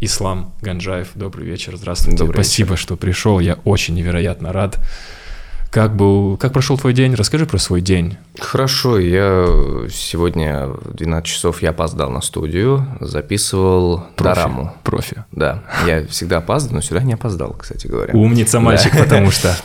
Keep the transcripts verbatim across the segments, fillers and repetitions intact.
Ислам Ганджаев, добрый вечер, здравствуйте. Добрый Спасибо, вечер. что пришел, я очень невероятно рад. Как был, как прошел твой день? Расскажи про свой день. Хорошо, я сегодня в двенадцать часов я опоздал на студию, записывал Профи. дораму. Профи. Да, я всегда опаздываю, но сюда не опоздал, кстати говоря. Умница мальчик, Да. потому что...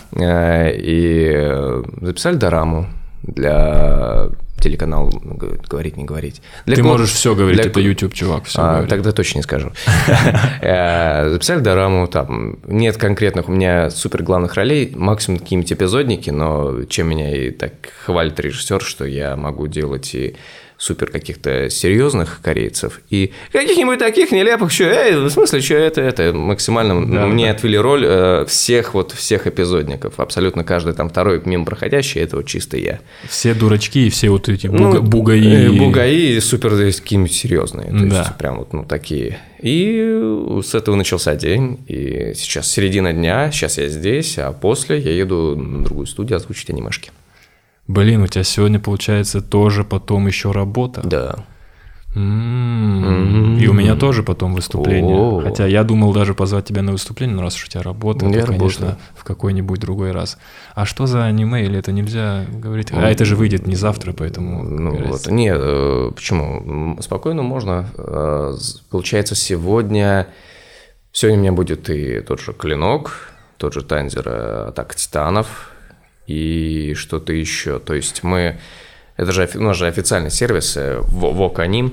И записали дораму для телеканала, говорить, не говорить. Для Ты ко- можешь все говорить, для это ко- YouTube, чувак, все А, говорит. тогда точно не скажу. Э, Записали дораму, там нет конкретных у меня супер главных ролей, максимум какие-нибудь эпизодники, но чем меня и так хвалит режиссер, что я могу делать и супер каких-то серьезных корейцев и каких-нибудь таких нелепых, что, эй, в смысле, что это, это максимально Да, мне да. отвели роль э, всех вот всех эпизодников, абсолютно каждый там второй мимо проходящий, это вот чисто я. Все дурачки и все вот эти Ну, буга- бугаи. э, Бугаи супер есть какие-нибудь серьезные. То Да. есть прям вот ну, такие. И с этого начался день. И сейчас середина дня, сейчас я здесь, а после я еду на другую студию озвучить анимешки. Блин, у тебя сегодня, получается, тоже потом еще работа. Да. М-м. И у меня тоже потом выступление. О. Хотя я думал даже позвать тебя на выступление, но раз уж у тебя работа, Я то, конечно, работаю. в какой-нибудь другой раз. А что за аниме, или это нельзя говорить? А это же выйдет не завтра, поэтому... Ну какая вот, разница? не, э, почему? М, Спокойно можно. Э, с- Получается, сегодня... Сегодня у меня будет и тот же Клинок, тот же Танзер, э, Атака Титанов и что-то еще. То есть мы... Это же, офи- у нас же официальный сервис э, Во- Вок Аним,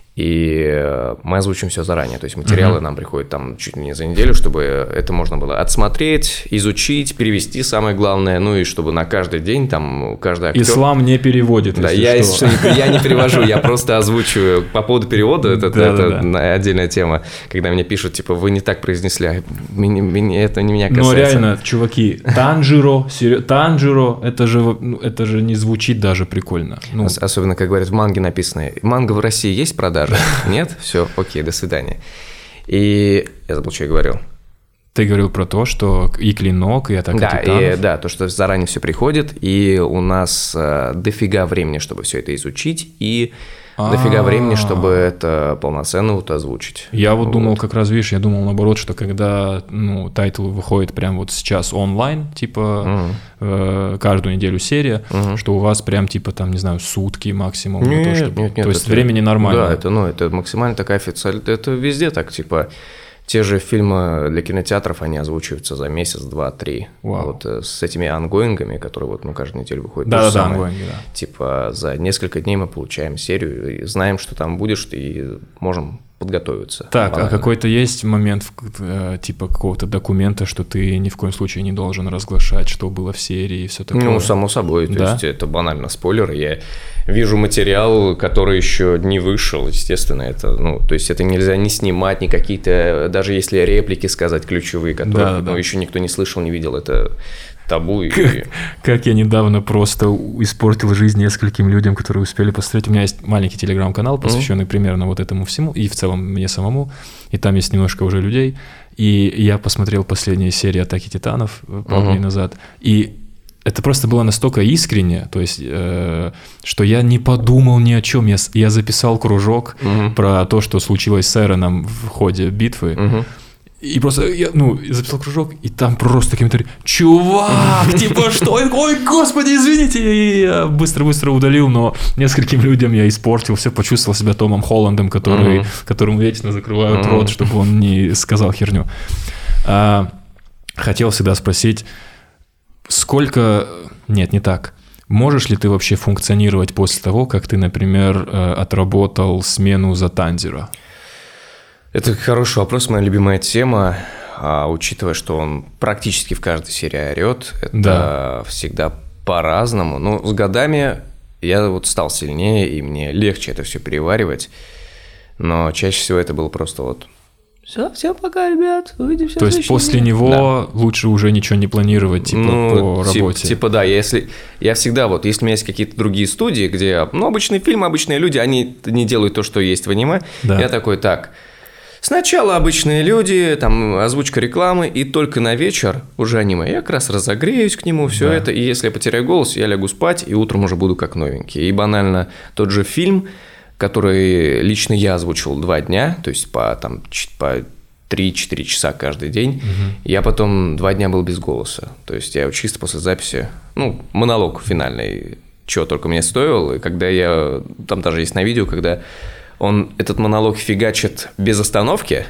и э, мы озвучим все заранее. То есть материалы Мгм. нам приходят там чуть ли не за неделю, чтобы это можно было отсмотреть, изучить, перевести, самое главное, ну и чтобы на каждый день там каждый актер... Ислам не переводит, Да, если я, что. если что, не- я не перевожу, я просто озвучиваю. По поводу перевода, это, Да, это да, да. на- отдельная тема. Когда мне пишут, типа, вы не так произнесли, а меня- меня- это не меня Но касается. реально, чуваки, Танжиро, серьё- Танжиро, это же, ну, это же не звучит даже прикольно. Ну, Ос- Особенно, как говорят, в манге написано. Манга в России есть продажа? Нет? Все, окей, до свидания. И я забыл, что я говорил. ты говорил про то, что и Клинок, и Атака Да, Титанов. и, да, то, что заранее все приходит, и у нас э, дофига времени, чтобы все это изучить, и дофига А. времени, чтобы это полноценно вот озвучить. Я вот думал, как раз, видишь, я думал наоборот, что когда, ну, тайтл выходит прям вот сейчас онлайн, типа Мгм. э, каждую неделю серия, Мгм. что у вас прям типа там, не знаю, сутки максимум. на Нет, то, чтобы... нет, нет, то есть это- времени нормально. Да, это, ну, это максимально такая официальная, это везде так, типа, те же фильмы для кинотеатров, они озвучиваются за месяц, два, три. Вау. Вот э, с этими ангоингами, которые вот, ну, каждую неделю выходят. то Да, же да, да, самое. ongoing, да. Типа, за несколько дней мы получаем серию, и знаем, что там будешь, и можем подготовиться. Так, а банально. какой-то есть момент, в- э, типа какого-то документа, что ты ни в коем случае не должен разглашать, что было в серии и все такое? Ну, само собой, то Да? есть это банально спойлер. Я вижу материал, который еще не вышел, естественно, это, ну, то есть это нельзя не снимать, ни какие-то, даже если реплики сказать ключевые, которые, Да-да-да. ну, еще никто не слышал, не видел, это табу. И... Как я недавно просто испортил жизнь нескольким людям, которые успели посмотреть. У меня есть маленький телеграм-канал, посвященный примерно вот этому всему, и в целом мне самому, и там есть немножко уже людей. И я посмотрел последние серии «Атаки Титанов» пару Мгм. дней назад, и это просто было настолько искренне, то есть, э, что я не подумал ни о чем. Я, с- я записал кружок Мгм. про то, что случилось с Эроном в ходе битвы. Мгм. И просто я, ну, я записал кружок, и там просто комментарий: чувак, типа что? Ой, господи, извините. И я быстро-быстро удалил, но нескольким людям я испортил, все, почувствовал себя Томом Холландом, который, Мгм. которому вечно закрывают Мгм. рот, чтобы он не сказал херню. А, хотел всегда спросить, сколько... Нет, не так. Можешь ли ты вообще функционировать после того, как ты, например, э, отработал смену за Танзера? Это хороший вопрос, моя любимая тема, а, учитывая, что он практически в каждой серии орет, это Да. всегда по-разному. Но с годами я вот стал сильнее, и мне легче это все переваривать, но чаще всего это было просто вот «Все, всем пока, ребят, увидимся То в есть следующий после день». него лучше уже ничего не планировать, типа, по тип- работе. Типа, да, если я всегда вот, если у меня есть какие-то другие студии, где, ну, обычные фильмы, обычные люди, они не делают то, что есть в аниме, Да. я такой, так, сначала обычные люди, там, озвучка рекламы, и только на вечер уже аниме. Я как раз разогреюсь к нему, все Да. это, и если я потеряю голос, я лягу спать, и утром уже буду как новенький. И банально тот же фильм, который лично я озвучивал два дня, то есть по, там, ч- по три-четыре часа каждый день. Угу. Я потом два дня был без голоса. То есть я чисто после записи, ну, монолог финальный, чего только мне стоил. И когда я, там даже есть на видео, когда он этот монолог фигачит без остановки,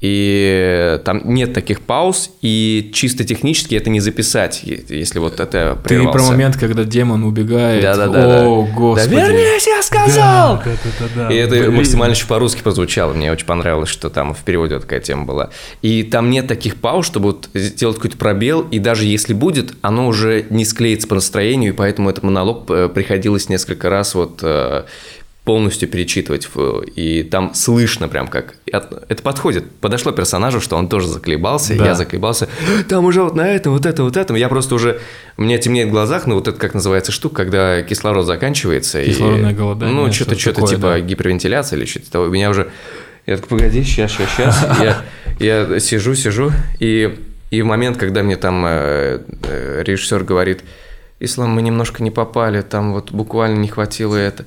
и там нет таких пауз, и чисто технически это не записать, если вот это прервался. Ты про момент, когда демон убегает. Да-да-да. О, господи. Да вернись, я сказал! Да, да, да, да, да. И это Блин. максимально еще по-русски прозвучало. Мне очень понравилось, что там в переводе вот такая тема была. И там нет таких пауз, чтобы вот сделать какой-то пробел, и даже если будет, оно уже не склеится по настроению, и поэтому этот монолог приходилось несколько раз вот... полностью перечитывать, и там слышно прям как... Это подходит. Подошло персонажу, что он тоже заколебался, да. Я заколебался. Там уже вот на этом, вот это, вот этом. Я просто уже... У меня темнеет в глазах, ну вот это как называется штука, когда кислород заканчивается. Кислородное и, голодание. Ну, что-то, что-то такое, типа да. Гипервентиляция или что-то того. У меня уже... Я такой, погоди, сейчас, сейчас, сейчас. Я, я сижу, сижу, и, и в момент, когда мне там э, э, режиссер говорит, Ислам, мы немножко не попали, там вот буквально не хватило это...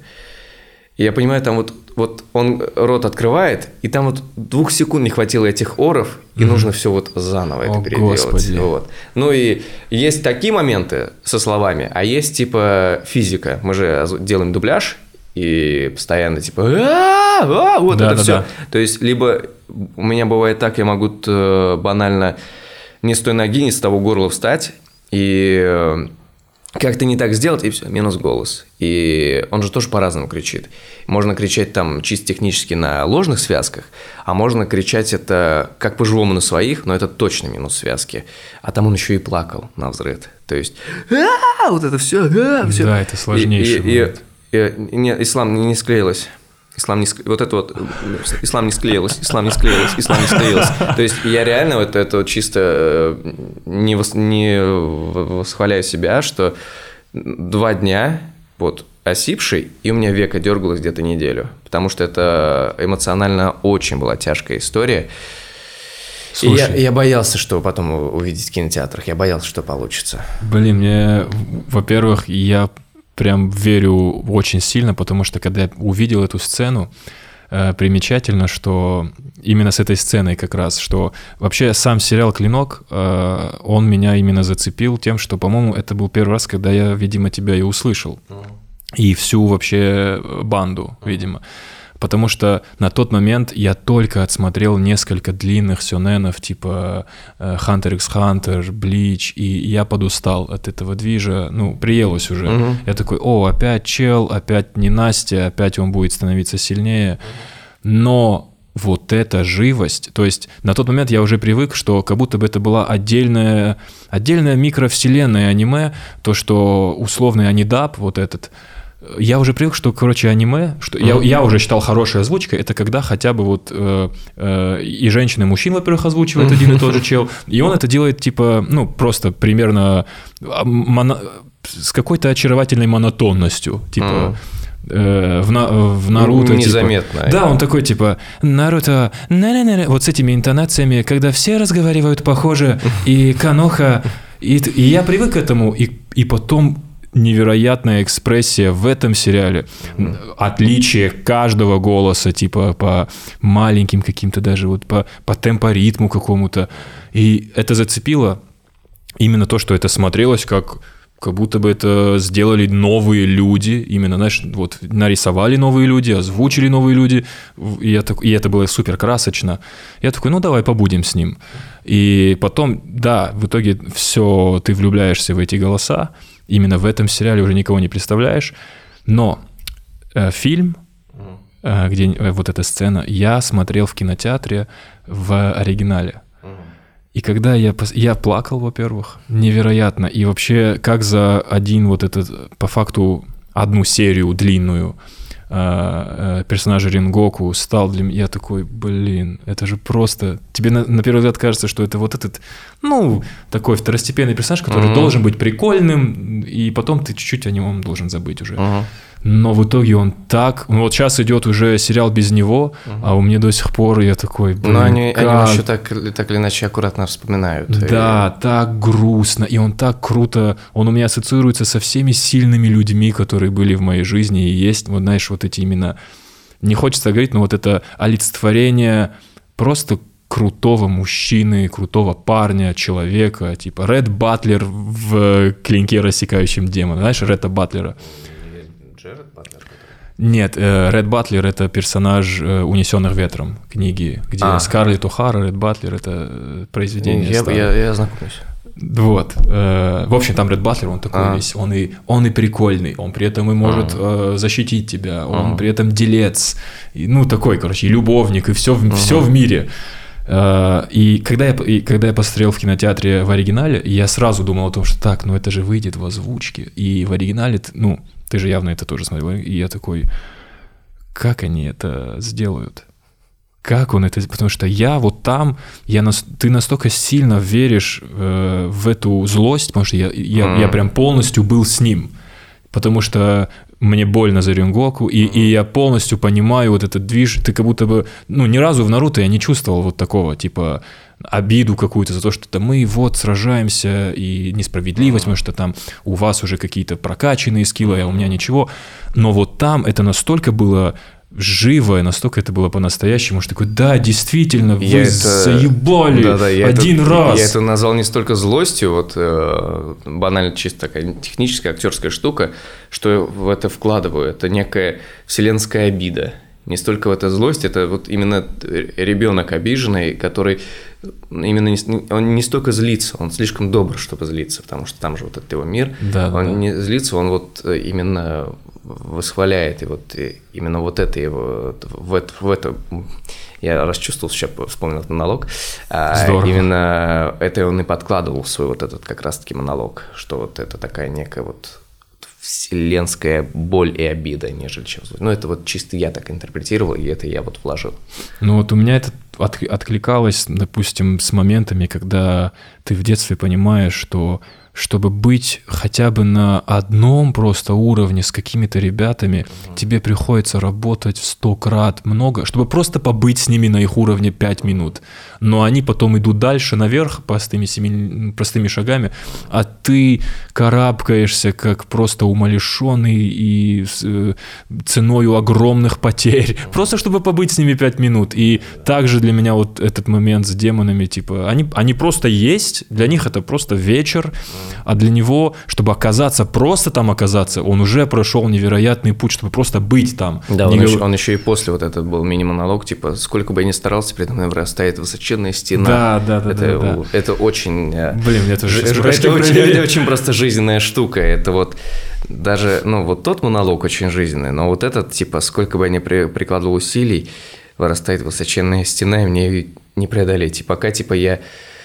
И я понимаю, там вот, вот он рот открывает, и там вот двух секунд не хватило этих оров, и mm-hmm. нужно все вот заново это О, переделать. Вот. Ну и есть такие моменты со словами, а есть типа физика. Мы же делаем дубляж, и постоянно типа а-а-а, вот это все. То есть либо у меня бывает так, я могу банально не с той ноги, не с того горла встать, и... Как-то не так сделать, и все, минус голос. И он же тоже по-разному кричит. Можно кричать там чисто технически на ложных связках, а можно кричать это как по-живому на своих, но это точно минус связки. А там он еще и плакал навзрыд. То есть, а вот это все, а, все. Да, это сложнейший момент. И, и, и, не, ислам не, не склеилось. Ислам не склеилось. Вот это вот, ислам не склеилось, ислам не склеилось, ислам не склеилось. То есть я реально вот это вот чисто не, вос, не восхваляю себя, что два дня вот осипший, и у меня веко дергалось где-то неделю. Потому что это эмоционально очень была тяжкая история. Слушай, и я, я боялся, что потом увидеть в кинотеатрах, я боялся, что получится. Блин, мне, во-первых, я... прям верю очень сильно, потому что когда я увидел эту сцену, э, примечательно, что именно с этой сценой как раз, что вообще сам сериал «Клинок», э, он меня именно зацепил тем, что, по-моему, это был первый раз, когда я, видимо, тебя и услышал. И всю вообще банду, видимо. Потому что на тот момент я только отсмотрел несколько длинных сёнэнов, типа Hunter x Hunter, Bleach, и я подустал от этого движа, ну, приелось уже. Uh-huh. Я такой, о, опять чел, опять ненастье, опять он будет становиться сильнее. Но вот эта живость, то есть на тот момент я уже привык, что как будто бы это была отдельная, отдельная микровселенная аниме, то, что условный анидап, вот этот, я уже привык, что, короче, аниме, что mm-hmm. я, я уже считал хорошей озвучкой, это когда хотя бы вот э, э, и женщины, и мужчин, во-первых, озвучивает mm-hmm. один и тот же чел, и он это делает, типа, ну, просто примерно моно... с какой-то очаровательной монотонностью, типа... Mm-hmm. В, на, в Наруто. Незаметно. Типа, да, он такой, типа, Наруто, вот с этими интонациями, когда все разговаривают похоже, и Каноха, и, и я привык к этому, и, и потом невероятная экспрессия в этом сериале, отличие каждого голоса, типа, по маленьким каким-то даже, вот по, по темпоритму какому-то, и это зацепило именно то, что это смотрелось как... Как будто бы это сделали новые люди, именно, знаешь, вот нарисовали новые люди, озвучили новые люди, и, я так, и это было супер красочно. Я такой, ну давай побудем с ним. И потом, да, в итоге все, ты влюбляешься в эти голоса, именно в этом сериале уже никого не представляешь, но э, фильм, э, где э, вот эта сцена, я смотрел в кинотеатре в оригинале. И когда я, я плакал, во-первых, невероятно. И вообще, как за один вот этот, по факту, одну серию длинную э, э, персонажа Рингоку стал для меня... Я такой, блин, это же просто... Тебе на, на первый взгляд кажется, что это вот этот, ну, такой второстепенный персонаж, который mm-hmm. должен быть прикольным, и потом ты чуть-чуть о нем должен забыть уже. Mm-hmm. Но в итоге он так... Ну, вот сейчас идет уже сериал без него, uh-huh. а у меня до сих пор я такой... Блин, но они, как... они еще так, так или иначе аккуратно вспоминают. Да, и... так грустно. И он так круто... Он у меня ассоциируется со всеми сильными людьми, которые были в моей жизни. И есть, вот знаешь, вот эти именно... Не хочется говорить, но вот это олицетворение просто крутого мужчины, крутого парня, человека, типа Ред Батлер в «Клинке, рассекающем демона». Знаешь Ретта Батлера? Джеред Батлер? Нет, Ред Батлер — это персонаж «Унесенных ветром» книги, где а. Скарлетт О'Хара, Ред Батлер — это произведение. Я, я, я знакомлюсь. Вот. В общем, там Ред Батлер, он такой а. весь, он и, он и прикольный, он при этом и может а. защитить тебя, он а. при этом делец, и, ну такой, короче, и любовник, и все, а. все в мире. И когда я, и когда я посмотрел в кинотеатре в оригинале, я сразу думал о том, что так, ну это же выйдет в озвучке, и в оригинале, ну, ты же явно это тоже смотрел, и я такой, как они это сделают? Как он это... Потому что я вот там, я нас, ты настолько сильно веришь э, в эту злость, потому что я, я, mm. я прям полностью был с ним. Потому что мне больно за Рёнгоку, и, mm. и я полностью понимаю вот этот движ. Ты как будто бы... Ну, ни разу в Наруто я не чувствовал вот такого, типа, обиду какую-то за то, что -то мы вот сражаемся, и несправедливость, mm. потому что там у вас уже какие-то прокачанные скиллы, а у меня ничего. Но вот там это настолько было... живо, и настолько это было по-настоящему, что такой, да, действительно, вы я заебали это, да, да, я один это, раз. Я это назвал не столько злостью, вот э, банально чисто такая техническая, актерская штука, что в это вкладываю, это некая вселенская обида. Не столько в это злость, это вот именно ребенок обиженный, который именно не, он не столько злится, он слишком добр, чтобы злиться, потому что там же вот этот его мир, да, он да. не злится, он вот именно восхваляет, и вот и именно вот это его, в это, в это я расчувствовал, сейчас вспомнил этот монолог, Здорово. Именно это он и подкладывал в свой вот этот как раз-таки монолог, что вот это такая некая вот вселенская боль и обида, нежели чем злость. Ну, это вот чисто я так интерпретировал, и это я вот вложил. Ну, вот у меня это от, откликалось, допустим, с моментами, когда ты в детстве понимаешь, что чтобы быть хотя бы на одном просто уровне с какими-то ребятами, mm-hmm. тебе приходится работать в сто крат много, чтобы просто побыть с ними на их уровне пять минут. Но они потом идут дальше наверх простыми, семи, простыми шагами, а ты карабкаешься как просто умалишенный и с э, ценою огромных потерь, mm-hmm. просто чтобы побыть с ними пять минут. И также для меня вот этот момент с демонами, типа, они, они просто есть, для них это просто вечер, а для него, чтобы оказаться, просто там оказаться, он уже прошел невероятный путь, чтобы просто быть там. Да, он, говор... еще, он еще и после вот этот был мини-монолог, типа, сколько бы я ни старался, передо мной вырастает высоченная стена. Да, да, да. Это, да, да. это очень... Блин, мне тоже... Это, это, очень, это очень просто жизненная штука. Это вот даже, ну, вот тот монолог очень жизненный, но вот этот, типа, сколько бы я ни при, прикладывал усилий, вырастает высоченная стена, и мне ее не преодолеть. И пока, типа, я...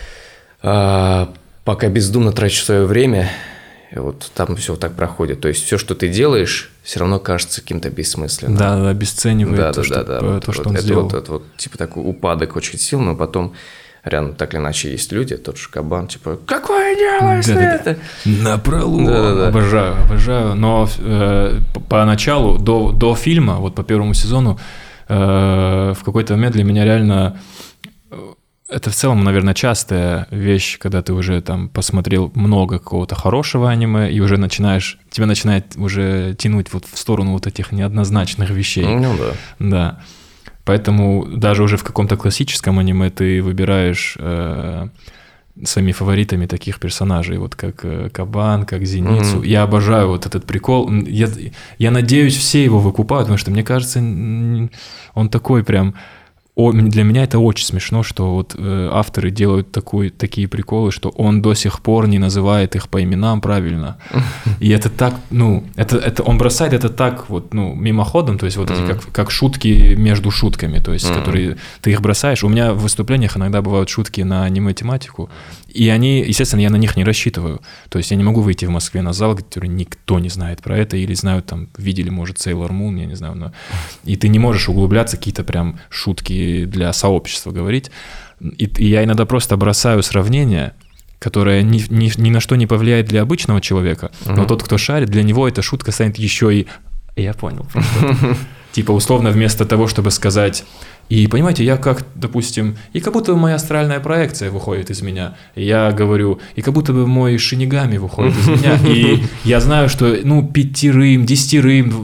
А, пока бездумно трачу свое время, вот там все так проходит. То есть все, что ты делаешь, все равно кажется каким-то бессмысленным. Да, да, обесценивает да, то, да, что, да, да. то, вот, что вот, он это сделал. Вот, это вот, типа такой упадок очень сил, но потом рядом так или иначе есть люди, тот же Кабан, типа, какое дело, если да, это? Напролом. Да, да, да. Обожаю, обожаю. Но э, поначалу, до, до фильма, вот по первому сезону, э, в какой-то момент для меня реально... Это в целом, наверное, частая вещь, когда ты уже там посмотрел много какого-то хорошего аниме, и уже начинаешь, тебя начинает уже тянуть вот в сторону вот этих неоднозначных вещей. Ну да. Да. Поэтому даже уже в каком-то классическом аниме ты выбираешь э, своими фаворитами таких персонажей, вот как э, Кабан, как Зеницу. Mm-hmm. Я обожаю вот этот прикол. Я, я надеюсь, все его выкупают, потому что, мне кажется, он такой прям... О, для меня это очень смешно, что вот э, авторы делают такой, такие приколы, что он до сих пор не называет их по именам правильно. И это так, ну, это, это он бросает это так вот, ну, мимоходом, то есть вот mm-hmm. эти как, как шутки между шутками, то есть, mm-hmm. которые ты их бросаешь. У меня в выступлениях иногда бывают шутки на аниме-тематику, и они, естественно, я на них не рассчитываю. То есть я не могу выйти в Москве на зал, который никто не знает про это, или знают там, видели, может, Sailor Moon, я не знаю, но... И ты не можешь углубляться, какие-то прям шутки для сообщества говорить. И, и я иногда просто бросаю сравнение, которое ни, ни, ни на что не повлияет для обычного человека, uh-huh. но тот, кто шарит, для него эта шутка станет еще и... Я понял. Типа, условно, вместо того, чтобы сказать... И, понимаете, я как, допустим, и как будто бы моя астральная проекция выходит из меня. И я говорю, и как будто бы мой шинигами выходит из меня. И я знаю, что, ну, пятерым, десятерым,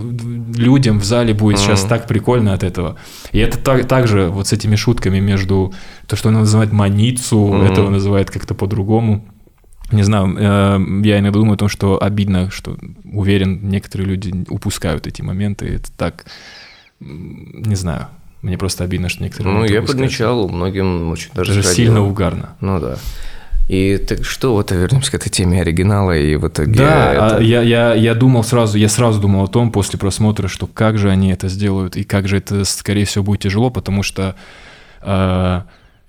людям в зале будет mm-hmm. сейчас так прикольно от этого. И это так, также вот с этими шутками между... То, что он называет маницу, mm-hmm. этого называет как-то по-другому. Не знаю, я иногда думаю о том, что обидно, что, уверен, некоторые люди упускают эти моменты. Это так... Не знаю. Мне просто обидно, что некоторые... Ну, я подмечал, многим очень даже Даже сильно угарно. Ну, да. И так что, вот вернемся к этой теме оригинала, и в итоге... Да, это... я, я, я думал сразу, я сразу думал о том после просмотра, что как же они это сделают, и как же это, скорее всего, будет тяжело, потому что э,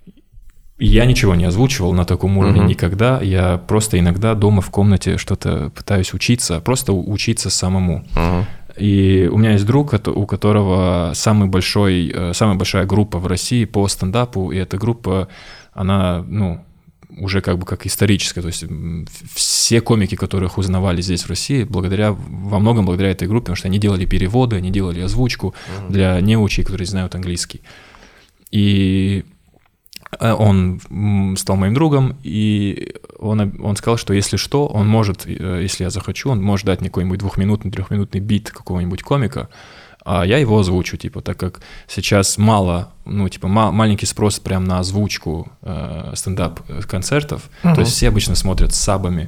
я ничего не озвучивал на таком уровне uh-huh. никогда, я просто иногда дома в комнате что-то пытаюсь учиться, просто учиться самому. Uh-huh. И у меня есть друг, у которого самый большой, самая большая группа в России по стендапу, и эта группа, она, ну... уже как бы как историческое, то есть все комики, которых узнавали здесь в России, благодаря, во многом благодаря этой группе, потому что они делали переводы, они делали озвучку uh-huh. для неучей, которые знают английский. И он стал моим другом, и он, он сказал, что если что, он может, если я захочу, он может дать мне какой-нибудь двухминутный, трехминутный бит какого-нибудь комика, а я его озвучу, типа, так как сейчас мало, ну, типа, ма- маленький спрос прям на озвучку э, стендап-концертов, uh-huh. то есть все обычно смотрят с сабами,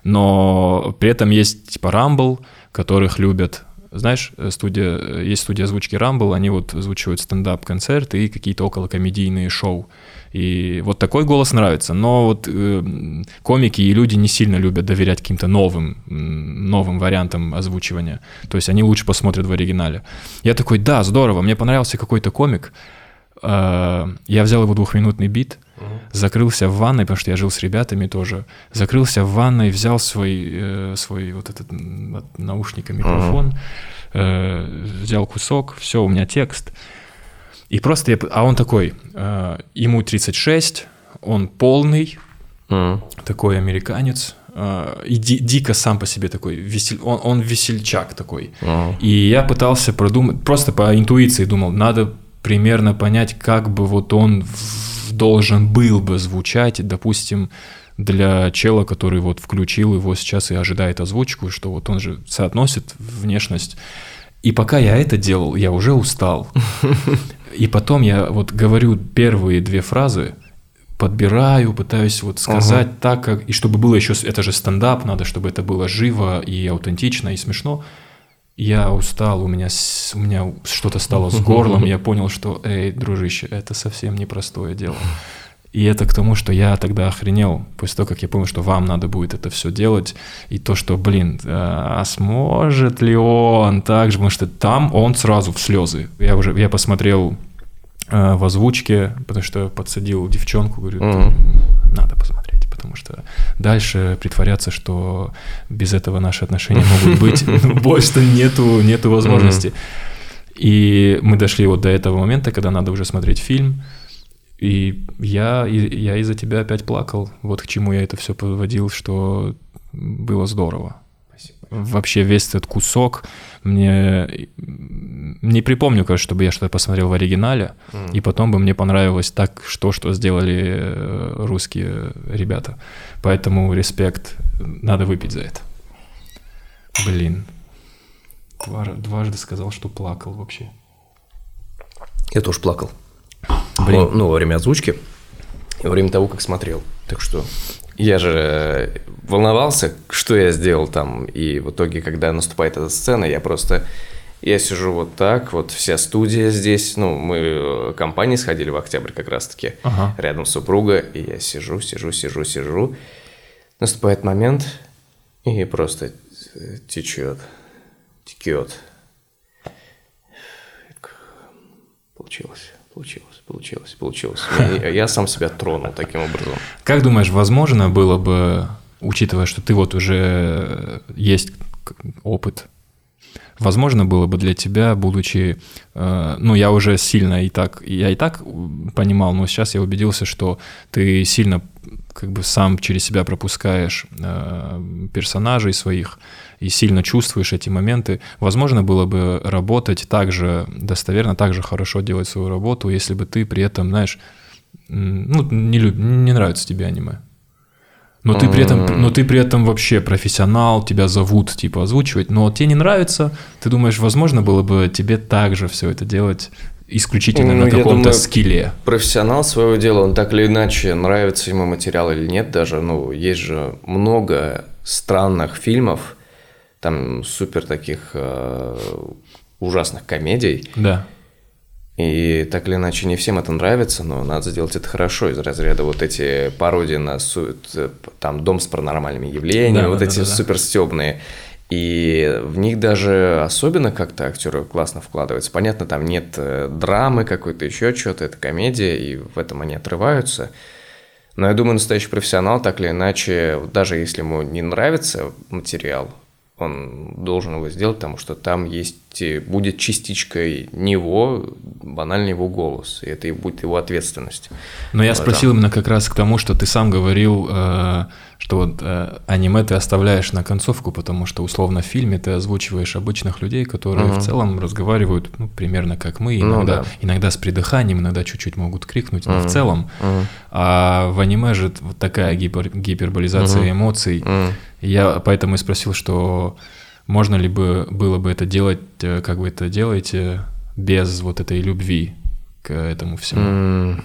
но при этом есть, типа, Rumble, которых любят, знаешь, студия, есть студия озвучки Rumble, они вот озвучивают стендап-концерты и какие-то околокомедийные шоу. И вот такой голос нравится, но вот э, комики и люди не сильно любят доверять каким-то новым, новым вариантам озвучивания, то есть они лучше посмотрят в оригинале. Я такой, да, здорово, мне понравился какой-то комик, э, я взял его двухминутный бит, uh-huh. закрылся в ванной, потому что я жил с ребятами тоже, закрылся в ванной, взял свой, э, свой вот этот наушник, микрофон, uh-huh. э, взял кусок, все, у меня текст. И просто я... А он такой, э, ему тридцать шесть, он полный, mm. такой американец, э, и ди, дико сам по себе такой, весел, он, он весельчак такой. Mm. И я пытался продумать, просто по интуиции думал, надо примерно понять, как бы вот он в, должен был бы звучать, допустим, для чела, который вот включил его сейчас и ожидает озвучку, что вот он же соотносит внешность. И пока я это делал, я уже устал. И потом я вот говорю первые две фразы, подбираю, пытаюсь вот сказать uh-huh. так, как... И чтобы было еще... Это же стендап, надо, чтобы это было живо и аутентично, и смешно. Я устал, у меня, у меня что-то стало с горлом, я понял, что, эй, дружище, это совсем непростое дело. И это к тому, что я тогда охренел, после того, как я понял, что вам надо будет это все делать, и то, что, блин, а сможет ли он так же, потому что там он сразу в слезы. Я уже, я посмотрел э, в озвучке, потому что подсадил девчонку, говорю, mm-hmm. надо посмотреть, потому что дальше притворяться, что без этого наши отношения могут быть, больше нету, нету возможности. И мы дошли вот до этого момента, когда надо уже смотреть фильм. И я, я из-за тебя опять плакал. Вот к чему я это все подводил, что было здорово. Спасибо. Вообще весь этот кусок, мне не припомню, кажется, чтобы я что-то посмотрел в оригинале, mm. и потом бы мне понравилось так, что, что сделали русские ребята. Поэтому респект, надо выпить за это. Блин, дважды сказал, что плакал вообще. Я тоже плакал. Блин. Ну, во время озвучки, во время того, как смотрел. Так что я же волновался, что я сделал там. И в итоге, когда наступает эта сцена, я просто... Я сижу вот так, вот вся студия здесь. Ну, мы компанией сходили в Октябрь как раз-таки. Ага. Рядом супруга. И я сижу, сижу, сижу, сижу. Наступает момент, и просто течет, текет. Получилось. Получилось, получилось, получилось. Я, я сам себя тронул таким образом. Как думаешь, возможно было бы, учитывая, что ты вот уже есть опыт, возможно было бы для тебя, будучи, э, ну, я уже сильно и так, я и так понимал, но сейчас я убедился, что ты сильно как бы сам через себя пропускаешь э, персонажей своих и сильно чувствуешь эти моменты. Возможно было бы работать так же достоверно, так же хорошо делать свою работу, если бы ты при этом, знаешь, ну, не, люб... не нравится тебе аниме. Но ты, при этом, но ты при этом вообще профессионал, тебя зовут типа озвучивать, но тебе не нравится, ты думаешь, возможно было бы тебе также все это делать исключительно ну, на каком-то думаю, скилле? Профессионал своего дела, он так или иначе, нравится ему материал или нет даже, ну, есть же много странных фильмов, там супер таких э, ужасных комедий. Да. И так или иначе не всем это нравится, но надо сделать это хорошо, из разряда вот эти пародии на су... там «Дом с паранормальными явлениями», да, вот да, эти да, суперстёбные. И в них даже особенно как-то актеры классно вкладываются. Понятно, там нет драмы какой-то, еще чего-то, это комедия, и в этом они отрываются. Но я думаю, настоящий профессионал так или иначе, даже если ему не нравится материал, он должен его сделать, потому что там есть, будет частичкой него, банально его голос, и это и будет его ответственность. Но я спросил там. Именно как раз к тому, что ты сам говорил, что вот аниме ты оставляешь на концовку, потому что условно в фильме ты озвучиваешь обычных людей, которые угу. в целом разговаривают ну, примерно как мы, иногда, ну, да. иногда с придыханием, иногда чуть-чуть могут крикнуть, но угу. в целом. Угу. А в аниме же вот такая гипер, гиперболизация угу. эмоций. Угу. Я поэтому и спросил, что можно ли бы было бы это делать, как вы это делаете, без вот этой любви к этому всему? Mm.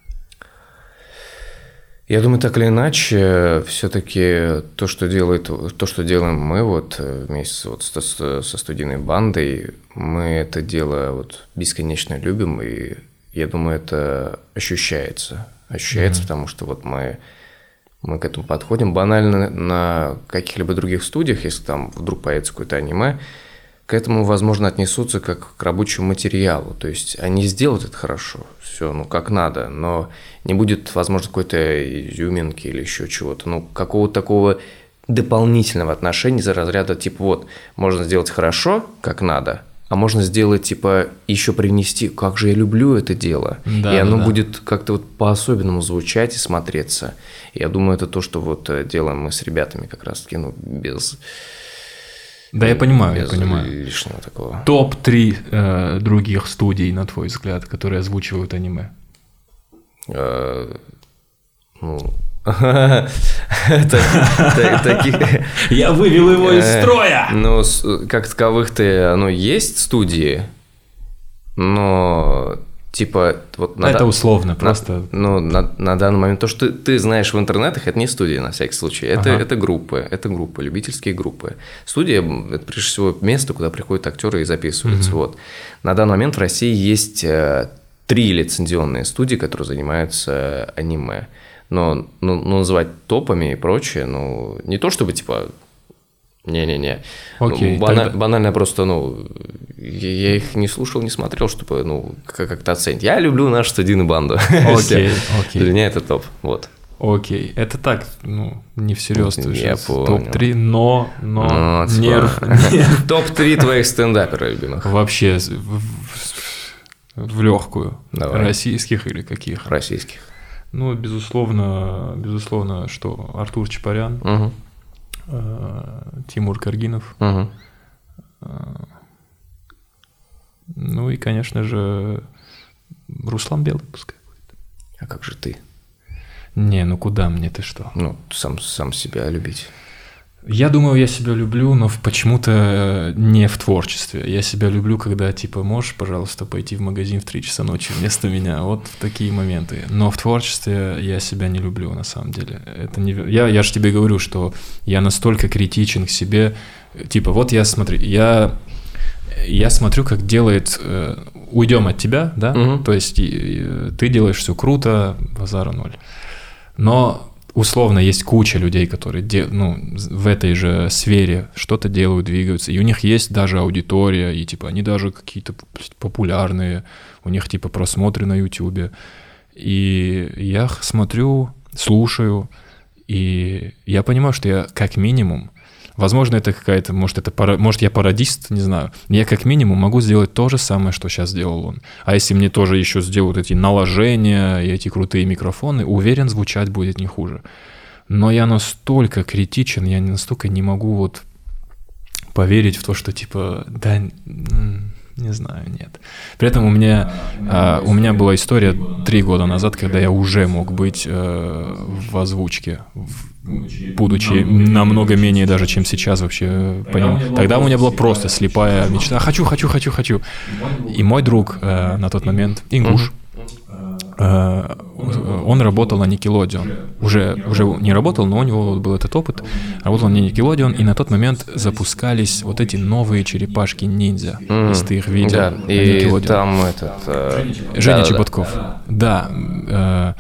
Я думаю, так или иначе, все-таки то, что делает, то, что делаем мы вот вместе вот со, со студийной бандой, мы это дело вот бесконечно любим, и я думаю, это ощущается. Ощущается, mm-hmm. потому что вот мы... Мы к этому подходим. Банально на каких-либо других студиях, если там вдруг появится какое-то аниме, к этому, возможно, отнесутся как к рабочему материалу. То есть они сделают это хорошо, все, ну, как надо, но не будет, возможно, какой-то изюминки или еще чего-то, ну, какого-то такого дополнительного отношения за разряда, типа, вот, можно сделать хорошо, как надо, а можно сделать, типа, еще привнести, как же я люблю это дело. Да, и оно да. будет как-то вот по-особенному звучать и смотреться. Я думаю, это то, что вот делаем мы с ребятами как раз-таки, ну, без... Да, я понимаю, я понимаю. Лишнего такого. топ три э, других студий, на твой взгляд, которые озвучивают аниме? Э, ну... Я вывел его из строя! Ну, как таковых-то, ну, есть студии, но, типа... вот это условно, просто... Ну, на данный момент, то, что ты знаешь в интернетах, это не студия, на всякий случай, это группы, это группы, любительские группы. Студия – это, прежде всего, место, куда приходят актеры и записываются. Вот. На данный момент в России есть три лицензионные студии, которые занимаются аниме. Но ну, ну, называть топами и прочее, ну, не то чтобы, типа, не-не-не. Окей, ну, бана- банально просто, ну, я, я их не слушал, не смотрел, чтобы, ну, как-то оценить. Я люблю нашу студийную банду. Окей, окей. Для меня это топ, вот. Окей, это так, ну, не всерьез, я понял. топ три, но, но, ну, нерв. топ три твоих стендаперов любимых. Вообще, в, в легкую. Давай. Российских или каких? Российских. Ну, безусловно, безусловно, что Артур Чапарян, угу. э, Тимур Каргинов, угу. э, ну и, конечно же, Руслан Белый пускай будет. А как же ты? Не, ну куда мне, ты что? Ну, сам, сам себя любить. Я думаю, я себя люблю, но почему-то не в творчестве. Я себя люблю, когда, типа, можешь, пожалуйста, пойти в магазин в три часа ночи вместо меня. Вот в такие моменты. Но в творчестве я себя не люблю, на самом деле. Это не... я, я же тебе говорю, что я настолько критичен к себе. Типа, вот я смотрю, я, я смотрю, как делает... Уйдем от тебя, да? Угу. То есть ты делаешь все круто, базара ноль. Но... Условно, есть куча людей, которые де- ну, в этой же сфере что-то делают, двигаются, и у них есть даже аудитория, и типа они даже какие-то популярные, у них типа просмотры на Ютубе. И я смотрю, слушаю, и я понимаю, что я как минимум, возможно, это какая-то, может, это пара, может, я пародист, не знаю, я как минимум могу сделать то же самое, что сейчас сделал он. А если мне тоже еще сделают эти наложения и эти крутые микрофоны, уверен, звучать будет не хуже. Но я настолько критичен, я настолько не могу вот поверить в то, что типа, да, Не знаю, нет. При этом у меня, э, у меня была история три года назад, когда я уже мог быть э, в озвучке, в, будучи намного менее даже, чем сейчас вообще. Поним. Тогда у меня была просто слепая мечта. Хочу, хочу, хочу, хочу. И мой друг э, на тот момент, Ингуш, э, он работал на Nickelodeon. Уже, уже не работал, но у него был этот опыт. Работал на Nickelodeon, и на тот момент запускались вот эти новые черепашки-ниндзя, mm. если ты их видел. Да, на и Nickelodeon. там этот... Э... Женя да, Чеботков. Да. да. Э...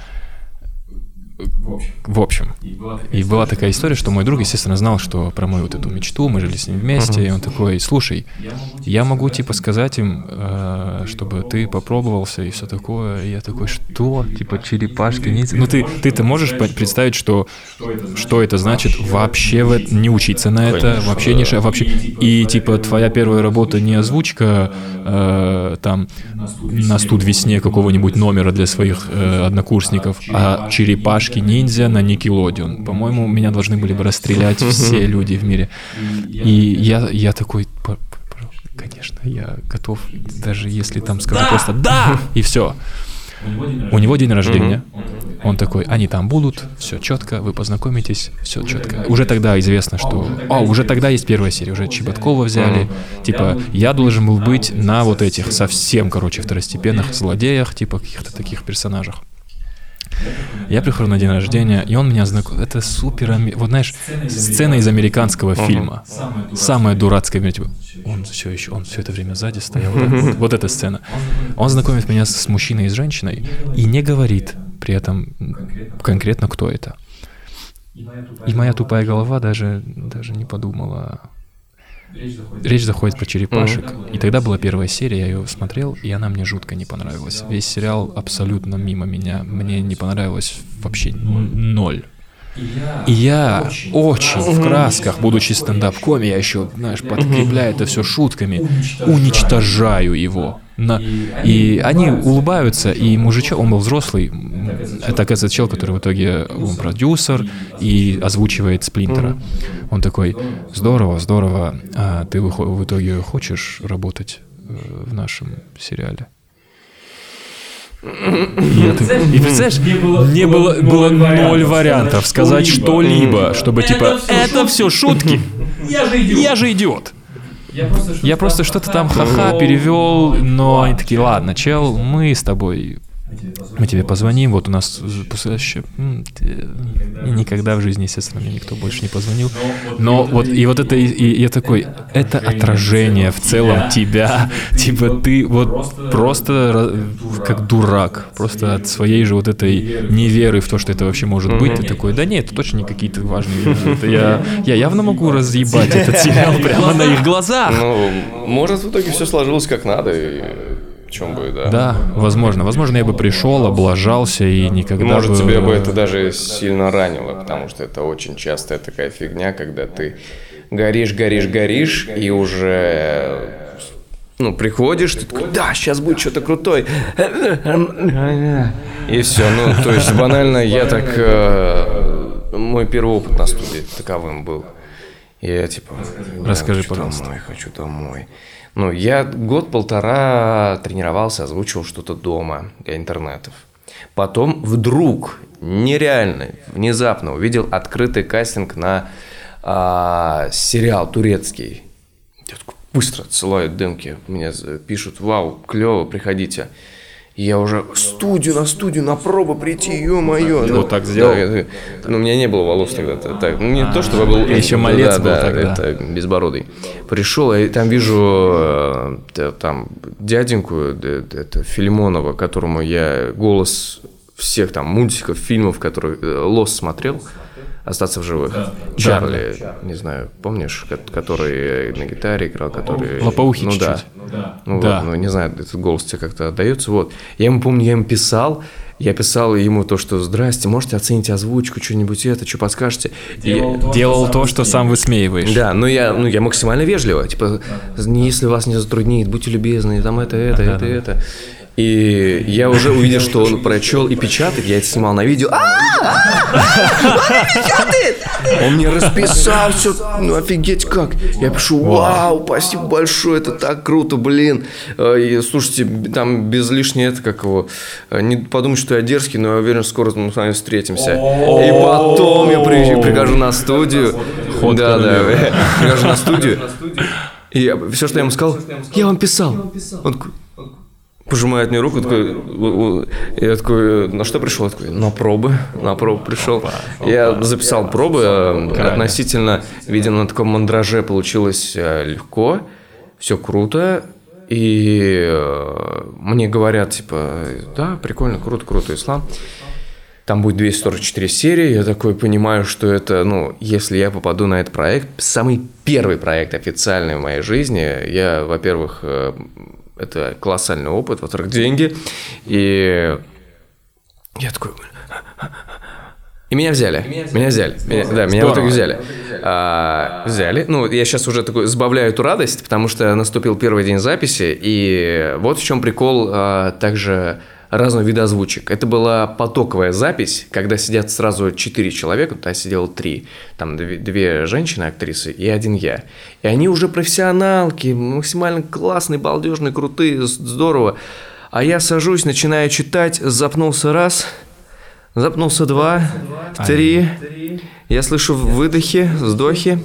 В общем, и была такая история, что мой друг, естественно, знал, что про мою вот эту мечту, мы жили с ним вместе, uh-huh. и он такой: слушай, я могу типа сказать им, э, чтобы ты попробовался и все такое. И я такой: что? Типа черепашки, ниндзя? Ну ты, ты-то можешь представить, что, что это значит вообще в, не учиться на это, конечно, вообще не вообще. И типа твоя первая работа не озвучка э, там на студ-весне какого-нибудь номера для своих э, однокурсников, а черепашки ниндзя на Nickelodeon. По-моему, меня должны были бы расстрелять все люди в мире. И я, я такой: конечно, я готов, даже если там скажу просто «да!» и все. У него день рождения. Он такой: они там будут, все четко, вы познакомитесь, все четко. Уже тогда известно, что... О, уже тогда есть первая серия, уже Чеботкова взяли. Типа, я должен был быть на вот этих совсем, короче, второстепенных злодеях, типа каких-то таких персонажах. Я прихожу на день рождения, и он меня знакомит. Это супер... Вот знаешь, сцена из американского фильма. Самая дурацкая. Типа, он все еще, он все это время сзади стоял. Вот, вот, вот эта сцена. Он знакомит меня с мужчиной и с женщиной и не говорит при этом конкретно, кто это. И моя тупая голова даже, даже не подумала... Речь заходит про черепашек. Mm-hmm. И тогда была первая серия, я ее смотрел, и она мне жутко не понравилась. Весь сериал абсолютно мимо меня. Мне не понравилось вообще ноль. И я очень в красках, будучи стендап-коми, я еще, знаешь, подкрепляю это все шутками, уничтожаю его. На... И они улыбаются, и мужичок, он был взрослый, это, оказывается, чел, который в итоге он продюсер и озвучивает Сплинтера. Он такой: здорово, здорово, а ты в итоге хочешь работать в нашем сериале? И, это, и представляешь, не было, не было, было ноль вариантов сказать что-либо, чтобы типа «это все шутки, я же идиот». Я просто что-то, я просто что-то там ха-ха перевел, но они такие: ладно, чел, мы с тобой, мы тебе позвоним, вот у нас после... Никогда в жизни, естественно, мне никто больше не позвонил. Но вот, и вот это, и, и я такой: это отражение в целом тебя, типа ты вот просто как дурак, просто от своей же вот этой неверы в то, что это вообще может быть, ты такой: да нет, это точно не какие-то важные вещи. Это я, я явно могу разъебать этот сериал прямо на их глазах. Ну, может, в итоге все сложилось как надо, и... чем бы, да. Да, возможно. Возможно, я бы пришел, облажался и никогда Может, бы... тебя бы это даже сильно ранило, потому что это очень частая такая фигня, когда ты горишь, горишь, горишь, и уже... Ну, приходишь, ты такой: да, сейчас будет что-то крутое. И все, ну, то есть, банально, я так... Э, мой первый опыт на студии таковым был. И я типа... Расскажи, хочу пожалуйста. Домой, хочу домой. Ну, я год-полтора тренировался, озвучивал что-то дома для интернетов. Потом вдруг, нереально, внезапно увидел открытый кастинг на а, сериал турецкий. Я такой быстро отсылают демки, мне пишут: вау, клево, приходите. И я уже в студию, на студию, на пробу прийти, ё-моё. Ты ну, вот так сделал? Да, ну, у меня не было волос тогда. Так, ну, не а, то, чтобы я был... Еще малец да, был да, тогда. Это безбородый. Пришел, и там вижу там дяденьку, это Филимонова, которому я голос всех там мультиков, фильмов, которые Лос смотрел, «Остаться в живых». Да. Чарли, да, да. Не знаю, помнишь, который на гитаре играл, который... Лопоухий ну, чуть-чуть. Да. Да. Ну, да. Вот, ну, не знаю, этот голос тебе как-то отдается. Вот. Я ему помню, я ему писал, я писал ему то, что: здрасте, можете оценить озвучку, что-нибудь это, что подскажете. Делал, и... то, Делал то, что сам высмеиваешь. Да, но я, ну, я максимально вежливо. Типа, если вас не затруднит, будьте любезны, там это, это, да, это, да. это. И я уже увидел, что он прочел и печатает. Я это снимал на видео. Он печатает! Он мне расписал все. Ну, офигеть как. Я пишу, вау, спасибо большое, это так круто, блин. И, слушайте, там без лишнего это, как его... Не подумай, что я дерзкий, но я уверен, скоро мы с вами встретимся. И потом я прихожу на студию. Да, да, прихожу на студию. И все, что я ему сказал, я вам писал. Он такой... Пожимает мне руку, такой, я такой, на что пришел? Я такой, на пробы, на пробы пришел. Я записал пробы, относительно, видимо, на таком мандраже получилось легко, все круто. И мне говорят, типа, да, прикольно, круто, круто, Ислам. Там будет двести сорок четыре серии, я такой понимаю, что это, ну, если я попаду на этот проект, самый первый проект официальный в моей жизни, я, во-первых, это колоссальный опыт, во-вторых, деньги, и я такой... И меня взяли, меня взяли, меня, да, меня в итоге взяли. А, взяли, ну, я сейчас уже такой сбавляю эту радость, потому что наступил первый день записи, и вот в чем прикол а, также... разного вида озвучек. Это была потоковая запись, когда сидят сразу четыре человека, а сидело три. Там две, две женщины, актрисы, и один я. И они уже профессионалки, максимально классные, балдежные, крутые, здорово. А я сажусь, начинаю читать, запнулся раз, запнулся два, три. Я слышу выдохи, вздохи.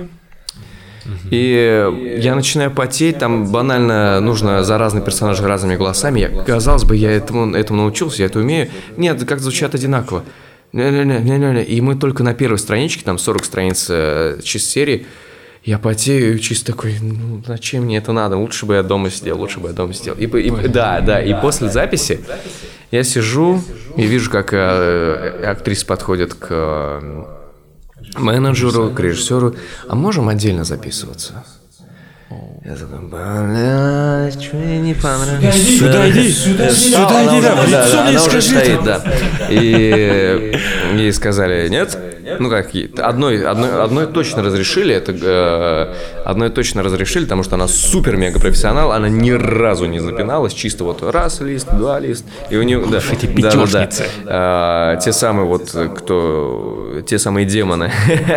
И я начинаю потеть, там банально нужно за разные персонажи разными голосами. Я, казалось бы, я этому, этому научился, я это умею. Нет, как звучат одинаково. Не-не-не-не-не. И мы только на первой страничке, там сорок страниц чисто серии, я потею, чисто такой, ну зачем мне это надо? Лучше бы я дома сидел, лучше бы я дома сидел. И, и, да, да, и после записи я сижу и вижу, как э, актриса подходит к... менеджеру, к режиссеру, а можем отдельно записываться? Я такой, блядь, что я не понравилось? Сюда иди, сюда иди, да, да, да, она уже стоит, да. И ей сказали нет. Ну как, одной, одной, одной точно разрешили, это э, одной точно разрешили, потому что она супер-мега профессионал, она ни разу не запиналась, чисто вот раз лист, два лист, и у нее, да, да, да, да, а, те самые вот, кто, те самые демоны,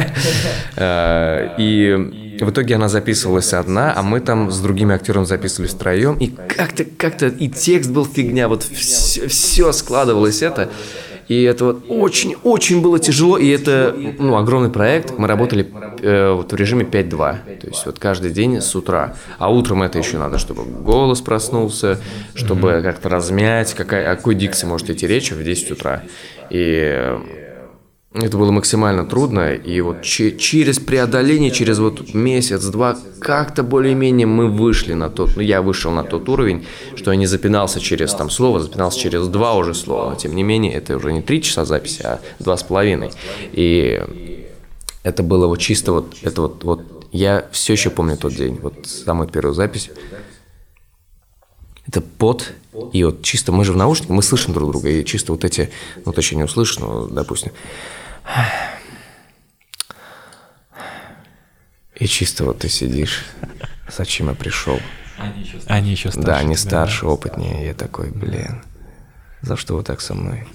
и в итоге она записывалась одна, а мы там с другими актерами записывались втроем, и как-то, как-то и текст был фигня, вот все, все складывалось это. И это вот очень-очень было тяжело, и это, ну, огромный проект. Мы работали э, вот в режиме пять два, то есть вот каждый день с утра. А утром это еще надо, чтобы голос проснулся, чтобы mm-hmm. как-то размять, какая, о какой дикции может идти речь в десять утра. И это было максимально трудно, и вот ч- через преодоление, через вот месяц-два, как-то более-менее мы вышли на тот, ну, я вышел на тот уровень, что я не запинался через там слово, запинался через два уже слова, но тем не менее, это уже не три часа записи, а два с половиной, и это было вот чисто вот, это вот, вот, я все еще помню тот день, вот самую первую запись, это пот, и вот чисто, мы же в наушниках, мы слышим друг друга, и чисто вот эти, ну, точнее не услышишь, но, допустим, и чисто вот ты сидишь, зачем я пришел? Они еще старше. Да, они старше, опытнее. Я такой, блин, за что вы так со мной?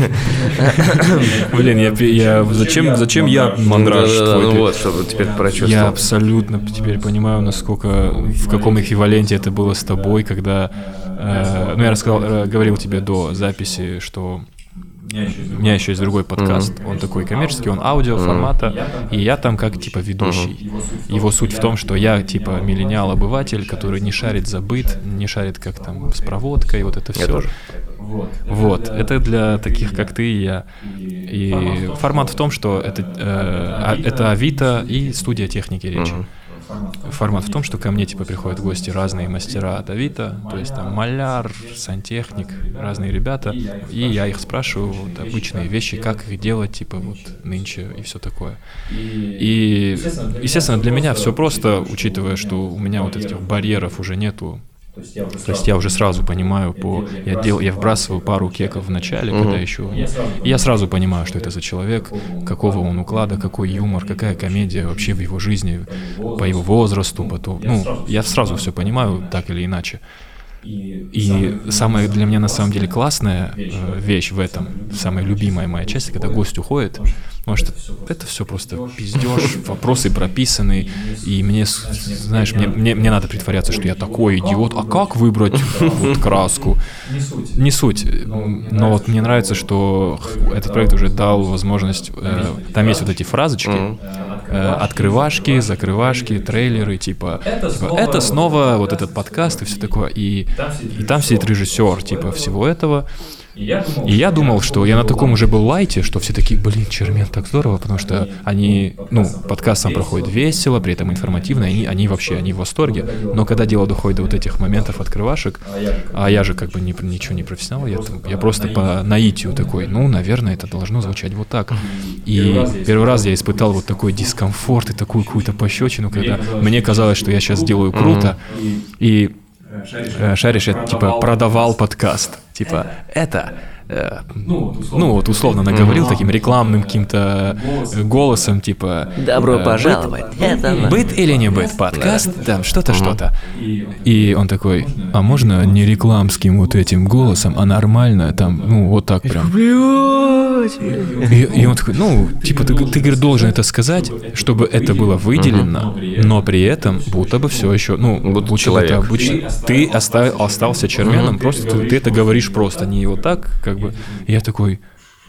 Блин, я, я зачем, зачем я мандраж да, да, твой? Ну вот, чтобы теперь прочувствовал. Я абсолютно теперь понимаю, насколько, в каком эквиваленте это было с тобой, когда, э, ну я рассказал, говорил тебе до записи, что у меня еще есть другой подкаст, mm-hmm. он такой коммерческий, он аудио формата, mm-hmm. и я там как типа ведущий. Mm-hmm. Его суть в том, что я типа миллениал-обыватель, который не шарит за быт, не шарит как там с проводкой, вот это все. Я тоже. Вот, это для таких, как ты и я. И формат в том, что это, э, это Авито и студия техники речи. Mm-hmm. Формат в том, что ко мне типа приходят в гости разные мастера от Авито, то есть там маляр, сантехник, разные ребята, и я их спрашиваю вот, обычные вещи, как их делать, типа вот нынче и все такое. И, естественно, для меня все просто, учитывая, что у меня вот этих барьеров уже нету. То есть я уже сразу понимаю, по я дел, я вбрасываю пару кеков в начале, mm-hmm. когда еще, и я сразу понимаю, что это за человек, какого он уклада, какой юмор, какая комедия вообще в его жизни, по его возрасту, потом, ну, я сразу все понимаю, так или иначе. И самая для меня на самом деле классная э, вещь в этом, самая любимая моя часть, когда гость уходит, потому что это все просто пиздеж, вопросы прописаны, и мне, знаешь, мне, мне, мне надо притворяться, что я такой идиот, а как выбрать вот краску? Не суть, но вот мне нравится, что этот проект уже дал возможность, э, там есть вот эти фразочки, э, открывашки, закрывашки, трейлеры, типа, типа это снова вот этот подкаст и все такое, и, и там сидит режиссер, типа, всего этого. И я думал, что я на таком уже был лайте, что все такие, блин, Чермен, так здорово, потому что они, ну, подкаст сам проходит весело, при этом информативно, и они, они вообще, они в восторге. Но когда дело доходит до вот этих моментов открывашек, а я же как бы не, ничего не профессионал, я, я просто по наитию такой, ну, наверное, это должно звучать вот так. И первый раз я испытал вот такой дискомфорт и такую какую-то пощечину, когда мне казалось, что я сейчас делаю круто, и шаришь, я типа продавал подкаст. Типа, это, э, ну, вот условно наговорил mm-hmm. таким рекламным каким-то голосом, типа... Добро э, пожаловать, быт, это... Быт или не быт, подкаст, там что-то, mm-hmm. что-то. И он такой, а можно не рекламским вот этим голосом, а нормально, там, ну, вот так прям. И, и он такой, ну, типа, ты, ты, говорит, должен это сказать, чтобы это было выделено, mm-hmm. но при этом будто бы все еще, ну, будто человек. Это обычно, ты оставил, остался Черменом, mm-hmm. просто ты, ты это говоришь просто, не вот так, как бы. И я такой...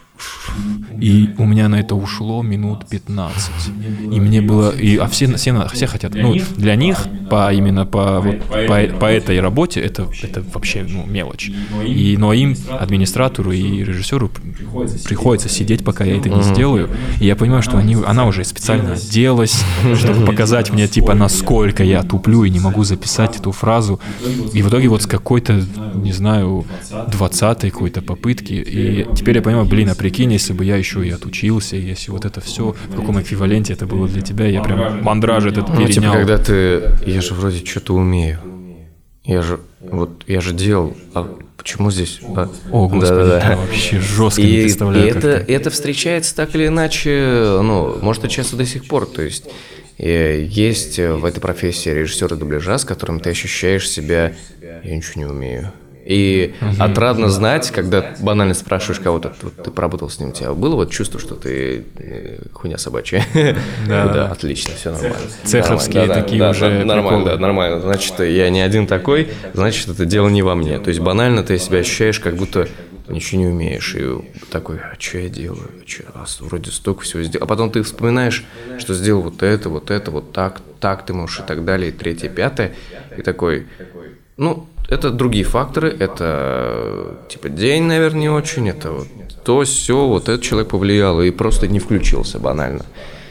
И у меня на это ушло минут пятнадцать. И мне было... И, а все, все, все хотят... Ну, для них, по, именно по, вот, по, по этой работе, это, это вообще ну, мелочь. И, но им, администратору и режиссеру приходится сидеть, пока я это не сделаю. И я понимаю, что они, она уже специально оделась, чтобы показать мне, типа, насколько я туплю и не могу записать эту фразу. И в итоге вот с какой-то, не знаю, двадцатой какой-то попытки. И теперь я понимаю, блин, а прикинь, если бы я еще и отучился, если вот это все, в каком эквиваленте это было для тебя, я прям мандраж этот перенял. Ну, типа, когда ты, я же вроде что-то умею, я же, вот, я же делал, а почему здесь? А? О, господи, да, да. вообще жестко и, не представляю. И это, это встречается так или иначе, ну, может, и часто до сих пор, то есть есть в этой профессии режиссеры дубляжа, с которым ты ощущаешь себя, я ничего не умею. И угу. отрадно знать, когда банально спрашиваешь кого-то, ты поработал с ним, у тебя было вот чувство, что ты хуйня собачья? Да, да, отлично, все нормально. Цеховские такие уже. Нормально, да, нормально. Значит, я не один такой, значит, это дело не во мне. То есть банально ты себя ощущаешь, как будто ничего не умеешь. И такой, а что я делаю? А вроде столько всего сделал. А потом ты вспоминаешь, что сделал вот это, вот это, вот так, так ты можешь и так далее, и третье, пятое. И такой, ну... Это другие факторы, это типа день, наверное, не очень, это вот то, сё, вот этот человек повлиял и просто не включился банально.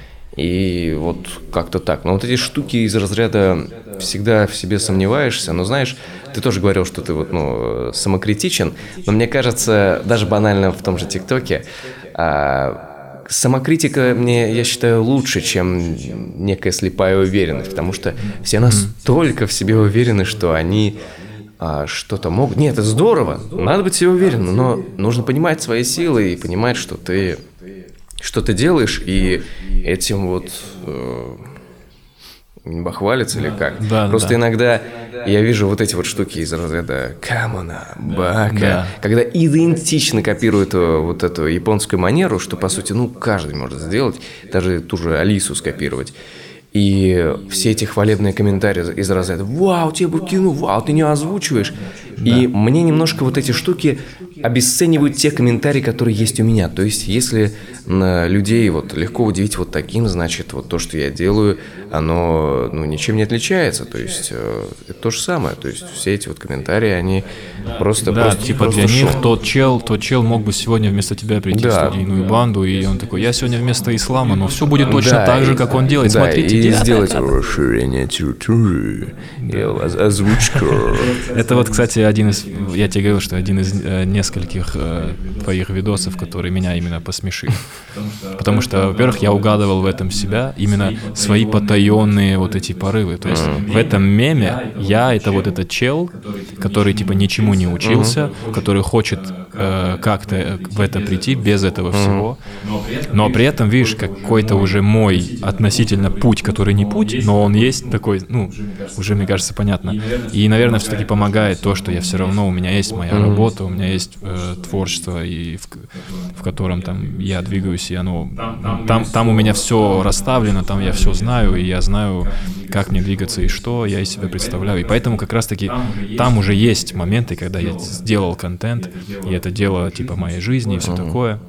И вот как-то так. Но вот эти штуки из разряда всегда в себе сомневаешься, но знаешь, ты тоже говорил, что ты вот, ну, самокритичен, но мне кажется, даже банально в том же ТикТоке, а, самокритика, мне, я считаю, лучше, чем некая слепая уверенность, потому что все настолько в себе уверены, что они... А что-то могут... Нет, это здорово, надо быть себе уверенным, но нужно понимать свои силы и понимать, что ты, что ты делаешь, и этим вот э, бахвалиться или как. Да, Просто да. иногда я вижу вот эти вот штуки из разряда «камона», «бака», да. когда идентично копируют вот эту японскую манеру, что, по сути, ну, каждый может сделать, даже ту же Алису скопировать. И все эти хвалебные комментарии из разряда «Вау, тебе бы кино, вау, ты не озвучиваешь». Да. И мне немножко вот эти штуки обесценивают те комментарии, которые есть у меня. То есть, если на людей вот легко удивить вот таким, значит, вот то, что я делаю, оно ну, ничем не отличается. То есть, это то же самое. То есть, все эти вот комментарии, они просто... Да, просто, типа просто для шоу. них тот чел, тот чел мог бы сегодня вместо тебя прийти да. в студийную банду, и он такой, я сегодня вместо ислама, но все будет точно да, так же, как он делает. Да, Смотрите, и сделать расширение территории, озвучка. Это вот, кстати, один из... Я тебе говорил, что один из э, нескольких э, твоих видосов, которые меня именно посмешили. Потому что, во-первых, я угадывал в этом себя именно свои потаенные вот эти порывы. То есть mm. в этом меме я — это вот этот чел, который типа ничему не учился, mm-hmm. который хочет э, как-то в это прийти без этого всего. Но при этом, видишь, какой-то уже мой относительно путь, который не путь, но он есть такой, ну, уже, мне кажется, понятно. И, наверное, все-таки помогает то, что я все равно, у меня есть моя работа, у меня есть э, творчество, и в, в котором там я двигаюсь, и оно... Там, там у меня все расставлено, там я все знаю, и я знаю, как мне двигаться и что я из себя представляю. И поэтому как раз-таки там уже есть моменты, когда я сделал контент, и это дело типа моей жизни и все такое.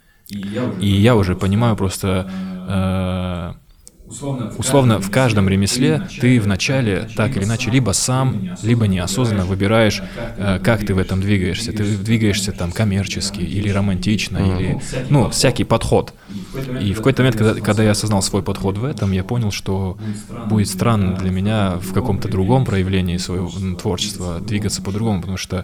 И я уже понимаю просто... Э, Условно, в каждом ремесле ты вначале так или иначе либо сам, либо неосознанно выбираешь, как ты в этом двигаешься. Ты двигаешься там коммерчески или романтично, или, ну, всякий подход. И в какой-то момент, когда, когда я осознал свой подход в этом, я понял, что будет странно для меня в каком-то другом проявлении своего творчества двигаться по-другому, потому что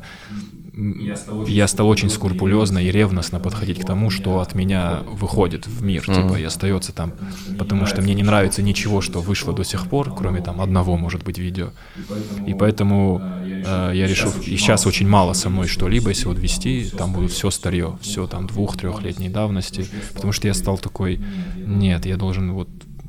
я стал очень скрупулезно и ревностно подходить к тому, что от меня выходит в мир, mm-hmm. типа, и остается там, потому что мне не нравится ничего, что вышло до сих пор, кроме там одного, может быть, видео. И поэтому э, я решил, и сейчас очень мало со мной что-либо, если вот вести, там будут все старье, все там двух-трехлетней давности, потому что я стал такой, нет, я должен вот...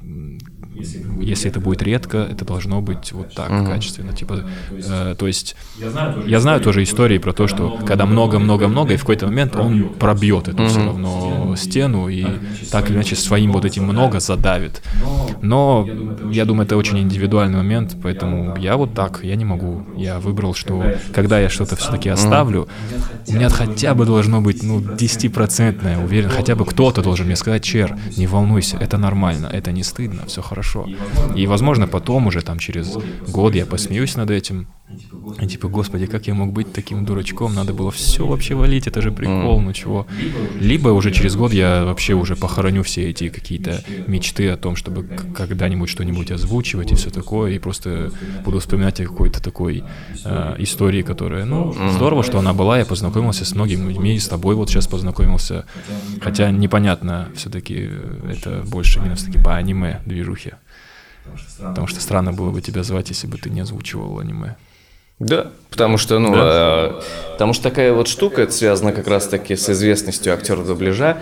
Если это будет редко, это должно быть вот так mm-hmm. качественно. Типа, э, то есть я знаю тоже истории про то, что когда много-много-много, и в какой-то момент он пробьет эту mm-hmm. все равно стену и так или иначе своим вот этим много задавит. Но я думаю, это очень индивидуальный момент, поэтому я вот так, я не могу. Я выбрал, что когда я что-то все-таки оставлю, у меня хотя бы должно быть, ну, десятипроцентное, уверен, хотя бы кто-то должен мне сказать: Чер, не волнуйся, это нормально, это не стыдно, все хорошо. И, возможно, потом уже там через год я посмеюсь над этим. И типа, господи, как я мог быть таким дурачком, надо было все вообще валить, это же прикол, ну чего. Либо уже через год я вообще уже похороню все эти какие-то мечты о том, чтобы когда-нибудь что-нибудь озвучивать и все такое, и просто буду вспоминать о какой-то такой э, истории, которая, ну, здорово, что она была, я познакомился с многими людьми, с тобой вот сейчас познакомился, хотя непонятно, все-таки это больше именно все-таки по аниме-движухе. Потому что странно было бы тебя звать, если бы ты не озвучивал аниме. Да, потому что, ну, да. э, потому что такая вот штука, это связано как раз-таки с известностью актера дубляжа.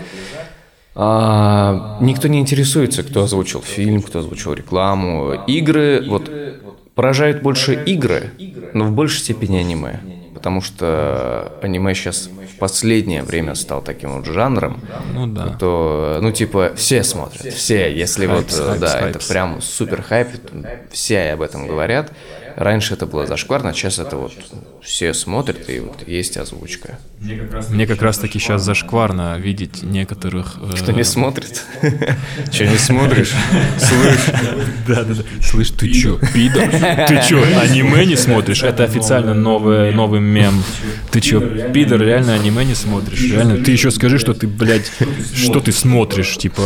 А, никто не интересуется, кто озвучил фильм, кто озвучил рекламу. Игры, вот, поражают больше игры, но в большей степени аниме. Потому что аниме сейчас в последнее время стал таким вот жанром, ну, да. то, ну, типа, все смотрят, все, если хайпс, вот, хайпс, да, хайпс. Это прям супер хайп, все об этом говорят. Раньше это было зашкварно, сейчас это вот все смотрят, и вот есть озвучка. Мне как раз-таки сейчас зашкварно видеть некоторых... Кто не смотрит? Че, не смотришь? Слышь? Да-да-да. Слышь, ты чё, пидор? Ты чё, аниме не смотришь? Это официально новый мем. Ты чё, пидор, реально аниме не смотришь? Реально? Ты еще скажи, что ты, блядь, что ты смотришь, типа...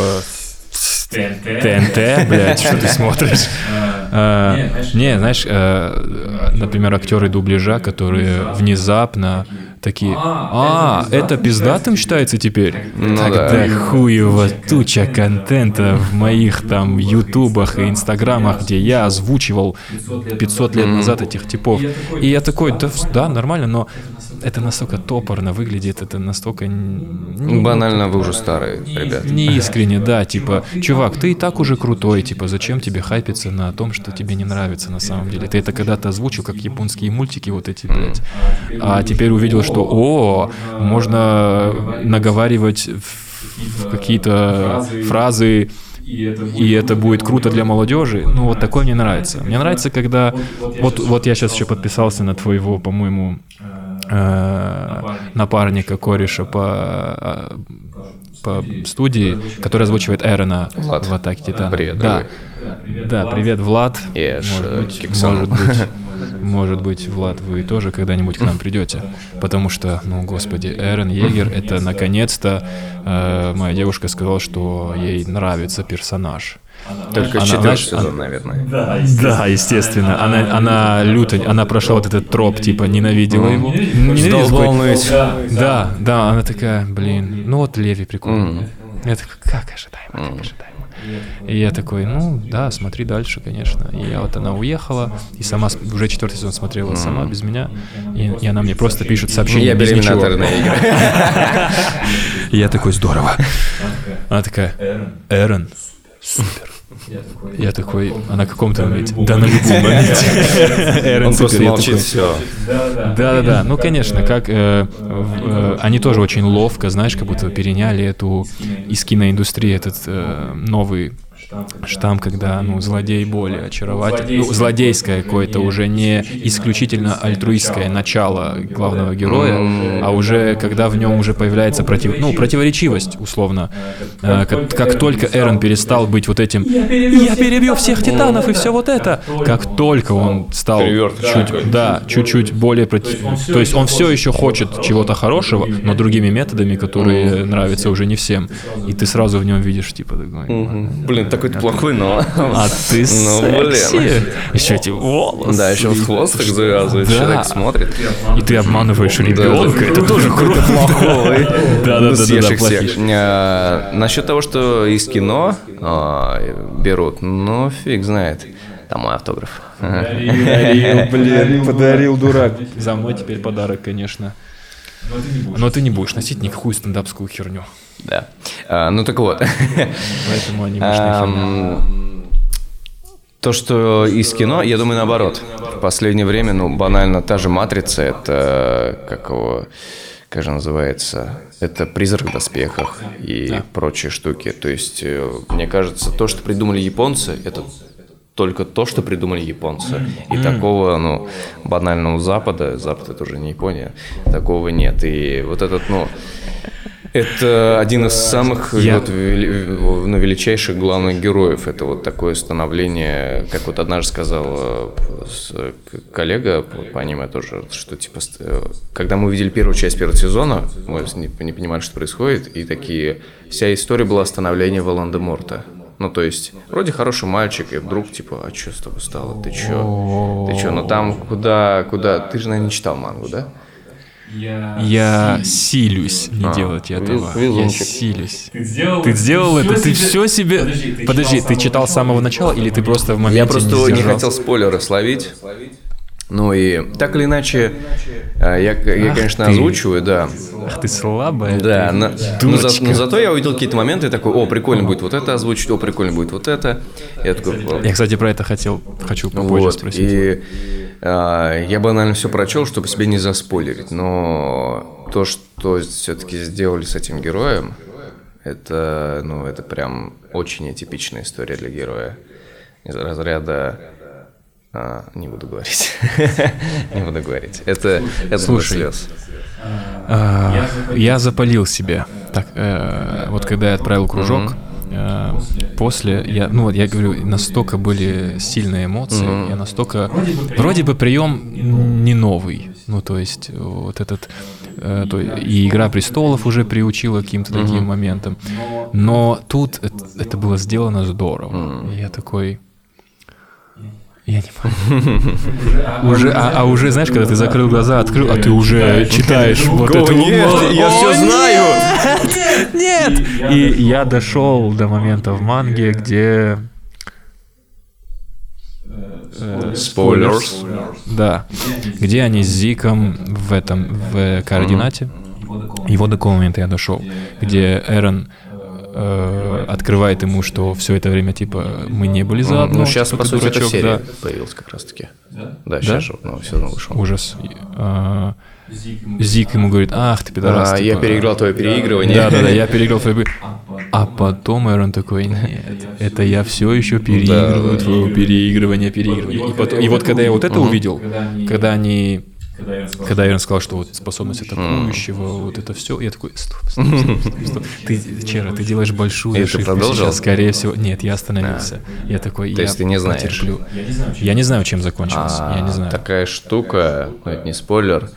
ТНТ, блядь, что ты смотришь? А, не, знаешь, а, например, актеры дубляжа, которые внезапно такие: а, это пиздатым считается теперь? Ну, тогда да. Хуево туча контента в моих там ютубах и инстаграмах, где я озвучивал пятьсот лет назад этих типов. И я такой: да, да, нормально, но это настолько топорно выглядит, это настолько... Ну, банально, вы уже старые, ребята. Неискренне, да, типа, чувак, ты и так уже крутой, типа, зачем тебе хайпиться на том, что тебе не нравится на самом деле? Ты это когда-то озвучил, как японские мультики вот эти, блядь. А теперь увидел, что, о, можно наговаривать в какие-то фразы, и это будет круто для молодежи. Ну, вот такое мне нравится. Мне нравится, когда... Вот, вот я сейчас еще подписался на твоего, по-моему... напарника, кореша по, по студии, который озвучивает Эрена Влад. В «Атаке Титанов». Привет, да. Да, привет, Влад. Yes, может, быть, может быть, может быть, Влад, вы тоже когда-нибудь к нам придете, потому что, ну, господи, Эрен Йегер, это наконец-то э, моя девушка сказала, что ей нравится персонаж. Только четвертый сезон, наверное. Да, естественно. Да, естественно. Она, она люто, она прошла вот этот троп, типа, ненавидела его. Ненавидела. Да, да, она такая, блин, ну вот Леви прикольный. Я такой, как ожидаемо, как ожидаемо. И я такой, ну да, смотри дальше, конечно. И я вот она уехала, и сама уже четвертый сезон смотрела сама, без меня. И, и она мне просто пишет сообщение без ничего. И я такой, здорово. Она такая, Эрен, супер. Я такой, а на каком-то моменте? Да, на любом моменте. Он просто молчит, все. Да-да-да, ну, конечно, как они тоже очень ловко, знаешь, как будто переняли эту из киноиндустрии этот новый штамм, когда, ну, злодей более очаровательный, ну, злодейское какое-то уже не исключительно альтруистское начало главного героя, а уже когда в нем уже появляется против, ну, противоречивость, условно. Как, как только Эрен перестал быть вот этим «я перебью всех титанов» и все вот это, как только он стал чуть, да, чуть-чуть более против... То есть он все еще хочет чего-то хорошего, но другими методами, которые нравятся уже не всем. И ты сразу в нем видишь, типа, такой... Блин, такой ты плохой, но... А ты ну, секси. Еще эти волосы. Да, еще вот хвост так завязывает, да. Человек смотрит. И ты обманываешь ребенка, да. Это тоже круто. Плохой. Да-да-да. Съешь их всех. Насчет того, что из кино берут, ну, фиг знает. Там мой автограф. Подарил, блин, подарил, дурак. За мой теперь подарок, конечно. Но ты не будешь носить никакую стендапскую херню. Да. А, ну так вот. Поэтому анимешная херня. То, что из кино, я думаю, наоборот. В последнее время, ну, банально, та же «Матрица», это, как его, как же называется, это «Призрак в доспехах» и да. прочие штуки. То есть, мне кажется, то, что придумали японцы, это только то, что придумали японцы. И mm. такого, ну, банального Запада, Запад это уже не Япония, такого нет. И вот этот, ну, это один из самых я... вот, ну, величайших главных героев. Это вот такое становление, как вот однажды сказал коллега по аниме тоже, что типа, когда мы увидели первую часть первого сезона, мы не понимали, что происходит, и такие, вся история была становления Волан-де-Морта. Ну, то есть, вроде хороший мальчик, и вдруг, типа, а что с тобой стало? Ты чё? Ты чё? Ну, там куда, куда? Ты же, наверное, не читал мангу, да? Я, я силюсь не а, делать этого. Везунчик. Я силюсь. Ты сделал, ты сделал это? Ты все себе... Подожди, ты, Подожди, читал, ты читал с самого начала, или ты просто в моменте Я просто не, не хотел спойлеры словить. Ну и так или иначе, я, я конечно, ты. озвучиваю, да. Ах ты слабая. Да, но, но, за, но зато я увидел какие-то моменты и такой, о, прикольно будет вот это озвучить, о, прикольно будет вот это. Я, такой, я кстати, про это хотел, хочу попозже вот, спросить. И а, я банально все прочел, чтобы себе не заспойлерить, но то, что все-таки сделали с этим героем, это, ну, это прям очень атипичная история для героя. Из разряда... А, не буду говорить. Не буду говорить. Это, это Слушай, слез. А, я запалил себе. Так, э, вот когда я отправил кружок, э, после, я, ну вот я говорю, настолько были сильные эмоции, mm-hmm. я настолько... Вроде бы прием не новый. Ну, то есть, вот этот... Э, то, и «Игра престолов» уже приучила к каким-то mm-hmm. таким моментам. Но тут это, это было сделано здорово. Mm-hmm. Я такой... Я не могу. Уже, а, а уже, знаешь, когда ты закрыл глаза, открыл, а ты уже читаешь вот эту... Нет, я все знаю! Нет! И я дошел до момента в манге, где... Спойлерс. Да. Где они с Зиком в этом, в координате. И вот до какого момента я дошел, где Эрен... открывает ему, что все это время, типа, мы не были заодно. Ну, сейчас, типа, по сути, дурачок, эта серия да. появилась как раз-таки. Да, да сейчас же, ну, все равно вышел. Ужас. А, Зик ему говорит, ах, ты пидорас. А, типа, я переиграл твое переигрывание. Да-да-да, я переиграл твое переигрывание. А потом Эрон такой, нет, это я все еще переигрываю да, твое переигрывание, переигрывание. И, потом, и вот когда я вот это uh-huh. увидел, когда они... Когда Эрен сказал, что вот способность атакующего, mm. вот это все, я такой, стоп, стоп, стоп, стоп, стоп. Ты, Чера, ты делаешь большую ошибку сейчас, скорее всего. Нет, я остановился. А. Я такой, То я есть ты не знаешь? Потерплю. Я не знаю, чем закончилось, а, я не знаю. Такая штука, ну это не спойлер,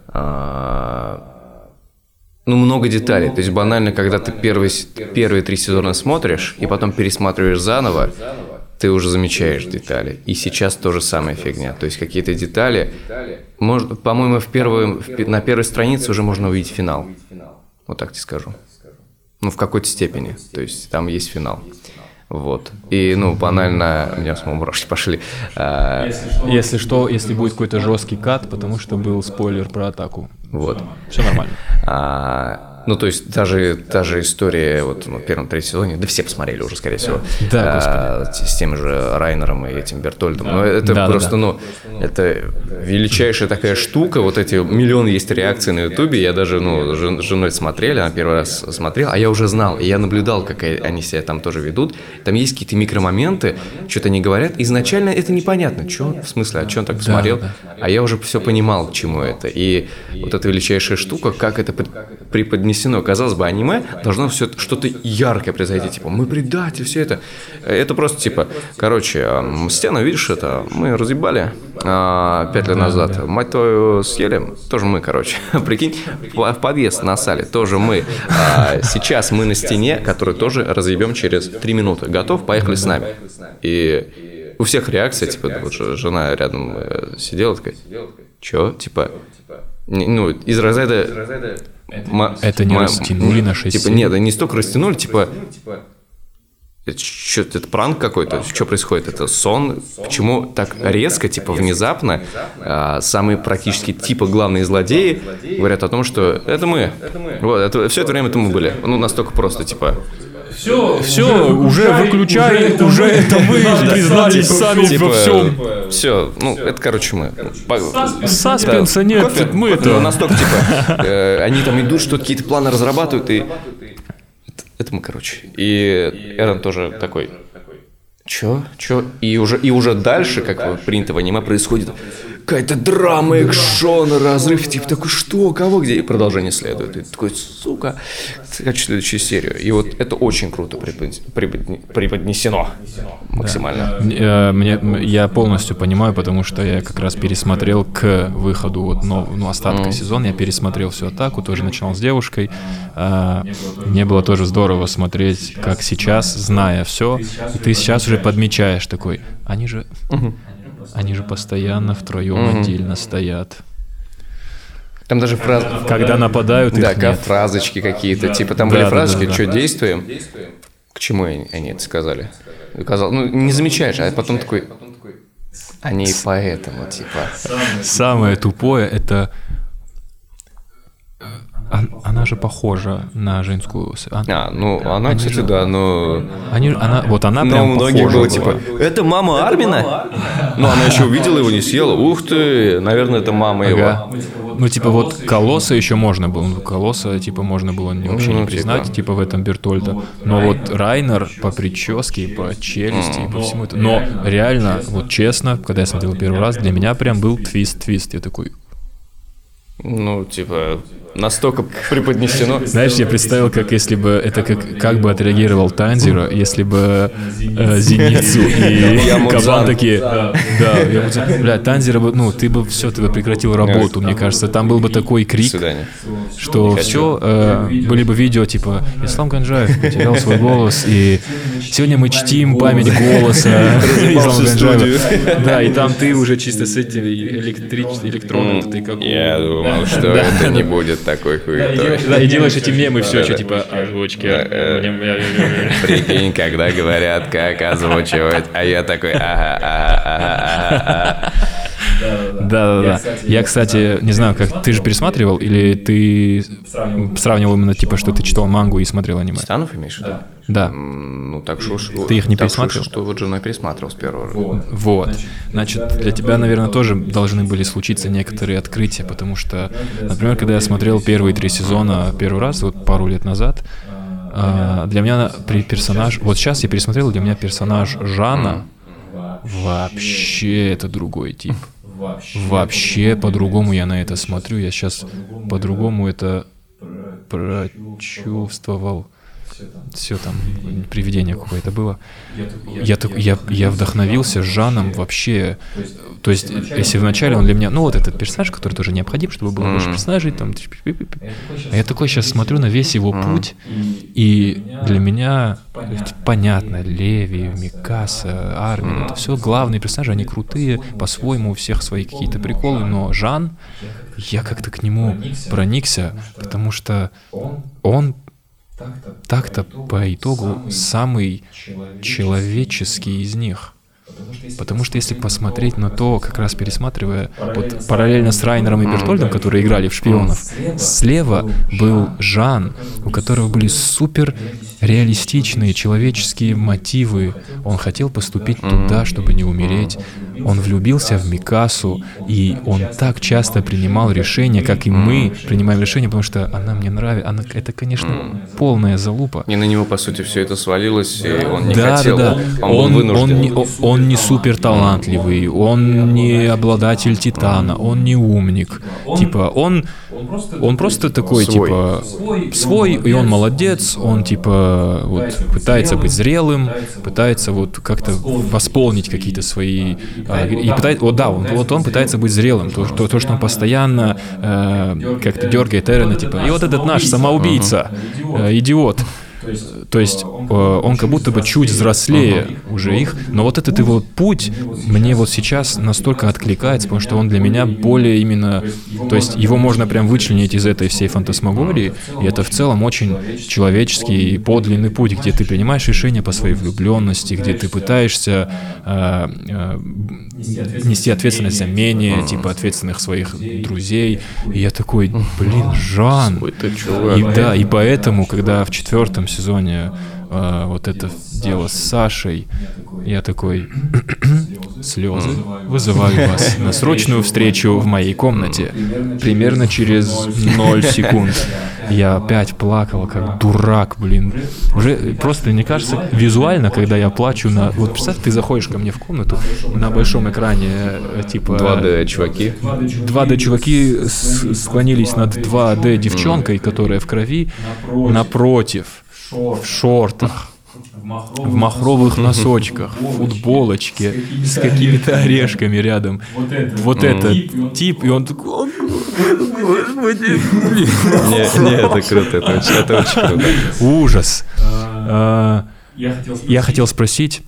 а, ну много деталей. То есть банально, когда ты первые, первые три сезона смотришь и потом пересматриваешь заново, ты уже замечаешь детали. И сейчас то же самая фигня. То есть какие-то детали... Может, по-моему, в первой, в, на первой странице уже можно увидеть финал. Вот так тебе скажу. ну, в какой-то степени. То есть там есть финал. Вот. И, ну, банально, у меня с мурашки пошли. Если что, если, что, если будет какой-то жесткий кат, потому что был спойлер про атаку. Вот. Все нормально. А, ну, то есть даже та же история вот ну, в первом, третьем сезоне, да все посмотрели уже, скорее всего. Да, а, с тем же Райнером и этим Бертольдом. Но это да, просто, да, да. ну, это величайшая такая штука. Вот эти миллионы есть реакций на Ютубе. Я даже, ну, с женой смотрели, она первый раз смотрела, а я уже знал, и я наблюдал, как они себя там тоже ведут. Там есть какие-то микромоменты, что-то они говорят. Изначально это непонятно, что, в смысле, а что он так посмотрел? Да, да. А я уже все понимал, к чему это. И вот эта величайшая штука, как это преподнесено. Казалось бы, аниме должно все что-то яркое произойти, типа, мы предатели, все это. Это просто, типа, короче, стену, видишь, это мы разъебали а, пять лет назад. Да, да. Мать твою съели, тоже мы, короче. Прикинь, в подъезд насали, тоже мы. А, сейчас мы на стене, которую тоже разъебем через три минуты. Готов? Поехали с нами. И у всех реакция, типа, вот жена рядом сидела, такая, чё, типа, ну, из разряда... Это, это не ма- растянули на шесть Типа, нет, не столько растянули, типа... Это, что, это пранк какой-то? Что происходит? Это сон? Почему так резко, типа, внезапно а, самые практически, типа, главные злодеи говорят о том, что это мы. Вот, это, все это время это мы были. Ну, настолько просто, типа... Все, все, уже выключай, это уже это мы, признались сами типа, во всем. Все, ну, это, короче, мы. Саспенса да. нет, кофе, мы кофе, это. Настолько, типа, э, они там идут, что-то какие-то планы разрабатывают, и... Это, это мы, короче. И Эрон тоже такой... Чё? Чё? И уже, и уже дальше, как принято в аниме, происходит какая-то драма, экшон, разрыв, типа такой, что, кого, где? И продолжение следует. И такой, сука, хочу следующую серию. И вот это очень круто преподнесено максимально. Да. Мне, я полностью понимаю, потому что я как раз пересмотрел к выходу вот, ну, ну, остатка mm. сезона, я пересмотрел всю атаку, тоже начинал с девушкой. А, мне было тоже здорово смотреть, как сейчас, зная все, и ты сейчас уже подмечаешь такой, они же... Mm-hmm. Они же постоянно втроем mm-hmm. отдельно стоят. Там даже фразы... Когда нападают, да, их нет. фразочки какие-то. Типа там да, были да, фразочки, да, да, что да. действуем. К чему они это сказали? Ну, не замечаешь, а потом такой... Они поэтому, типа... Самое тупое — это... Она же похожа на женскую... А, ну, она, они кстати, же... да, но... Они, она, вот она но прям многие похожа было, типа, это мама Армина? Ну, она еще увидела его, не съела. Ух ты, наверное, это мама ага. его. Ну, типа, вот Колосса еще можно было. Ну, Колосса, типа, можно было вообще ну, не признать, типа, типа в этом Бертольда. Но вот Райнер по прическе, по челюсти, и по всему это... Но реально, вот честно, когда я смотрел первый раз, для меня прям был твист-твист. Я такой... Ну, типа... Настолько преподнесено. Знаешь, я представил, как если бы это как, как бы отреагировал Танзиро, если бы э, Зеницу и Кабан такие, да, я бы, бля, Танзиро бы, ну, ты бы все, ты бы прекратил работу, мне кажется, там был бы такой крик, что все, э, были бы видео типа, Ислам Ганджаев потерял свой голос, и сегодня мы чтим память голоса Ислама Ганджаева. Да, и там ты уже чисто с этим электричным электроном, ты как... Я думал, что это не будет такой хуетой. Да, и делаешь эти мемы, все, что типа озвучки. Прикинь, когда говорят, как озвучивать, а я такой, ага, ага, ага, ага. Да, да, да. Я, кстати, не знаю, как ты же пересматривал, или ты сравнивал именно типа, что ты читал мангу и смотрел аниме? Станов имеешь в виду? Да. Ну, так что... Ты их не пересматривал? что вот жена пересматривал с первого раза. Вот. Значит, для тебя, наверное, тоже должны были случиться некоторые открытия, потому что, например, когда я смотрел первые три сезона первый раз, вот пару лет назад, для меня персонаж... Вот сейчас я пересмотрел, для меня персонаж Жана вообще это другой тип. Вообще по-другому я на это смотрю. Я сейчас по-другому это прочувствовал. Все там, привидение какое-то было. Я, я, я вдохновился Жаном вообще. То есть, если вначале он для меня... Ну, вот этот персонаж, который тоже необходим, чтобы было больше персонажей, там... А я такой сейчас смотрю на весь его путь, и для меня понятно, Леви, Микаса, Армин, это все главные персонажи, они крутые, по-своему, у всех свои какие-то приколы, но Жан, я как-то к нему проникся, потому что он так-то по итогу самый человеческий из них. Потому что если посмотреть на то, как раз пересматривая, вот параллельно с Райнером и Бертольдом, которые играли в шпионов, слева был Жан, у которого были супер реалистичные человеческие мотивы. Он хотел поступить туда, чтобы не умереть. Он влюбился в Микасу, и он так часто принимал решения, как и мы принимаем решения, потому что она мне нравится. Она, это, конечно, полная залупа. И на него, по сути, все это свалилось, и он не да, хотел. Да, да. Он, он, он, не, он не супер талантливый, он не обладатель Титана, он не умник. Типа, он, он просто такой, свой. типа, свой, и он молодец, он, типа, вот, пытается быть зрелым, пытается вот как-то восполнить какие-то свои... И пытается, вот да, он, вот он пытается быть зрелым, то, то, то что он постоянно э, как-то дергает Эрена, типа, и вот этот наш самоубийца, э, идиот. То есть он как будто бы чуть взрослее уже их, но вот этот его путь мне вот сейчас настолько откликается, потому что он для меня более именно... То есть его можно прям вычленить из этой всей фантасмагории, и это в целом очень человеческий и подлинный путь, где ты принимаешь решения по своей влюбленности, где ты пытаешься э, э, нести ответственность за менее, типа, ответственных своих друзей. И я такой, блин, Жан. И да, и поэтому, когда в четвертом сезоне э, вот это дело с Сашей, я такой, слезы, вызываю вас на срочную встречу в моей комнате. Примерно через ноль секунд. Я опять плакал, как дурак, блин. Уже просто, мне кажется, визуально, когда я плачу на... Вот представь, ты заходишь ко мне в комнату, на большом экране, типа... два дэ-чуваки. два дэ-чуваки склонились над два дэ-девчонкой, которая в крови, напротив, в шортах, в махровых носочках, в футболочке, с какими-то орешками рядом. Вот этот тип, и он такой... Господи, блин. Не, не, это круто, это очень, это очень круто. Ужас. Я хотел спросить...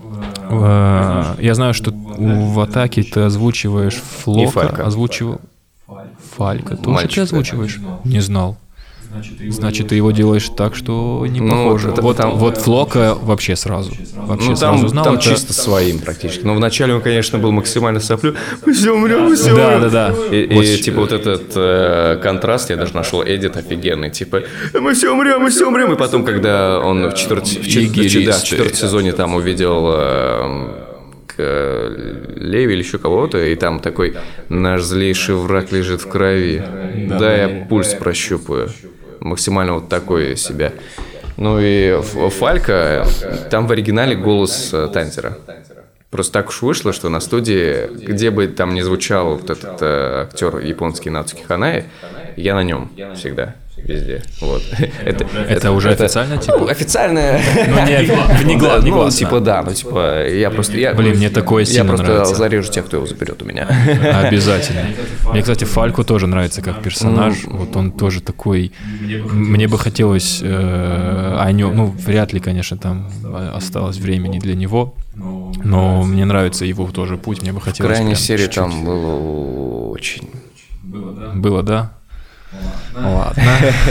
Я знаю, что в атаке ты озвучиваешь Флока, озвучивал... Фалька. Тоже ты озвучиваешь? Не знал. Значит, ты его делаешь так, что не похоже. Ну, вот, там, вот Флока вообще сразу. Вообще ну, сразу там, знал. Там это... чисто своим практически. Но вначале он, конечно, был максимально соплю. Мы все умрем, мы все умрем. Да, да, да. И, вот и типа вот этот э, контраст, я даже нашел эдит офигенный. Типа, мы все умрем, мы все умрем. И потом, когда он в четвертом да, сезоне там увидел... Э, Леви или еще кого-то, и там такой, наш злейший враг лежит в крови. Да, да я пульс прощупаю. Максимально вот такой себя. Ну и Фалька, там в оригинале голос Танзера. Просто так уж вышло, что на студии, где бы там ни звучал вот этот э, актер японский Нацуки Ханаи, я на нем всегда. Везде. Вот. Это, это, это уже это, официально, типа? Официально. Ну, не, не глаз, не глаз. Ну, типа, да, ну, типа, я просто... Я, Блин, мне такое сильно нравится. Я просто нравится. зарежу тех, кто его заберет у меня. Обязательно. Мне, кстати, Фалько тоже нравится как персонаж. Mm. Вот он тоже такой... Мне бы хотелось э, о нем... Ну, вряд ли, конечно, там осталось времени для него. Но мне нравится его тоже путь. Мне бы хотелось... В крайней серии чуть-чуть. Там было очень... Было, да? Было, да? Ладно.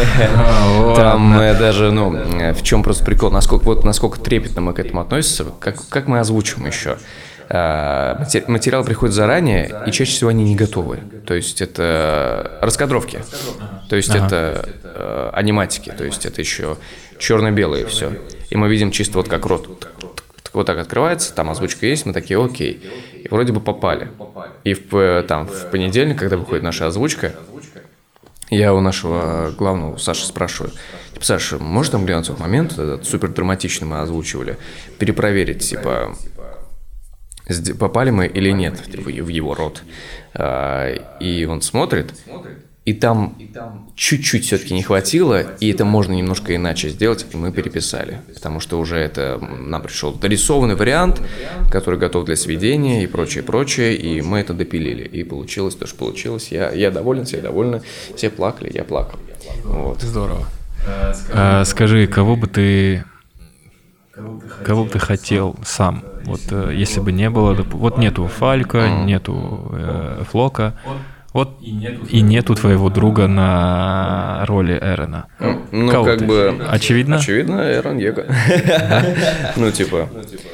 Там даже, ну, в чем просто прикол, насколько, вот, насколько трепетно мы к этому относимся, как, как мы озвучим еще. Материал приходит заранее, и чаще всего они не готовы. То есть это раскадровки, то есть ага. это аниматики, то есть это еще черно-белое все. И мы видим чисто вот как рот вот так открывается, там озвучка есть, мы такие, окей. И вроде бы попали. И в, там, в понедельник, когда выходит наша озвучка, я у нашего главного Саши спрашиваю, типа, Саша, можешь там глянуть тот момент, этот супер драматичный мы озвучивали, перепроверить, типа, попали мы или нет в его рот. И он смотрит, и там чуть-чуть все-таки не хватило, и это можно немножко иначе сделать, и мы переписали, потому что уже это нам пришел дорисованный вариант, который готов для сведения и прочее, прочее, и мы это допилили, и получилось то, что получилось. Я, я доволен, все довольны, все плакали, я плакал. Вот. Здорово. А, скажи, кого бы ты, кого бы ты хотел сам? Вот если бы не было, вот нету Фалька, нету э, Флока. Вот и нету, и нету твоего друга на роли Эрона. Ну, Кого как ты? бы... Очевидно? Очевидно, Эрон Его. Ну, типа...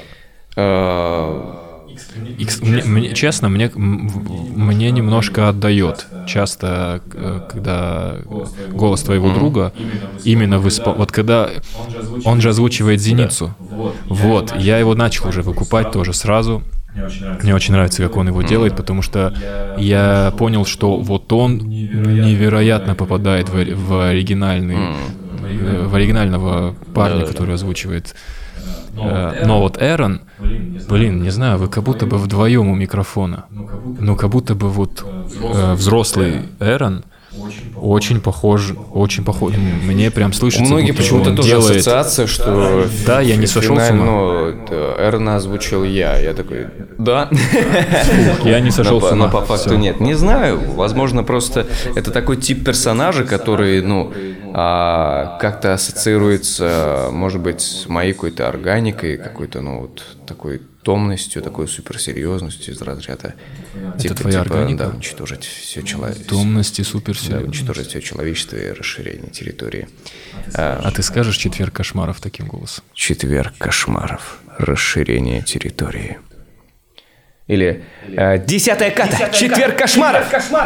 Икс- мне, мне- честно, мне, м- мне немножко отдает часто, э, когда голос твоего друга именно в испол... Вот когда он же озвучивает Зеницу. Вот, я его начал уже выкупать тоже сразу. Мне очень нравится, как он его делает, потому что я понял, что вот он невероятно попадает в, в оригинальный, в оригинального парня, который озвучивает. Но вот Эрон, блин, не знаю, вы как будто бы вдвоем у микрофона. Ну, как будто бы вот э, взрослый Эрон очень похож, очень похож. Мне прям слышится, У многих будто почему-то он тоже делает... ассоциация, что Да, я не сошел с ума. Ну, Эрона озвучил я. Я такой, да. Я не сошел но, с ума. Но по факту Всё. нет. Не знаю. Возможно, просто это такой тип персонажа, который, ну, а, как-то ассоциируется, может быть, с моей какой-то органикой, какой-то, ну, вот такой томностью, такой суперсерьезностью из разряда. Это типа, твоя типа, органика? Да, уничтожить все человечество. Томность и Да, суперсерьезность. уничтожить все человечество и расширение территории. А ты скажешь «Четверг кошмаров» таким голосом? Четверг кошмаров. Расширение территории. Или э, десятая ката. Четверг кошмаров.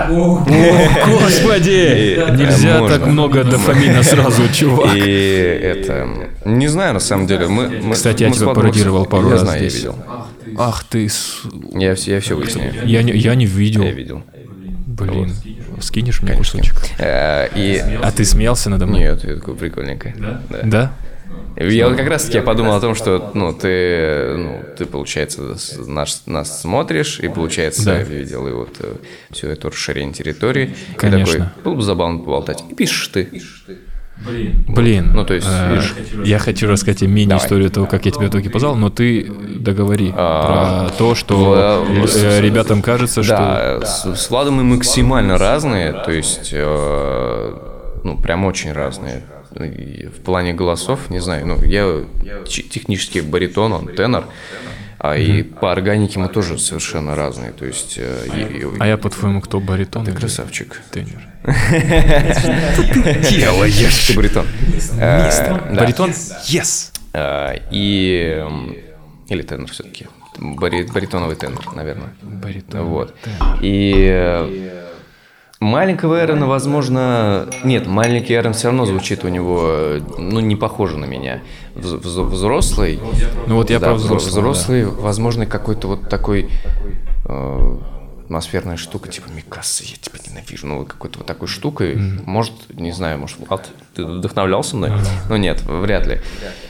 Господи! Нельзя Можно. так много дофамина сразу, чувак. И это... Не знаю, на самом деле. Мы, мы, Кстати, я мы тебя с пародировал пару я раз знаю, здесь. я видел. Ах ты... с- Я, все- я все выясняю. Я не, я не видел. Я видел. Блин, скинешь мне кусочек? Э, и... А ты смеялся надо мной? Нет, это такое прикольненькое. Да? Да? Я вот как раз таки подумал о том, что, ну, ты, ну, ты, получается, с- нас, нас смотришь, и, получается, Да. видел и вот э, все это расширение территории. Конечно. И такой, было бы забавно поболтать. И пишешь ты. Блин, Ну, то есть, э, видишь. я хочу рассказать тебе мини-историю того, как я тебя в итоге позвал, но ты договори А, про то, что в- э, ребятам кажется, что... Да, с, с Владом мы максимально разные, то есть, э, ну, прям очень разные. И в плане голосов, не знаю, ну, я ч- технически баритон, он тенор, а и по органике мы тоже совершенно разные, то есть... э, и- и- А я, по-твоему, кто, баритон? Ты или красавчик. тенор? Делаешь. Ты баритон. Э, да. Баритон? Yes! Э, И... м, Или тенор все-таки. Баритоновый тенор, наверное. Баритон. Вот. И... э, Маленького Эрона, возможно... Нет, маленький Эрон все равно звучит у него, э, ну, не похоже на меня. Вз- вз- Взрослый... Ну вот я да, про взро- взрослого, Взрослый, возможно, какой-то вот такой... э, атмосферная штука, типа Микаса, я тебя ненавижу, ну, вот какой-то вот такой штукой. Mm-hmm. Может, не знаю, может, Влад, ты вдохновлялся мной? Mm-hmm. Ну, нет, вряд ли.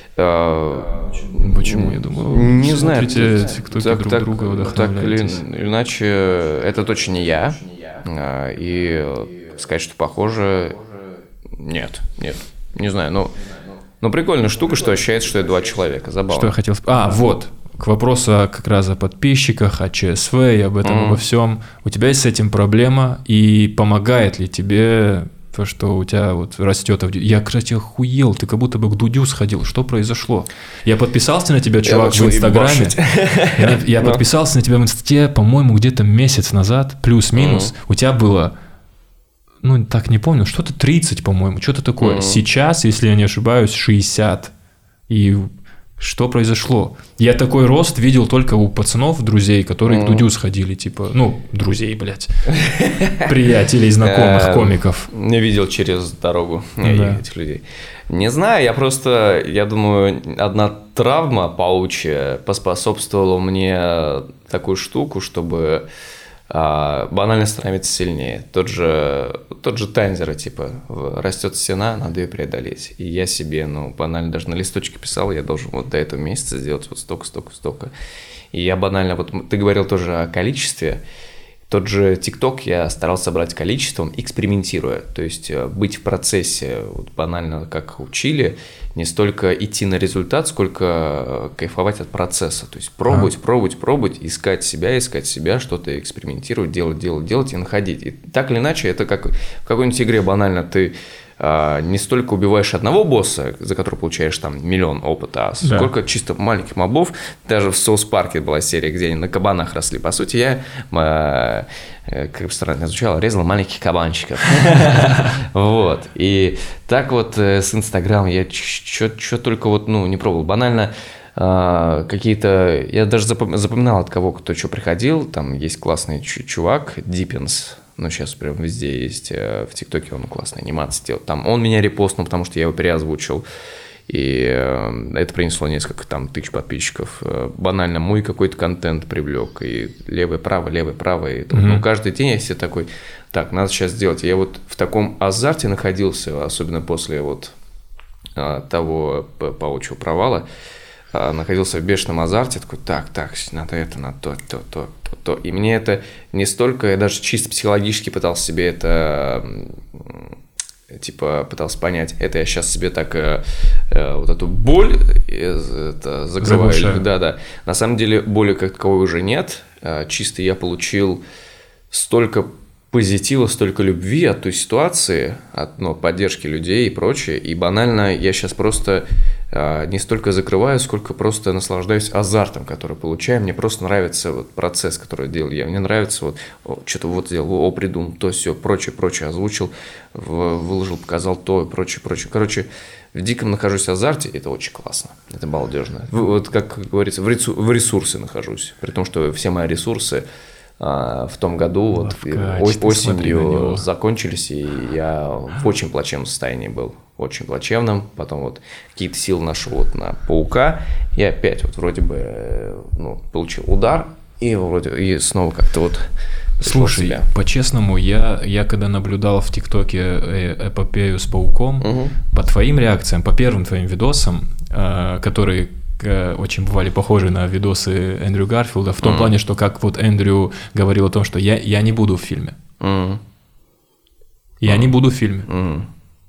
Э, Почему? Я думаю, не знаю. смотрите тиктоки так, друг так, друга, так или вдохновляетесь. иначе, это точно не я. А, И сказать, что похоже, нет, нет, не знаю, но, но прикольная штука, что ощущается, что это два человека, забавно. Что я хотел... сп- А, вот, к вопросу как раз о подписчиках, о ЧСВ и об этом, Мгм. обо всем. У тебя есть с этим проблема, и помогает ли тебе то, что у тебя вот растет... авди- Я, кстати, охуел, ты как будто бы к Дудю сходил. Что произошло? Я подписался на тебя, чувак, в начал Инстаграме. ебашить. Я, я Ну. подписался на тебя в Инсте, по-моему, где-то месяц назад, плюс-минус. У тебя было... Ну, так не помню, что-то тридцать, по-моему, что-то такое. Мгм. Сейчас, если я не ошибаюсь, шестьдесят. И что произошло? Я такой рост видел только у пацанов, друзей, которые к Мгм. Дудю сходили, типа, ну, друзей, блядь, приятелей, знакомых, Эм, комиков. Не видел через дорогу Да. этих людей. Не знаю, я просто, я думаю, одна травма паучья поспособствовала мне такую штуку, чтобы а, банально становиться сильнее. Тот же, тот же Танзера, типа, в- растет стена, надо ее преодолеть. И я себе, ну, банально даже на листочке писал, я должен вот до этого месяца сделать вот столько, столько, столько. И я банально, вот ты говорил тоже о количестве. Тот же ТикТок я старался брать количеством, экспериментируя. То есть э, быть в процессе, вот банально как учили, не столько идти на результат, сколько э, кайфовать от процесса. То есть пробовать, А. пробовать, пробовать, искать себя, искать себя, что-то экспериментировать, делать, делать, делать и находить. И так или иначе, это как в какой-нибудь игре банально ты не столько убиваешь одного босса, за который получаешь там миллион опыта, а да. сколько чисто маленьких мобов. Даже в Соус Парке была серия, где они на кабанах росли. По сути, я, как бы странно звучало, резал маленьких кабанчиков. Вот. И так вот с Инстаграм я что только вот, ну, не пробовал. Банально какие-то... Я даже запоминал, от кого кто что приходил. Там есть классный чувак, Диппинс. Ну, сейчас прям везде есть. В ТикТоке он классные анимации делает. Там он меня репостнул, потому что я его переозвучил. И это принесло несколько там тысяч подписчиков. Банально мой какой-то контент привлек. И левое-право, левое-право. И, mm-hmm. ну, каждый день я себе такой, так, надо сейчас сделать. Я вот в таком азарте находился, особенно после вот того паучьего провала. Находился в бешеном азарте, такой, так, так, надо это, надо то, то, то, то, то. И мне это не столько, я даже чисто психологически пытался себе это, типа, пытался понять, это я сейчас себе так, э, э, вот эту боль это, закрываю. Заглушаю. Да, да. На самом деле боли как таковой уже нет, чисто я получил столько позитива, столько любви от той ситуации, от ну, поддержки людей и прочее, и банально я сейчас просто э, не столько закрываю, сколько просто наслаждаюсь азартом, который получаю. Мне просто нравится вот процесс, который делал я. Мне нравится вот о, что-то вот сделал, о, придумал, то, все, прочее, прочее, озвучил, в, выложил, показал то, прочее, прочее. Короче, в диком нахожусь азарте, это очень классно, это балдежно. Вот, как говорится, в, ресу, в ресурсе нахожусь, при том, что все мои ресурсы в том году вот, осенью закончились, и я в очень плачевном состоянии был, очень плачевном. Потом вот какие-то силы нашел вот на паука, и опять вот вроде бы ну, получил удар, и вроде и снова как-то вот. Слушай, по-честному, я, я когда наблюдал в ТикТоке эпопею с пауком, угу. по твоим реакциям, по первым твоим видосам, которые очень бывали похожи на видосы Эндрю Гарфилда, в том mm-hmm. плане, что как вот Эндрю говорил о том, что я, я не буду в фильме. Mm-hmm. Я mm-hmm. не буду в фильме. Mm-hmm.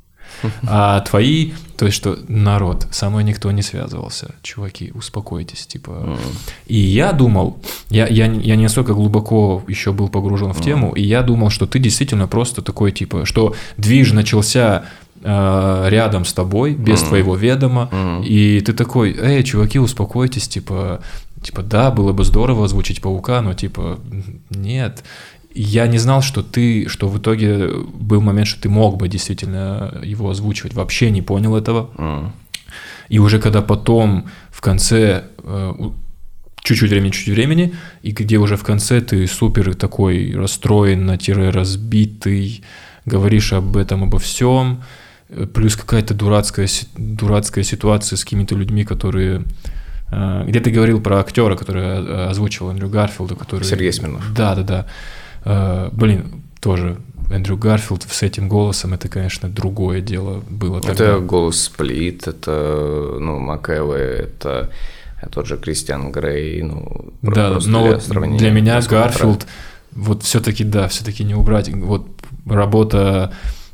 А твои, то есть что народ, со мной никто не связывался. Чуваки, успокойтесь, типа. Mm-hmm. И я думал, я, я, я не настолько глубоко еще был погружен в mm-hmm. тему, и я думал, что ты действительно просто такой, типа, что движ начался рядом с тобой, без mm-hmm. твоего ведома, mm-hmm. и ты такой, эй, чуваки, успокойтесь, типа, типа, да, было бы здорово озвучить паука, но, типа, нет. Я не знал, что ты, что в итоге был момент, что ты мог бы действительно его озвучивать, вообще не понял этого. Mm-hmm. И уже когда потом, в конце, чуть-чуть времени, чуть-чуть времени, и где уже в конце ты супер такой расстроен-разбитый, говоришь об этом, обо всем, плюс какая-то дурацкая, дурацкая ситуация с какими-то людьми, которые... Где ты говорил про актера, который озвучивал Эндрю Гарфилда, который... Сергей Смирнов. Да-да-да. Блин, тоже Эндрю Гарфилд с этим голосом, это, конечно, другое дело было тогда. Это голос Сплит, это, ну, МакЭвой, это тот же Кристиан Грей, ну... Да, но для меня Гарфилд, вот все-таки, да, все-таки не убрать, вот работа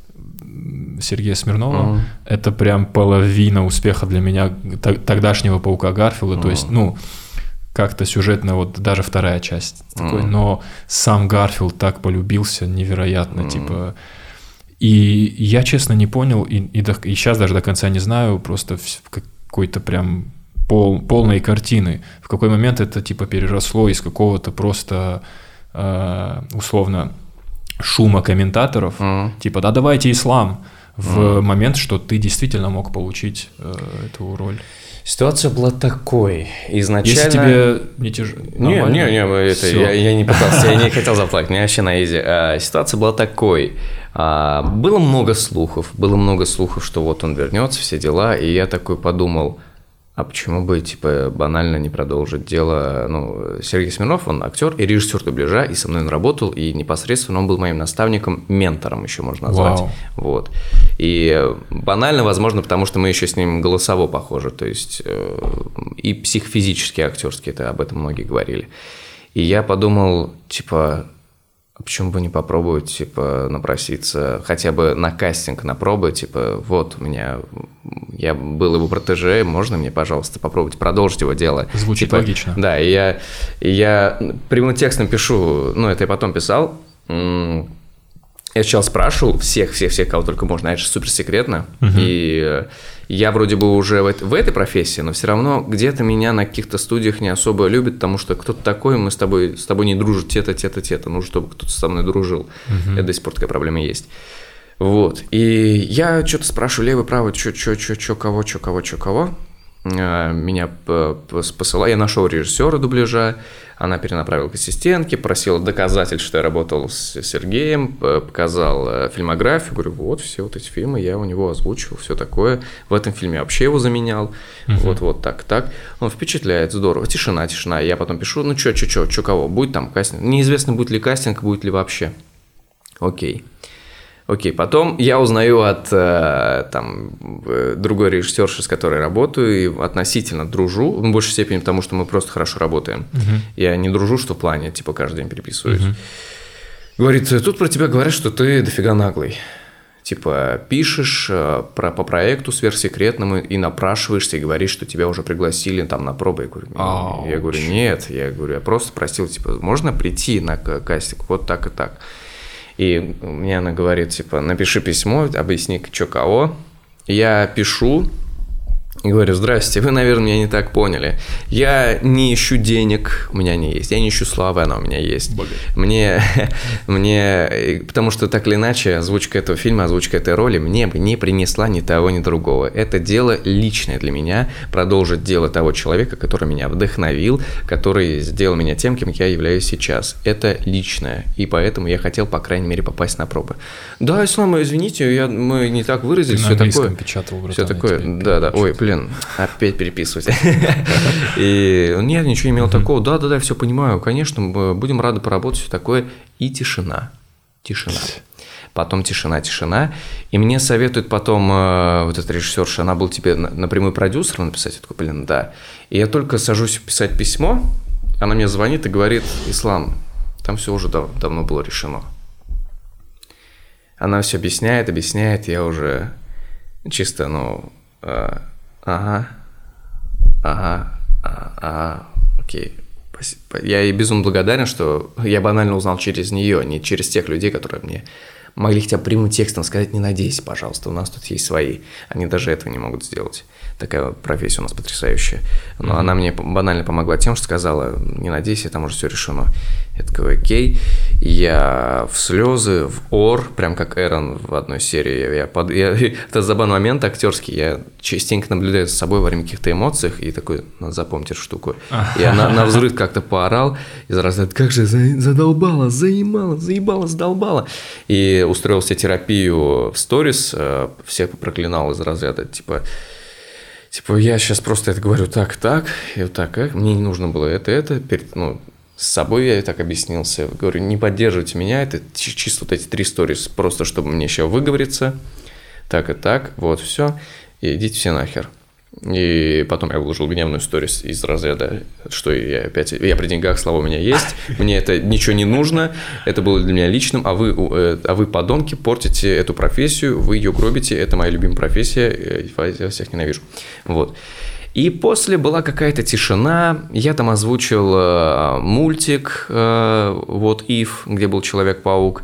Сергея Смирнова, uh-huh. это прям половина успеха для меня тогдашнего паука Гарфилда, uh-huh. то есть, ну, как-то сюжетно, вот даже вторая часть такой, uh-huh. но сам Гарфилд так полюбился невероятно, uh-huh. типа, и я, честно, не понял, и, и, до, и сейчас даже до конца не знаю, просто в какой-то прям пол, полной картины, в какой момент это, типа, переросло из какого-то просто, э, условно, шума комментаторов, uh-huh. типа, да давайте ислам, в uh-huh. момент, что ты действительно мог получить э, эту роль. Ситуация была такой. Изначально... Если тебе не тяжело... Не, не, не, это, я, я не пытался, я не хотел заплакать, мне вообще на изи. А, ситуация была такой. А, было много слухов, было много слухов, что вот он вернется, все дела, и я такой подумал, а почему бы, типа, банально не продолжить дело? Ну, Сергей Смирнов, он актер и режиссер дубляжа, и со мной он работал, и непосредственно он был моим наставником, ментором еще можно назвать. Вау. Вот. И банально, возможно, потому что мы еще с ним голосово похожи, то есть и психофизически, актерски, это об этом многие говорили. И я подумал, типа... Почему бы не попробовать, типа, напроситься хотя бы на кастинг, на пробы, типа, вот у меня, я был его протеже, можно мне, пожалуйста, попробовать продолжить его дело? Звучит типа, логично. Да, и я, и я прямым текстом пишу, ну, это я потом писал, Я сначала спрашивал всех-всех-всех, кого только можно, а это же суперсекретно. Uh-huh. И я вроде бы уже в, в этой профессии, но все равно где-то меня на каких-то студиях не особо любят, потому что кто-то такой, мы с тобой, с тобой не дружим, те-то, те-то, те-то. Нужно, чтобы кто-то со мной дружил. Uh-huh. Это до сих пор такая проблема есть. Вот. И я что-то спрашиваю левый, правый, что, что, что, что, кого, что, кого, что, кого. Меня посылала, я нашел режиссера дубляжа, она перенаправила к ассистентке, просила доказательств, что я работал с Сергеем, показал фильмографию, говорю, вот все вот эти фильмы я у него озвучил, все такое, в этом фильме я вообще его заменял, uh-huh. вот, вот так, так, он впечатляет, здорово, тишина, тишина, я потом пишу, ну что, что, что, что, кого, будет там кастинг, неизвестно, будет ли кастинг, будет ли вообще, окей. Окей, потом я узнаю от там, другой режиссерши, с которой работаю, и относительно дружу, в большей степени потому, что мы просто хорошо работаем. Uh-huh. Я не дружу, что в плане, типа, каждый день переписываюсь. Uh-huh. Говорит, тут про тебя говорят, что ты дофига наглый. Типа, пишешь про, по проекту сверхсекретному и напрашиваешься, и говоришь, что тебя уже пригласили там на пробы. Я говорю, oh, я говорю нет, я говорю, я просто просил, типа, можно прийти на кастинг вот так и так. И мне она говорит, типа, напиши письмо, объясни, что кого. Я пишу и говорю, здрасте, вы, наверное, меня не так поняли. Я не ищу денег, у меня не есть. Я не ищу славы, она у меня есть. Мне, мне, потому что так или иначе озвучка этого фильма, озвучка этой роли мне бы не принесла ни того, ни другого. Это дело личное для меня, продолжить дело того человека, который меня вдохновил, который сделал меня тем, кем я являюсь сейчас. Это личное, и поэтому я хотел, по крайней мере, попасть на пробы. Да, Ислам, извините, я, мы не так выразились, все такое. Печатал, братан, все такое, да, да, ой, блин. Опять переписывать. И нет, ничего не имел такого. Да-да-да, все понимаю. Конечно, будем рады поработать, все такое. И тишина. Тишина. Потом тишина, тишина. И мне советует потом вот эта режиссерша, она был тебе напрямую продюсером написать. Я такой, блин, да. И я только сажусь писать письмо, она мне звонит и говорит, Ислам, там все уже дав- давно было решено. Она все объясняет, объясняет, я уже чисто, ну... Ага, ага, ага, окей. Я ей безумно благодарен, что я банально узнал через нее, не через тех людей, которые мне могли хотя бы прямым текстом сказать, не надейся, пожалуйста, у нас тут есть свои. Они даже этого не могут сделать. Такая профессия у нас потрясающая. Но mm-hmm. она мне банально помогла тем, что сказала, не надейся, там уже все решено. Я такой, окей. Я в слезы, в ор, прям как Эрон в одной серии. Я под... я... Это забавный момент актерский. Я частенько наблюдаю за собой во время каких-то эмоций и такой, надо запомнить эту штуку. Я на, на взрыв как-то поорал, и зараза, как же задолбало, заимало, заебало, задолбало. И устроил себе терапию в сторис, всех проклинал из разряда, типа... Типа, я сейчас просто это говорю так, так, и вот так, как. Мне не нужно было это, это. Перед, ну, с собой я так объяснился. Говорю, не поддерживайте меня, это чисто вот эти три сторис, просто чтобы мне еще выговориться. Так и так, вот, все. И идите все нахер. И потом я выложил гневную сторис из разряда, что я опять, я при деньгах, слава у меня есть, мне это ничего не нужно, это было для меня личным, а вы, а вы, подонки, портите эту профессию, вы ее гробите, это моя любимая профессия, я всех ненавижу. Вот. И после была какая-то тишина, я там озвучил э, мультик э, вот If, где был Человек-паук.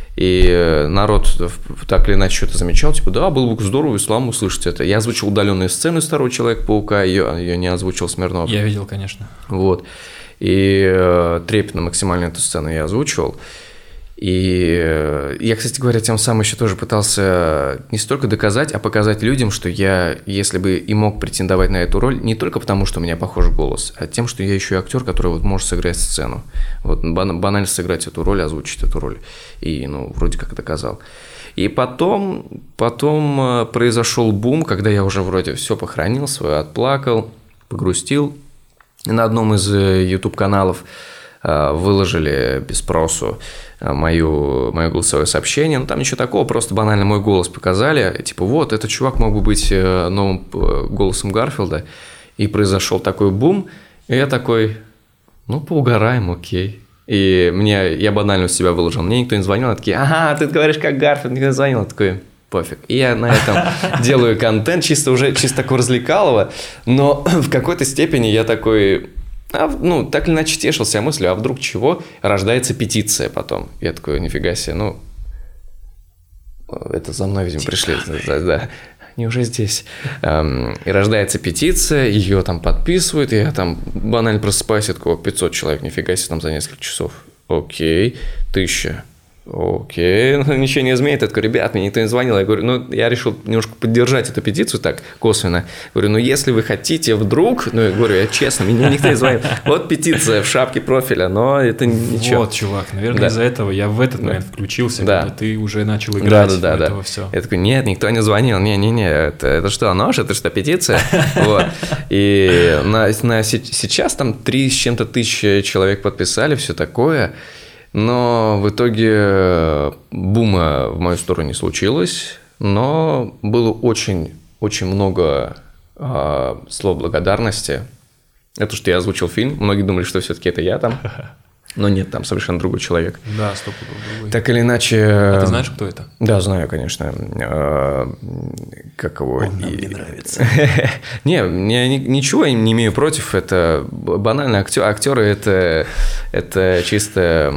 И народ так или иначе что-то замечал, типа, да, было бы здорово, Ислам, услышать это. Я озвучил удаленную сцену из второго Человека-паука, ее, ее не озвучил Смирнов. Я видел, конечно. Вот. И э, трепетно максимально эту сцену я озвучивал. И э, я, кстати говоря, тем самым еще тоже пытался не столько доказать, а показать людям, что я, если бы и мог претендовать на эту роль, не только потому, что у меня похожий голос, а тем, что я еще и актер, который вот может сыграть сцену. Вот банально сыграть эту роль, озвучить эту роль. И, ну, вроде как доказал. И потом, потом произошел бум, когда я уже вроде все похоронил, свое отплакал, погрустил. И на одном из YouTube-каналов выложили без спросу мою, мое голосовое сообщение. Ну, там ничего такого, просто банально мой голос показали. Типа, вот, этот чувак мог бы быть новым голосом Гарфилда. И произошел такой бум. И я такой, ну, поугараем, окей. И мне, я банально у себя выложил. Мне никто не звонил. Я такие, ага, ты говоришь, как Гарфилд. Никто не звонил. Я такой, пофиг. И я на этом делаю контент, чисто уже, чисто такого развлекалого. Но в какой-то степени я такой... А, ну, так или иначе тешился мыслью, а вдруг чего? Рождается петиция потом. Я такой, нифига себе, ну, Это за мной, видимо, пришли. Да, да. Они уже здесь. И рождается петиция, ее там подписывают, и я там банально просыпаюсь, от кого пятьсот человек, нифига себе, там за несколько часов. Окей, тысяча. Окей, ну, ничего не изменит. Я такой, ребят, мне никто не звонил. Я говорю, ну, я решил немножко поддержать эту петицию так косвенно. Говорю, ну, если вы хотите вдруг, ну, я говорю, я честно, мне никто не звонил. Вот петиция в шапке профиля, но это ничего. Вот, чувак, наверное, да. из-за этого я в этот момент да. включился, да. когда ты уже начал играть да, да, в да, этого да. все. Я такой, нет, никто не звонил, не-не-не, это, это что, нож, это что, петиция? Вот. И на, на, сейчас там три с чем-то тысячи человек подписали, все такое. Но в итоге бума в мою сторону не случилось, но было очень, очень много э, слов благодарности. Это что я озвучил фильм, многие думали, что все-таки это я там, но нет, там совершенно другой человек. Да, стопудово другой. Так или иначе... А ты знаешь, кто это? Да, знаю, конечно. Как его... Он нам не нравится. Не, я ничего не имею против. Это банально. Актеры это, это чисто,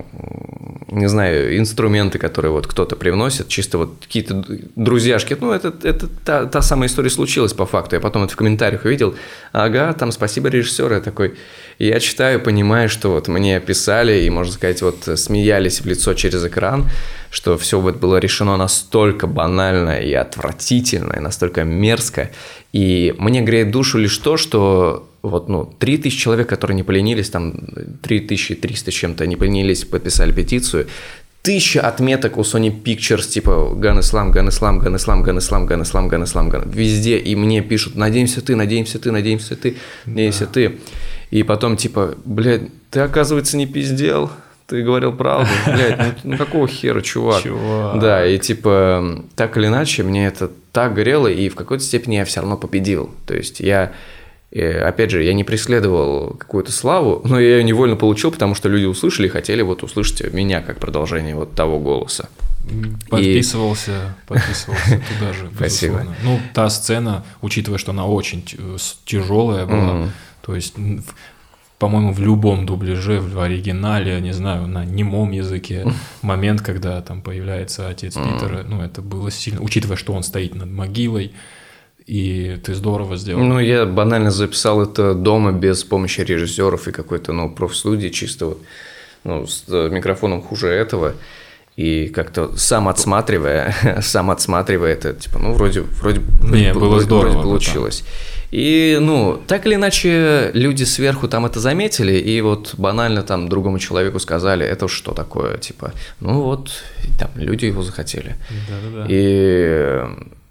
не знаю, инструменты, которые вот кто-то привносит, чисто вот какие-то друзьяшки. Ну, это, это та, та самая история случилась по факту. Я потом это в комментариях увидел. Ага, там спасибо режиссеру. Я такой... И я читаю, понимаю, что вот мне писали и, можно сказать, вот смеялись в лицо через экран, что все вот было решено настолько банально и отвратительно, и настолько мерзко. И мне греет душу лишь то, что вот, ну, три тысячи человек, которые не поленились, там три тысячи триста с чем-то не поленились, подписали петицию, тысяча отметок у Sony Pictures, типа Gun Islam, Gun Islam, Gun Islam, Gun Islam, Gun Islam, Gun Islam, Gun везде, и мне пишут, надеемся ты, надеемся ты, надеемся ты, надеемся да. ты. И потом типа, блядь, ты, оказывается, не пиздел, ты говорил правду, блядь, ну, ну какого хера, чувак? Чувак. Да, и типа, так или иначе, мне это так горело, и в какой-то степени я все равно победил. То есть я, опять же, я не преследовал какую-то славу, но я ее невольно получил, потому что люди услышали и хотели вот услышать меня как продолжение вот того голоса. Подписывался, и... подписывался туда же, Спасибо. безусловно. Ну, та сцена, учитывая, что она очень тяжелая была, mm-hmm. то есть, по-моему, в любом дубляже, в оригинале, не знаю, на немом языке, момент, когда там появляется отец mm-hmm. Питера, ну, это было сильно, учитывая, что он стоит над могилой, и ты здорово сделал. Ну, я банально записал это дома без помощи режиссеров и какой-то, ну, профстудии, чисто вот, ну, с микрофоном хуже этого. И как-то сам отсматривая, сам отсматривая это, типа, ну, вроде, вроде, Не, вроде, было здорово, вроде получилось. И, ну, так или иначе, люди сверху там это заметили, и вот банально там другому человеку сказали, это что такое, типа, ну, вот, там люди его захотели. Да-да-да. И,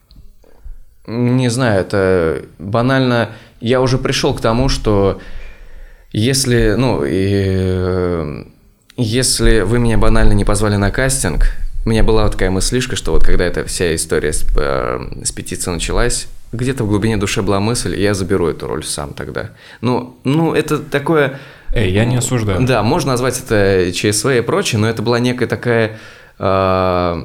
не знаю, это банально, я уже пришел к тому, что если, ну, и... Если вы меня банально не позвали на кастинг, у меня была вот такая мыслишка, что вот когда эта вся история с, э, с петицией началась, где-то в глубине души была мысль, я заберу эту роль сам тогда. Ну, ну это такое... Эй, я не осуждаю. Да, можно назвать это ЧСВ и прочее, но это была некая такая, э,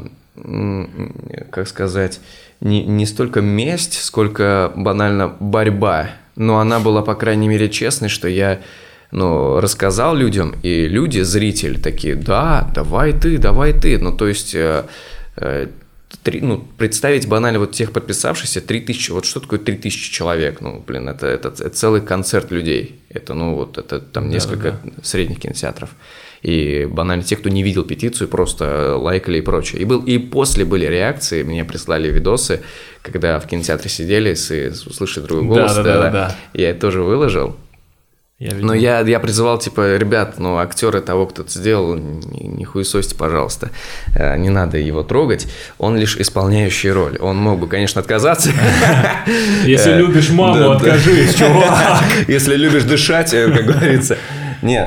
как сказать, не, не столько месть, сколько банально борьба. Но она была, по крайней мере, честной, что я... Ну, рассказал людям, и люди, зрители, такие, да, давай ты, давай ты. Ну, то есть, э, э, три, ну, представить банально вот тех подписавшихся, три тысячи, вот что такое три тысячи человек? Ну, блин, это, это, это целый концерт людей. Это, ну, вот, это там несколько да, да. средних кинотеатров. И банально те, кто не видел петицию, просто лайкали и прочее. И, был, и после были реакции, мне прислали видосы, когда в кинотеатре сидели, и услышали другой голос. Да, да, да, да, да. Я это тоже выложил. Я Но я, я призывал, типа, ребят, ну, актеры того, кто это сделал, не, не хуесосьте, пожалуйста, не надо его трогать, он лишь исполняющий роль. Он мог бы, конечно, отказаться. Если любишь маму, откажись, чувак. Если любишь дышать, как говорится. Не,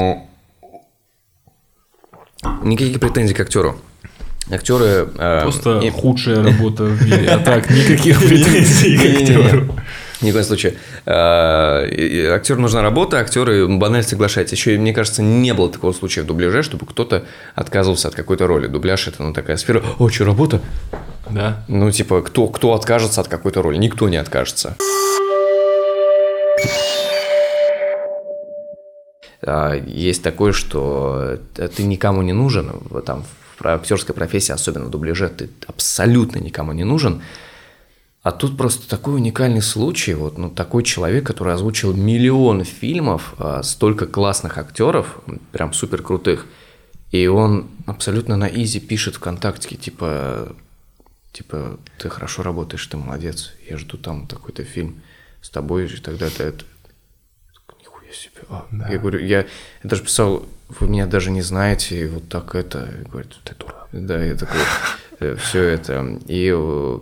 никаких претензий к актеру. Актеры... Просто э, худшая работа в мире, а так никаких претензий к актеру. Ни в коем случае. Актеру нужна работа, актеры банально соглашаются. Еще, мне кажется, не было такого случая в дубляже, чтобы кто-то отказывался от какой-то роли. Дубляж – это ну, такая сфера. О, что, работа? Да. Ну, типа, кто, кто откажется от какой-то роли? Никто не откажется. Есть такое, что ты никому не нужен там, актерская профессия, особенно в дубляже, ты абсолютно никому не нужен. А тут просто такой уникальный случай, вот, ну, такой человек, который озвучил миллион фильмов, столько классных актеров, прям супер крутых, и он абсолютно на изи пишет ВКонтакте, типа, типа, ты хорошо работаешь, ты молодец, я жду там такой-то фильм с тобой, и тогда это, это... Нихуя себе. А, да. Я говорю, я, я даже писал, вы меня даже не знаете, и вот так это, говорит, ты дурак. Да, я такой, все это, и...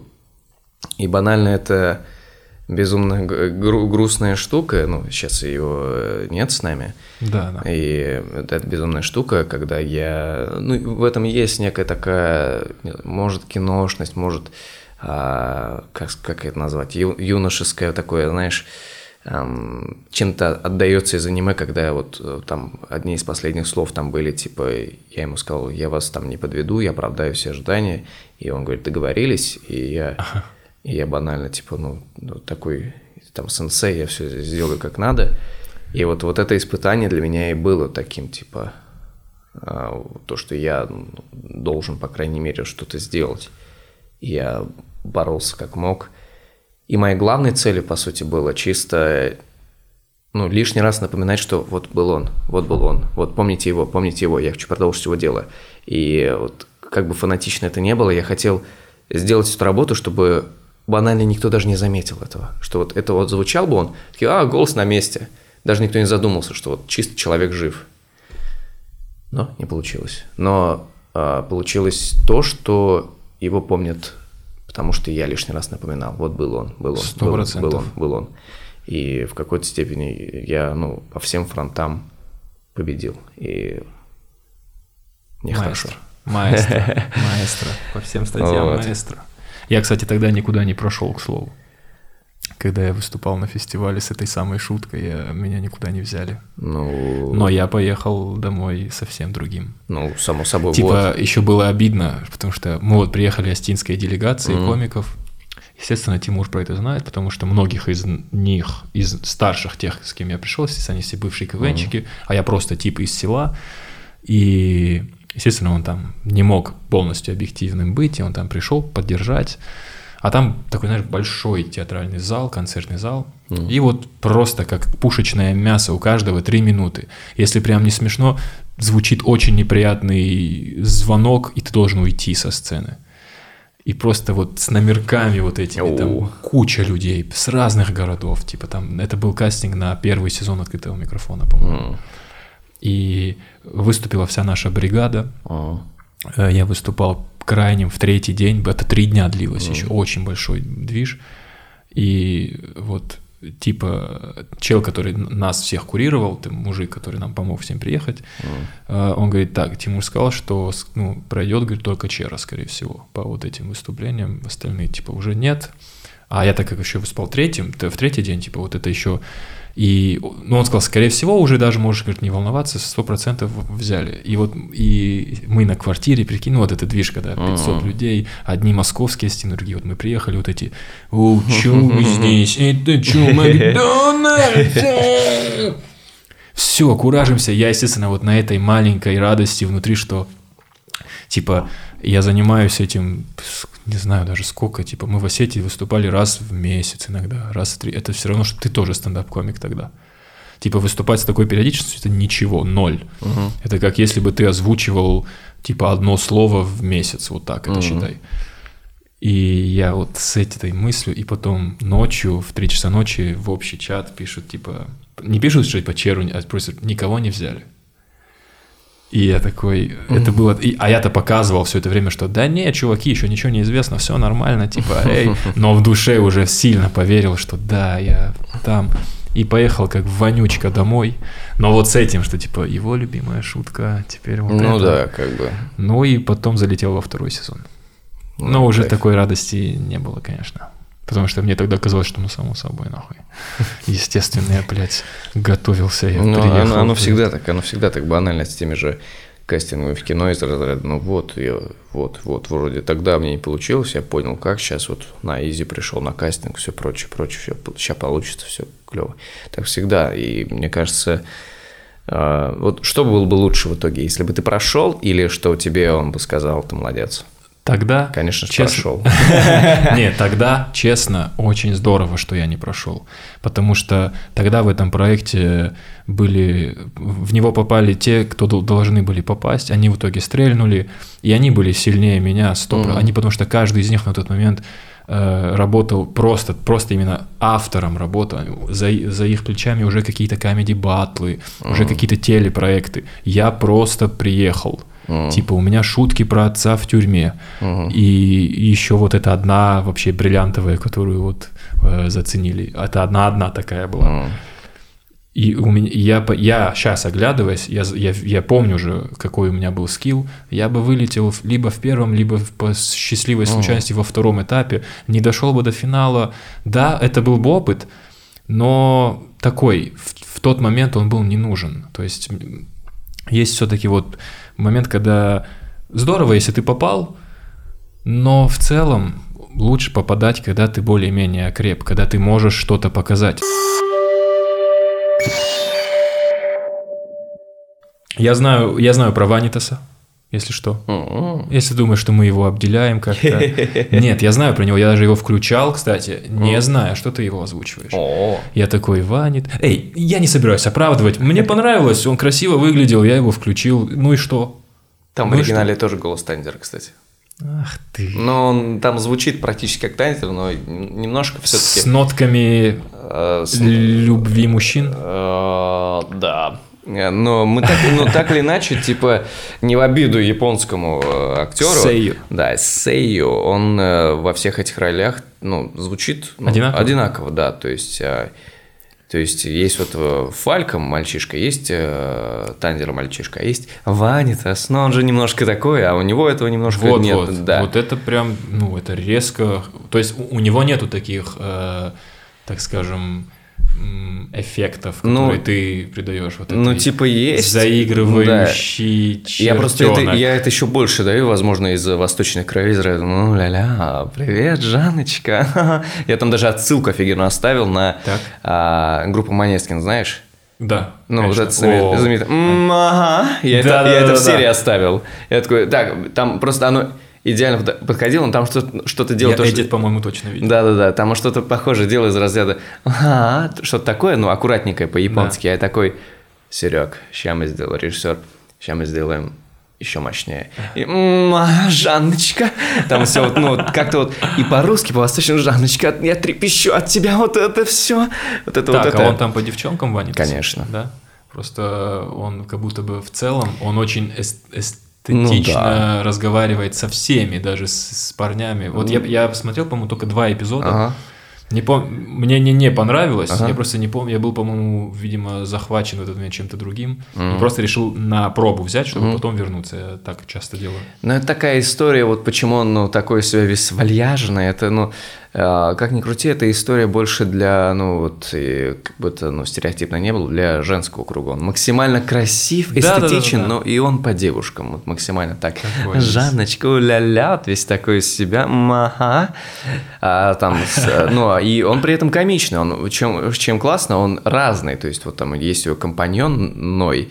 И банально это безумно гру- грустная штука, ну, сейчас ее нет с нами. Да, да. И это безумная штука, когда я... Ну, в этом есть некая такая, может, киношность, может, а, как, как это назвать, ю, юношеское такое, знаешь, эм, чем-то отдается из аниме, когда вот там одни из последних слов там были, типа, я ему сказал, я вас там не подведу, я оправдаю все ожидания, и он говорит, договорились, и я... Ага. И я банально, типа, ну, ну, такой, там, сенсей, я все сделаю как надо. И вот, вот это испытание для меня и было таким, типа, а, то, что я должен, по крайней мере, что-то сделать. И я боролся как мог. И моей главной целью, по сути, было чисто, ну, лишний раз напоминать, что вот был он, вот был он, вот помните его, помните его, я хочу продолжить его дело. И вот как бы фанатично это не было, я хотел сделать эту работу, чтобы... банально никто даже не заметил этого, что вот это вот звучал бы он, такие, а, голос на месте, даже никто не задумался, что вот чисто человек жив. Но не получилось. Но а, получилось то, что его помнят, потому что я лишний раз напоминал, вот был он, был он, был он, был он, был он. И в какой-то степени я, ну, по всем фронтам победил, и нехорошо. Маэстро, маэстро, по всем статьям вот. Маэстро. Я, кстати, тогда никуда не прошел, к слову. Когда я выступал на фестивале с этой самой шуткой, я, меня никуда не взяли. Ну... Но я поехал домой совсем другим. Ну, само собой. Типа, вот. Еще было обидно, потому что мы вот приехали остинской делегацией mm-hmm. комиков. Естественно, Тимур про это знает, потому что многих из них, из старших тех, с кем я пришел, естественно, они все бывшие КВНчики, mm-hmm. а я просто типа из села. И... Естественно, он там не мог полностью объективным быть, и он там пришел поддержать. А там такой, знаешь, большой театральный зал, концертный зал. Mm. И вот просто как пушечное мясо у каждого три минуты. Если прям не смешно, звучит очень неприятный звонок, и ты должен уйти со сцены. И просто вот с номерками вот этими, oh. там куча людей с разных городов. Типа там, это был кастинг на первый сезон «Открытого микрофона», по-моему. Mm. И выступила вся наша бригада. Oh. Я выступал крайним в третий день. Это три дня длилось, oh. еще очень большой движ. И вот типа чел, который нас всех курировал, там, мужик, который нам помог всем приехать, oh. он говорит, так, Тимур сказал, что ну, пройдет, говорит, только Чера, скорее всего, по вот этим выступлениям. Остальные типа уже нет. А я так как еще выступал третьим, в третий день, типа вот это еще... И ну, он сказал, скорее всего, уже даже можешь, говорит, не волноваться, сто процентов взяли. И вот и мы на квартире, прикинь, ну, вот этот движ, когда пятьсот uh-huh. людей, одни московские стены, другие, вот мы приехали, вот эти, о, чё вы здесь, это чё, Макдональдс? Все, куражимся. Я, естественно, вот на этой маленькой радости внутри, что, типа, я занимаюсь этим... Не знаю даже сколько, типа мы в Осетии выступали раз в месяц иногда, раз в три. Это все равно, что ты тоже стендап-комик тогда. Типа выступать с такой периодичностью – это ничего, ноль. Uh-huh. Это как если бы ты озвучивал типа одно слово в месяц, вот так это uh-huh. считай. И я вот с этой мыслью, и потом ночью, в три часа ночи в общий чат пишут, типа, не пишут, что по Черу, а просят, никого не взяли. И я такой, mm-hmm. это было, и, а я-то показывал все это время, что да не, чуваки, еще ничего не известно, все нормально, типа, эй, но в душе уже сильно поверил, что да, я там, и поехал как вонючка домой, но вот с этим, что типа его любимая шутка, теперь вот ну это. да, как бы. Ну и потом залетел во второй сезон, ну, но уже кайф. Такой радости не было, конечно. Потому что мне тогда казалось, что ну само собой нахуй. Естественно, я, блядь, готовился, я ну, приехал. Оно, оно всегда так, оно всегда так банально с теми же кастингами в кино из разряда, ну вот, я, вот, вот, вроде тогда мне не получилось, я понял, как сейчас вот на изи пришел на кастинг, все прочее, прочее, все, сейчас получится, все клево. Так всегда, и мне кажется, Вот что было бы лучше в итоге, если бы ты прошел, или что тебе он бы сказал, ты молодец? Тогда, конечно же, честно... прошел. Нет, тогда, честно, очень здорово, что я не прошел. Потому что тогда в этом проекте были... В него попали те, кто должны были попасть. Они в итоге стрельнули, и они были сильнее меня. сто процентов. Mm-hmm. Они, потому что каждый из них на тот момент э, работал просто, просто именно автором работы. За, за их плечами уже какие-то комеди-баттлы, mm-hmm. уже какие-то телепроекты. Я просто приехал. Mm. Типа у меня шутки про отца в тюрьме. Mm-hmm. И, и еще вот эта одна вообще бриллиантовая, которую вот э, заценили. Это одна-одна такая была. Mm. И у меня, я, я сейчас оглядываясь, я, я, я помню же, какой у меня был скилл. Я бы вылетел либо в первом, либо по счастливой случайности mm. во втором этапе. Не дошел бы до финала. Да, это был бы опыт, но такой, в, в тот момент он был не нужен. То есть есть все-таки вот момент, когда здорово, если ты попал, но в целом лучше попадать, когда ты более-менее окреп, когда ты можешь что-то показать. Я знаю, я знаю про Ванитаса, если что. Mm-hmm. Если думаешь, что мы его обделяем как-то. Нет, я знаю про него, я даже его включал, кстати, не mm. зная, что ты его озвучиваешь. Oh. Я такой, Ванит... Эй, я не собираюсь оправдывать, мне понравилось, он красиво выглядел, я его включил, ну и что? Там ну в оригинале тоже голос Тайнзера, кстати. Ах ты. Но он там звучит практически как Тайнзер, но немножко все-таки... С нотками э, с... любви мужчин? Э, да. Но мы так, ну, так или иначе, типа, не в обиду японскому актеру. Сэйю. Да, Сэйю, он э, во всех этих ролях, ну, звучит ну, одинаково. одинаково, да, то есть, э, то есть, есть вот Фальком мальчишка, есть э, Тайнзер мальчишка, а есть Ванитас, но он же немножко такой, а у него этого немножко вот, нет. Вот, да. вот это прям, ну, это резко, то есть, у, у него нету таких, э, так скажем... эффектов, которые ну, ты придаешь вот ну типа есть заигрывающий да. Я просто это, я это еще больше даю, возможно, из восточных краев, ну ля-ля, привет, Жанночка. Я там даже отсылку офигенно оставил на а, группу Måneskin, знаешь? Да. Ну, конечно. Вот это знаменитое. Ага. Я, да, это, да, я да, это да, в серии да. оставил. Я такой, так, там просто оно идеально подходило, но там что-то, что-то делал. Я Эдит, по-моему, точно видел. Да-да-да, там что-то похожее делал из разряда, ага, что-то такое, ну, аккуратненькое по-японски. Да. Я такой, Серег, сейчас мы сделаем, режиссер, сейчас мы сделаем еще мощнее. И, Жанночка, там все вот, ну, как-то вот и по-русски, по-восточному, Жанночка, я трепещу от тебя, вот это все. Вот это, так, вот это. А он там по девчонкам ванится? Конечно. Да? Просто он как будто бы в целом, он очень эст- эст- эстетично ну, да. разговаривает со всеми, даже с, с парнями. Вот mm. я, я посмотрел, по-моему, только два эпизода. Ага. Не пом... Мне не, не понравилось, ага. я просто не помню, я был, по-моему, видимо, захвачен в этот момент чем-то другим. Mm. И просто решил на пробу взять, чтобы mm. потом вернуться. Я так часто делаю. Ну, это такая история, вот почему он ну, такой себя весь вальяжный. Это, ну, э, как ни крути, эта история больше для, ну, вот, и, как бы это, ну, стереотипно не было, для женского круга. Он максимально красив, эстетичен, да, да, да, да. но и он по девушкам, вот, максимально так. Какой Жанночка, ля-ля, вот весь такой из себя, ага. А, там, с, ну, и он при этом комичный, он, чем, чем классно, он разный, то есть вот там есть его компаньон Ной,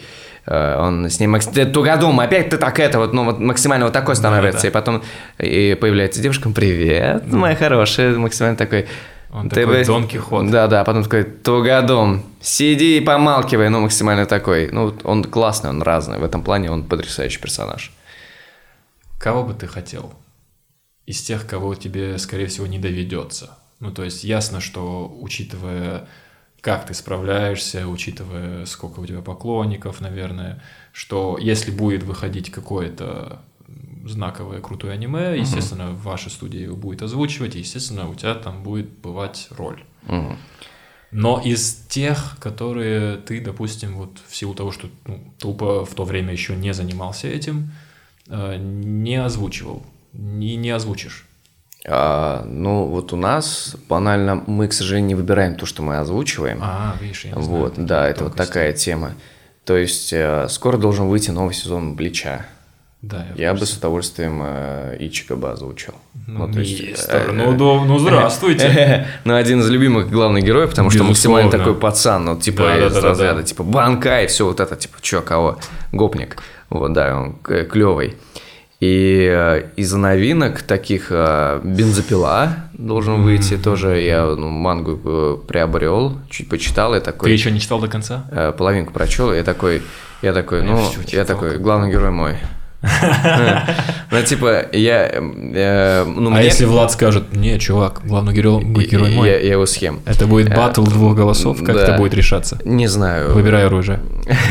он с ним тугодум, опять ты так это вот, ну вот максимально вот такой становится, да, да. и потом и появляется девушка, привет, да. моя хорошая, максимально такой. Он ты такой бы... Дон Кихот. Да-да, потом такой, тугодум, сиди и помалкивай, ну максимально такой, ну он классный, он разный, в этом плане он потрясающий персонаж. Кого бы ты хотел из тех, кого тебе, скорее всего, не доведется? Ну, то есть, ясно, что, учитывая, как ты справляешься, учитывая, сколько у тебя поклонников, наверное, что если будет выходить какое-то знаковое, крутое аниме, uh-huh. естественно, ваша студия его будет озвучивать, и, естественно, у тебя там будет бывать роль. Uh-huh. Но из тех, которые ты, допустим, вот в силу того, что ну, тупо в то время еще не занимался этим, не озвучивал, не, не озвучишь. А, ну, вот у нас банально мы, к сожалению, не выбираем то, что мы озвучиваем. А, видишь, я не вот, знаю. Да, это вот такая тема. То есть, э, скоро должен выйти новый сезон Блича. Да, я я бы с удовольствием э, Ичиго бы озвучил. Ну, ну, мистер, ну, ну, ну здравствуйте. Ну, один из любимых главных героев, потому что максимально такой пацан, ну, типа, из разряда, типа, банка и все вот это, типа, чё, кого? Гопник. Вот, да, он клевый. И из новинок таких «Бензопила» должен выйти mm-hmm. тоже. Я ну, мангу приобрел, чуть почитал. Я такой, Ты еще не читал до конца? Половинку прочел. Я такой, я такой, ну, я такой, главный герой мой. Ну, типа, я... А если Влад скажет, не, чувак, главный герой мой. Я его съем. Это будет баттл двух голосов, как это будет решаться? Не знаю. Выбирай оружие.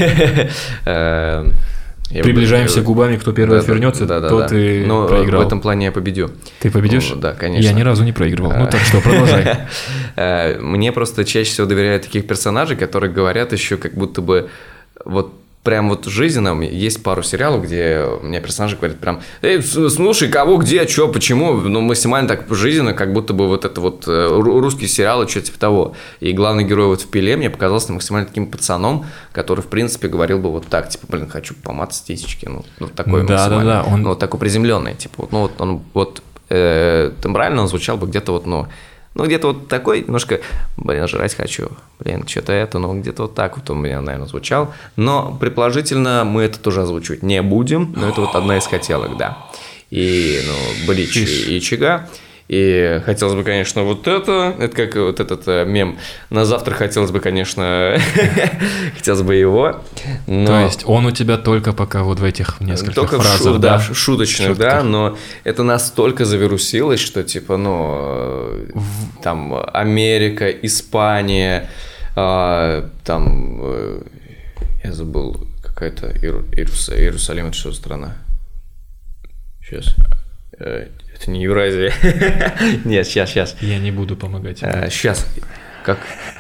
Я Приближаемся буду... губами, кто первый да, отвернется, да, да, тот да. и Но проиграл. В этом плане я победю. Ты победишь? Ну, да, конечно. Я ни разу не проигрывал. Ну так что, продолжай. Мне просто чаще всего доверяют таких персонажей, которые говорят еще как будто бы вот прям вот жизненно. Есть пару сериалов, где у меня персонажи говорят прям, эй, слушай, кого, где, что, почему, ну, максимально так жизненно, как будто бы вот это вот русские сериалы, что-то типа того. И главный герой вот в «Пиле» мне показался максимально таким пацаном, который, в принципе, говорил бы вот так, типа, блин, хочу помацать тисечки, ну, вот такой да, максимально. Да, да, он... Ну, вот такой приземленный, типа, вот, ну, вот он, вот, э, тембрально он звучал бы где-то вот, ну, Ну, где-то вот такой, немножко, блин, жрать хочу, блин, что-то это, ну, где-то вот так вот у меня, наверное, звучал. Но, предположительно, мы это тоже озвучивать не будем, но это вот одна из хотелок, да. И, ну, Блич и Ичига. И хотелось бы, конечно, вот это, это как вот этот мем, на завтра хотелось бы, конечно, хотелось бы его. Но... То есть он у тебя только пока вот в этих нескольких только фразах, шу- да? да, шуточных, Шутках. Да, но это настолько завирусилось, что типа, ну, там Америка, Испания, а, там, я забыл, какая-то Иерус... Иерусалим, это что за страна? Сейчас... Это не Евразия. Нет, сейчас, сейчас. Я не буду помогать. А, сейчас. Как?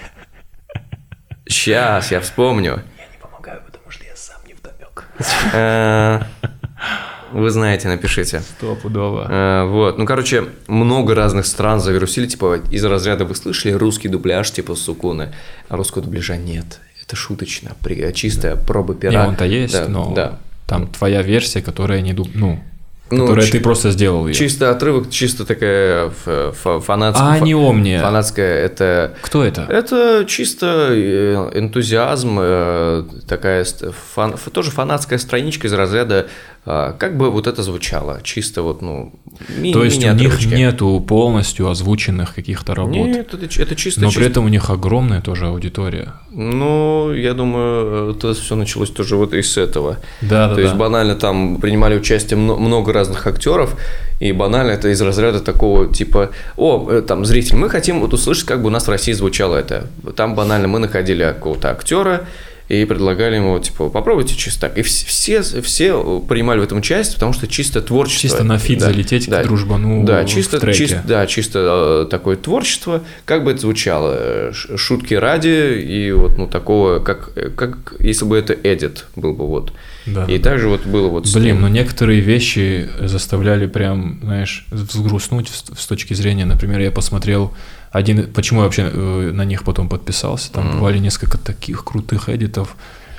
Сейчас, я вспомню. Я не помогаю, потому что я сам не вдомек. Вы знаете, напишите. Стопудово. Вот. Ну, короче, много разных стран завирусили. Типа, из разряда вы слышали русский дубляж, типа Сукуны. А русского дубляжа нет. Это шуточно. Чистая проба пера. Не, он-то есть, но там твоя версия, которая не дуб... Ну... Которая ну, ты просто сделал ее. Чисто отрывок, чисто такая фанатская. А, не омния. Фанатская, это... Кто это? Это чисто энтузиазм, такая фан, тоже фанатская страничка из разряда, как бы вот это звучало, чисто вот, ну, ми- То есть у них нету полностью озвученных каких-то работ? Нет, это, это чисто... Но чисто... при этом у них огромная тоже аудитория. Ну, я думаю, это все началось тоже вот из этого. Да, да, То да. есть банально там принимали участие много разных актеров, и банально это из разряда такого типа, о, там, зритель, мы хотим вот услышать, как бы у нас в России звучало это. Там банально мы находили какого-то актера и предлагали ему, типа, попробуйте чисто так. И все, все принимали в этом участие, потому что чисто творчество. Чисто на фит да, залететь да, к дружбану да, чисто, в треке. Чисто, да, чисто такое творчество, как бы это звучало, шутки ради, и вот, ну, такого, как, как если бы это эдит был бы, вот. Да. И также вот было вот... Блин, но некоторые вещи заставляли прям, знаешь, взгрустнуть с точки зрения, например, я посмотрел один... Почему я вообще на них потом подписался? Там mm. бывали несколько таких крутых эдитов.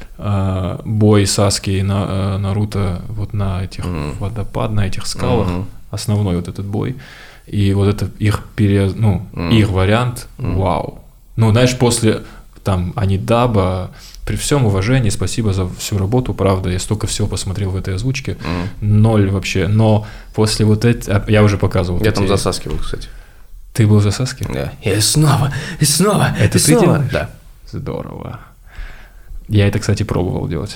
Бой Саски и Наруто вот на этих mm. водопад, на этих скалах. Mm-hmm. Основной вот этот бой. И вот это их пере... ну, mm. их вариант, mm. вау. Ну, знаешь, после там Анидаба... При всем уважении, спасибо за всю работу, правда, я столько всего посмотрел в этой озвучке, mm. ноль вообще, но после вот этого, я уже показывал. Я эти... там за Саски был, кстати. Ты был за Саски? Да. И снова, и снова, это и ты снова. делаешь? Да. Здорово. Я это, кстати, пробовал делать.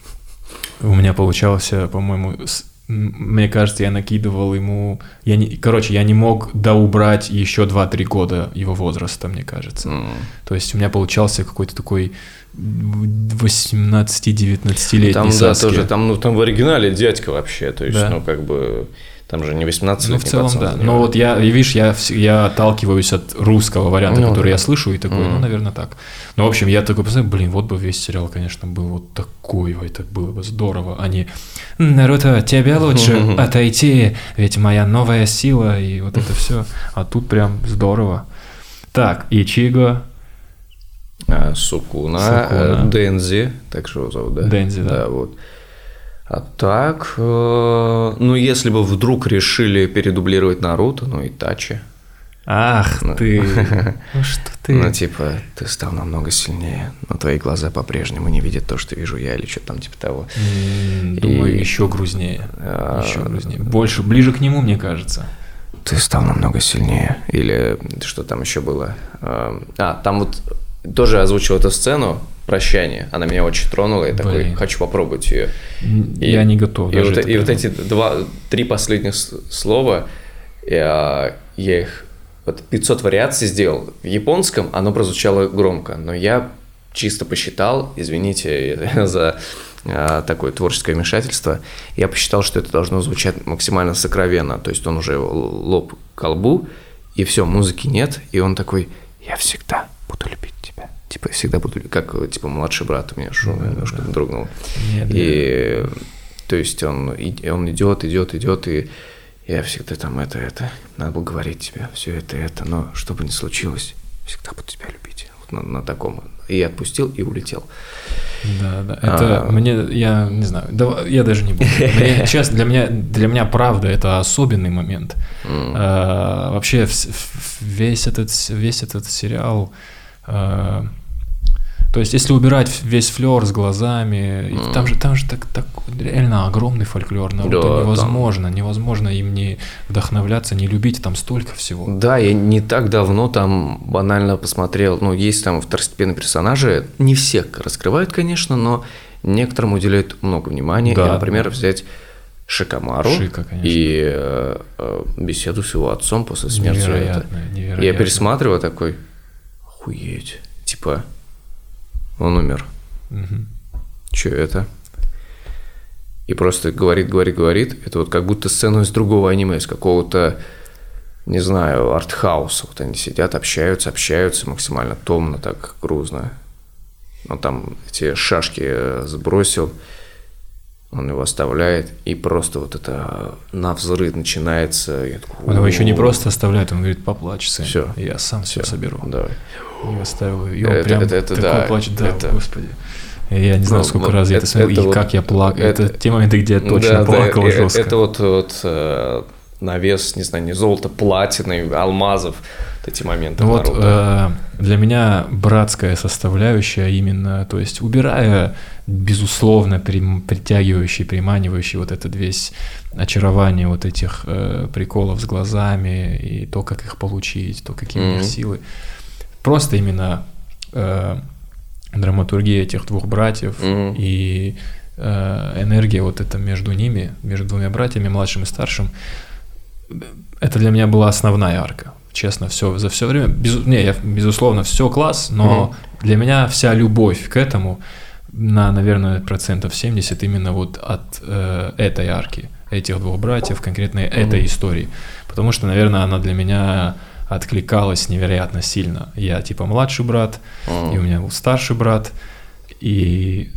У меня получалось, по-моему, мне кажется, я накидывал ему, я не, короче, я не мог доубрать еще два-три года его возраста, мне кажется. Mm. То есть у меня получался какой-то такой восемнадцати-девятнадцатилетний там, Саски. Да, тоже, там, ну, там в оригинале дядька вообще, то есть, да. ну, как бы, там же не восемнадцать лет. Ну, в целом, да. Но вот я, видишь, я, я отталкиваюсь от русского варианта, ну, который да. я слышу, и такой, mm. ну, наверное, так. Ну, в общем, я такой посмотрел, блин, вот бы весь сериал, конечно, был вот такой, это было бы здорово, а не «Наруто, тебе лучше отойти, ведь моя новая сила», и вот это все. А тут прям здорово. Так, Ичиго... Сукуна, Сукуна. Дензи, так что его зовут, да? Дензи, да. да вот. А так, э, ну, если бы вдруг решили передублировать Наруто, ну, Итачи. Ах ну, ты, ну что ты. Ну, типа, ты стал намного сильнее, но твои глаза по-прежнему не видят то, что вижу я, или что там типа того. Думаю, и... еще грузнее, а... еще грузнее. Больше, ближе к нему, мне кажется. Ты стал намного сильнее. Или что там еще было? А, там вот тоже озвучил эту сцену, прощание. Она меня очень тронула, и такой, Блин. хочу попробовать ее. Я и, не готов. И, вот, и вот эти два, три последних слова, я, я их вот пятьсот вариаций сделал. В японском оно прозвучало громко, но я чисто посчитал, извините за а, такое творческое вмешательство, я посчитал, что это должно звучать максимально сокровенно. То есть он уже лоб к лбу, и все, музыки нет, и он такой, я всегда буду любить тебя. Типа, всегда буду, как, типа, младший брат у меня шо, да, немножко да. дрогнул. Нет, и, нет. то есть, он, он идет, идет, идет, и я всегда там это, это, надо было говорить тебе, все это, это, но что бы ни случилось, всегда буду тебя любить. Вот на, на таком. И отпустил, и улетел. Да, да, это а, мне, я не знаю, да, я даже не буду. Мне, честно, для меня, для меня, правда, это особенный момент. Mm. А, вообще, весь этот, весь этот сериал... А, то есть, если убирать весь флёр с глазами, mm. там же, там же так, так реально огромный фольклор, да, невозможно, там... невозможно им не вдохновляться, не любить, там столько всего. Да, я не так давно там банально посмотрел, ну, есть там второстепенные персонажи, не всех раскрывают, конечно, но некоторым уделяют много внимания. Да, и, например, да. взять Шикамару Шика, и э, э, беседу с его отцом после смерти. Невероятно, невероятно. Я пересматривал такой, охуеть, типа... Он умер. Угу. Че это? И просто говорит, говорит, говорит. Это вот как будто сцена из другого аниме, из какого-то, не знаю, артхауса. Вот они сидят, общаются, общаются максимально томно, так грузно. Он там эти шашки сбросил, он его оставляет, и просто вот это навзрыд начинается. Я такой, он его еще не просто оставляет, он говорит, поплачь, сын. Все. Я сам все, все соберу. Давай. И оставил его. И он это, прям это, это, такой да, плачет. Да, это... господи. Я не знаю, ну, сколько ну, раз я это, это смотрел, это и вот, как я плакал. Это, это те моменты, где я точно да, плакал да, жестко. Это вот, вот э, на вес, не знаю, не золота, платины, алмазов, вот эти моменты. Вот э, для меня братская составляющая именно, то есть убирая, безусловно, при, притягивающий, приманивающий вот этот весь очарование вот этих э, приколов с глазами и то, как их получить, то, какие mm-hmm. у них силы. Просто именно э, драматургия этих двух братьев mm-hmm. и э, энергия вот это между ними, между двумя братьями, младшим и старшим, это для меня была основная арка. Честно, все за все время. Без, не, я, безусловно, все класс, но mm-hmm. для меня вся любовь к этому на, наверное, процентов семьдесят именно вот от э, этой арки, этих двух братьев, конкретно mm-hmm. этой истории. Потому что, наверное, она для меня откликалась невероятно сильно. Я типа младший брат, mm. и у меня был старший брат, и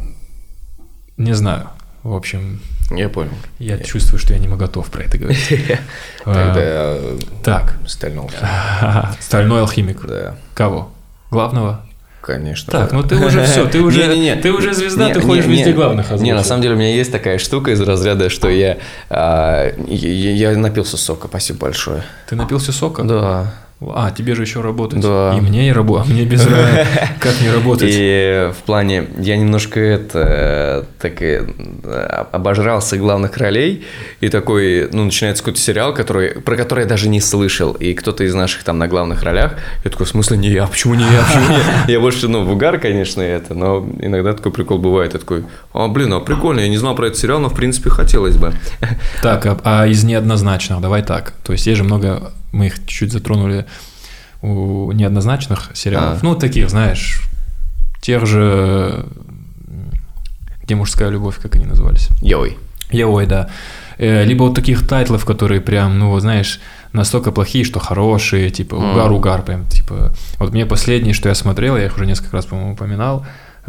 не знаю, в общем... Я понял. Я, я чувствую, что я не готов про это говорить. Тогда... Так. Стальной алхимик. Стальной алхимик. Да. Кого? Главного? Конечно. Так, да. Ну ты уже все, ты уже, не, не, не. Ты уже звезда, не, ты ходишь не, везде не, главных озвучек. Не, на самом деле у меня есть такая штука из разряда, что я, а, я, я напился сока, спасибо большое. Ты напился сока? Да. А, тебе же еще работать. Да. И мне и работать, а мне без разницы, как не работать. И в плане, я немножко это, так и обожрался главных ролей, и такой, ну, начинается какой-то сериал, который, про который я даже не слышал, и кто-то из наших там на главных ролях, я такой, в смысле, не я, почему не я, почему не я? Я больше, ну, в угар, конечно, это, но иногда такой прикол бывает, я такой, а, блин, а прикольно, я не знал про этот сериал, но, в принципе, хотелось бы. Так, а, а из неоднозначных, давай так, то есть есть же много... Мы их чуть затронули у неоднозначных сериалов. А. Ну, таких, знаешь, тех же... Где мужская любовь, как они назывались? Яой. Яой, да. Либо вот таких тайтлов, которые прям, ну, вот знаешь, настолько плохие, что хорошие, типа угар-угар, прям, типа... Вот мне последнее, что я смотрел, я их уже несколько раз, по-моему, упоминал,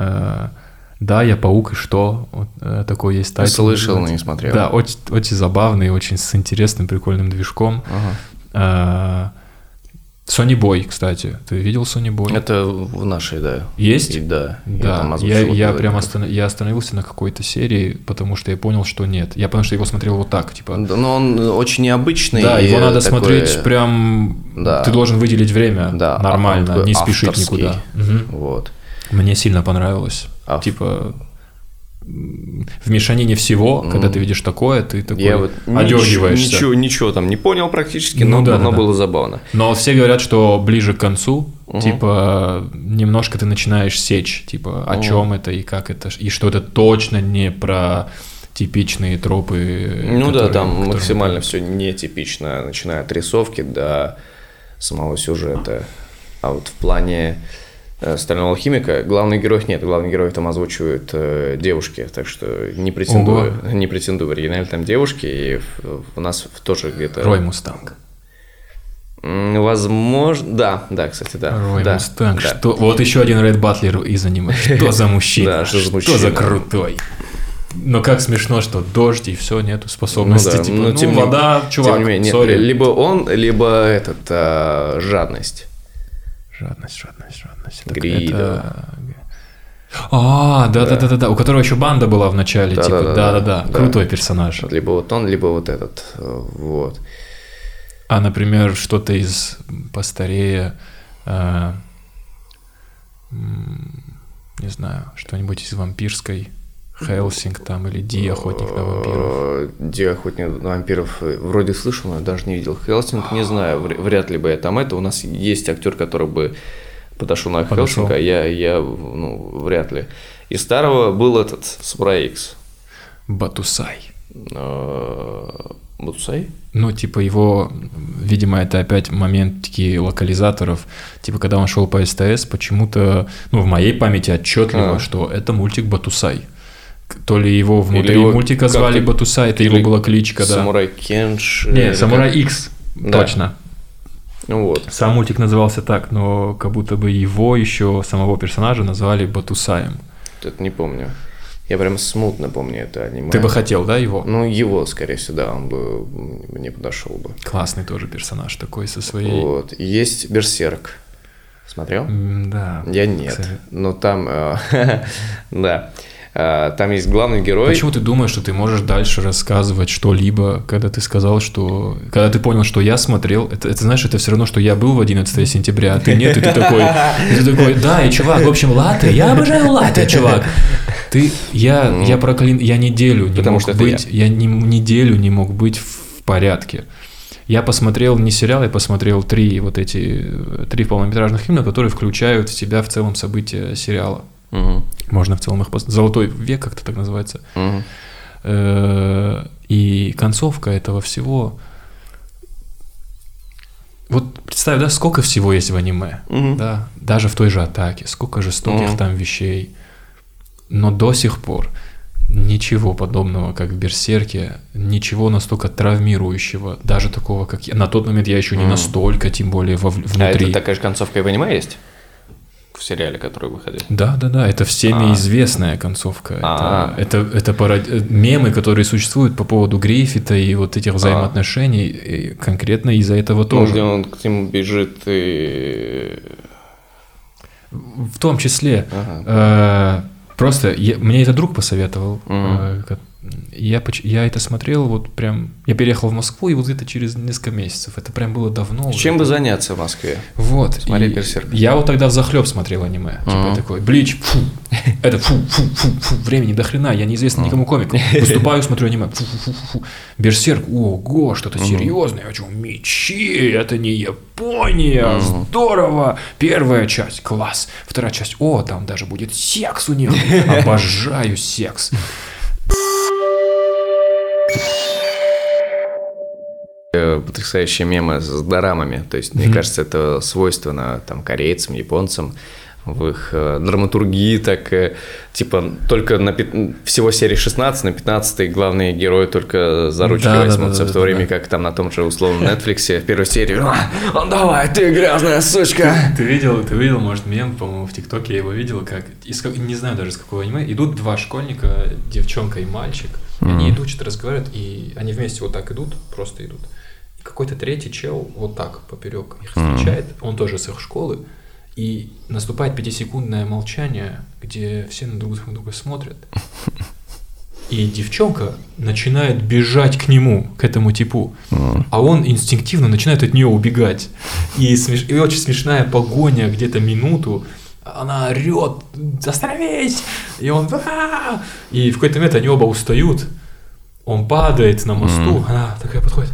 да, я паук, и что? Вот, э, такой есть тайтл. Слышал, но не смотрел. Да, очень, очень забавный, очень с интересным, прикольным движком. Ага. А, Sony Boy, кстати. Ты видел Sony Boy? Это в нашей, да. Есть? И, да. Да. Я, я, я прям останов... я остановился на какой-то серии, потому что я понял, что нет. Я понял, что его смотрел вот так, типа. Да, но он очень необычный. Да, его надо такой... смотреть прям. Да. Ты должен выделить время да. нормально, а не спешить авторский. Никуда. Угу. Вот. Мне сильно понравилось. А... Типа. В мешанине всего, mm. когда ты видишь такое, ты такой я вот одергиваешься. Ничего, ничего там не понял практически, ну, но, да, но да, было да. забавно. Но все говорят, что ближе к концу, uh-huh. типа, немножко ты начинаешь сечь, типа, о uh-huh. чем это и как это, и что это точно не про типичные тропы. Ну которые, да, там которые... максимально все нетипично, начиная от рисовки до самого сюжета. А вот в плане «Стального алхимика» главных героев нет, главных героев там озвучивают э, девушки, так что не претендую, Ого. не претендую в оригинале там девушки, и в, у нас тоже где-то... Рой Мустанг. Возможно, да, да, кстати, да. Рой да, Мустанг, да. Что... вот еще один Ред Батлер из аниме, что за мужчина, да, что, за мужчина? Что за крутой. Но как смешно, что дождь и все, нету способности, ну, да. типа, ну, ну тем вода, не, чувак, тем не менее, нет, либо он, либо этот, а, жадность. Жадность, жадность, жадность. Гридо. Это... А, да, да, да, да, да, у которого еще банда была в начале, да, типа, да, да, да, да, да, крутой персонаж. Либо вот он, либо вот этот, вот. А, например, что-то из постарее, э, не знаю, что-нибудь из вампирской, Хелсинг там или Ди, охотник на вампиров. Ди, охотник на вампиров, вроде слышал, но даже не видел. Хелсинг, не знаю, вряд ли бы я там это. У нас есть актер, который бы подошел на Хелсинг, а я, я, ну, вряд ли. Из старого был этот, Самурай Икс. Батусай. Батусай? Ну, типа его, видимо, это опять моментики локализаторов. Типа, когда он шел по СТС, почему-то, ну, в моей памяти отчетливо, а. что это мультик Батусай. То ли его внутри его, мультика звали Батусай, это его была кличка, да. Самурай Кенш. Не, Самурай Икс, да. Точно. Ну вот. Сам мультик назывался так, но как будто бы его еще, самого персонажа, назвали Батусаем. Это не помню. Я прям смутно помню это аниме. Ты бы хотел, да, его? Ну, его, скорее всего, да, он бы мне подошел бы. Классный тоже персонаж такой со своей... Вот. Есть Берсерк. Смотрел? Да. Я нет. Кстати. Но там... Да. Там есть главный герой. Почему ты думаешь, что ты можешь дальше рассказывать что-либо, когда ты сказал, что... Когда ты понял, что я смотрел, это, это знаешь, это все равно, что я был в одиннадцатое сентября, а ты нет, и ты такой... И ты такой, да, и чувак, в общем, латте, я обожаю латте, чувак. Ты... Я, mm. я проклин... Я неделю не Потому мог быть... Я, я не, неделю не мог быть в порядке. Я посмотрел не сериал, я посмотрел три вот эти... Три полнометражных фильма, которые включают в себя в целом события сериала. Угу. Можно в целом их посмотреть. «Золотой век» как-то так называется. Угу. И концовка этого всего... Вот представь, да, сколько всего есть в аниме. Угу. Да? Даже в той же «Атаке». Сколько жестоких угу. там вещей. Но до сих пор ничего подобного, как в «Берсерке», ничего настолько травмирующего, даже такого, как я. На тот момент я еще не угу. настолько, тем более во... внутри. А это такая же концовка и в аниме есть? В сериале, который выходил. Да, да, да, это всеми А-а-а. известная концовка. Это, это, это парод... мемы, которые существуют по поводу Гриффита и вот этих взаимоотношений, и конкретно из-за этого тоже. Ну, где он к нему бежит и... В том числе. Ага. Э, просто я, мне это друг посоветовал. Угу. Э, я, я это смотрел вот прям... Я переехал в Москву, и вот где-то через несколько месяцев. Это прям было давно. Чем бы заняться в Москве? Вот. Смотреть «Берсерк». Я вот тогда взахлеб смотрел аниме. Uh-huh. Типа такой, Блич, фу, это фу, фу, фу, фу, времени до хрена, я неизвестный uh-huh. никому комик. Выступаю, смотрю аниме. Фу, фу, фу, фу. Берсерк, ого, что-то uh-huh. серьезное. О чем? Мечи, это не Япония, uh-huh. здорово. Первая часть, класс. Вторая часть, о, там даже будет секс у них. Обожаю секс. Потрясающие мемы с дорамами. То есть, mm-hmm. мне кажется, это свойственно там корейцам, японцам в их э, драматургии, так э, типа только на пи- всего серии шестнадцать, на пятнадцатой главные герои только за ручки да, возьмутся, да, да, в то да, время да. как там на том же условном Netflix в первой серии «Он давай, ты грязная сучка!» Ты, ты видел, ты видел, может, мем, по-моему, в ТикТоке я его видел, как, из, не знаю даже с какого аниме, идут два школьника, девчонка и мальчик, mm-hmm. они идут, что-то разговаривают, и они вместе вот так идут, просто идут. какой-то третий чел вот так поперек их встречает, mm-hmm. он тоже с их школы, и наступает пятисекундное молчание, где все на друг друга смотрят. И девчонка начинает бежать к нему, к этому типу, mm. а он инстинктивно начинает от нее убегать. И, смеш... и очень смешная погоня где-то минуту, она орет: «Остановись!» И он «А-а-а!» И в какой-то момент они оба устают, он падает на мосту, mm. она такая подходит: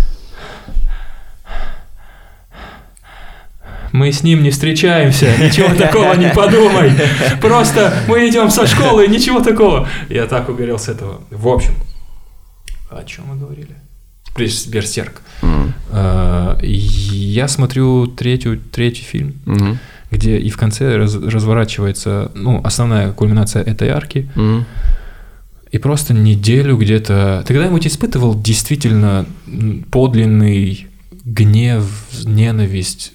«Мы с ним не встречаемся, ничего такого не подумай, просто мы идем со школы, ничего такого». Я так угорел с этого. В общем, о чем мы говорили? Берсерк. Mm. Я смотрю третью, третий фильм, mm-hmm. где и в конце раз, разворачивается, ну, основная кульминация этой арки, mm. и просто неделю где-то... Ты когда-нибудь испытывал действительно подлинный гнев, ненависть,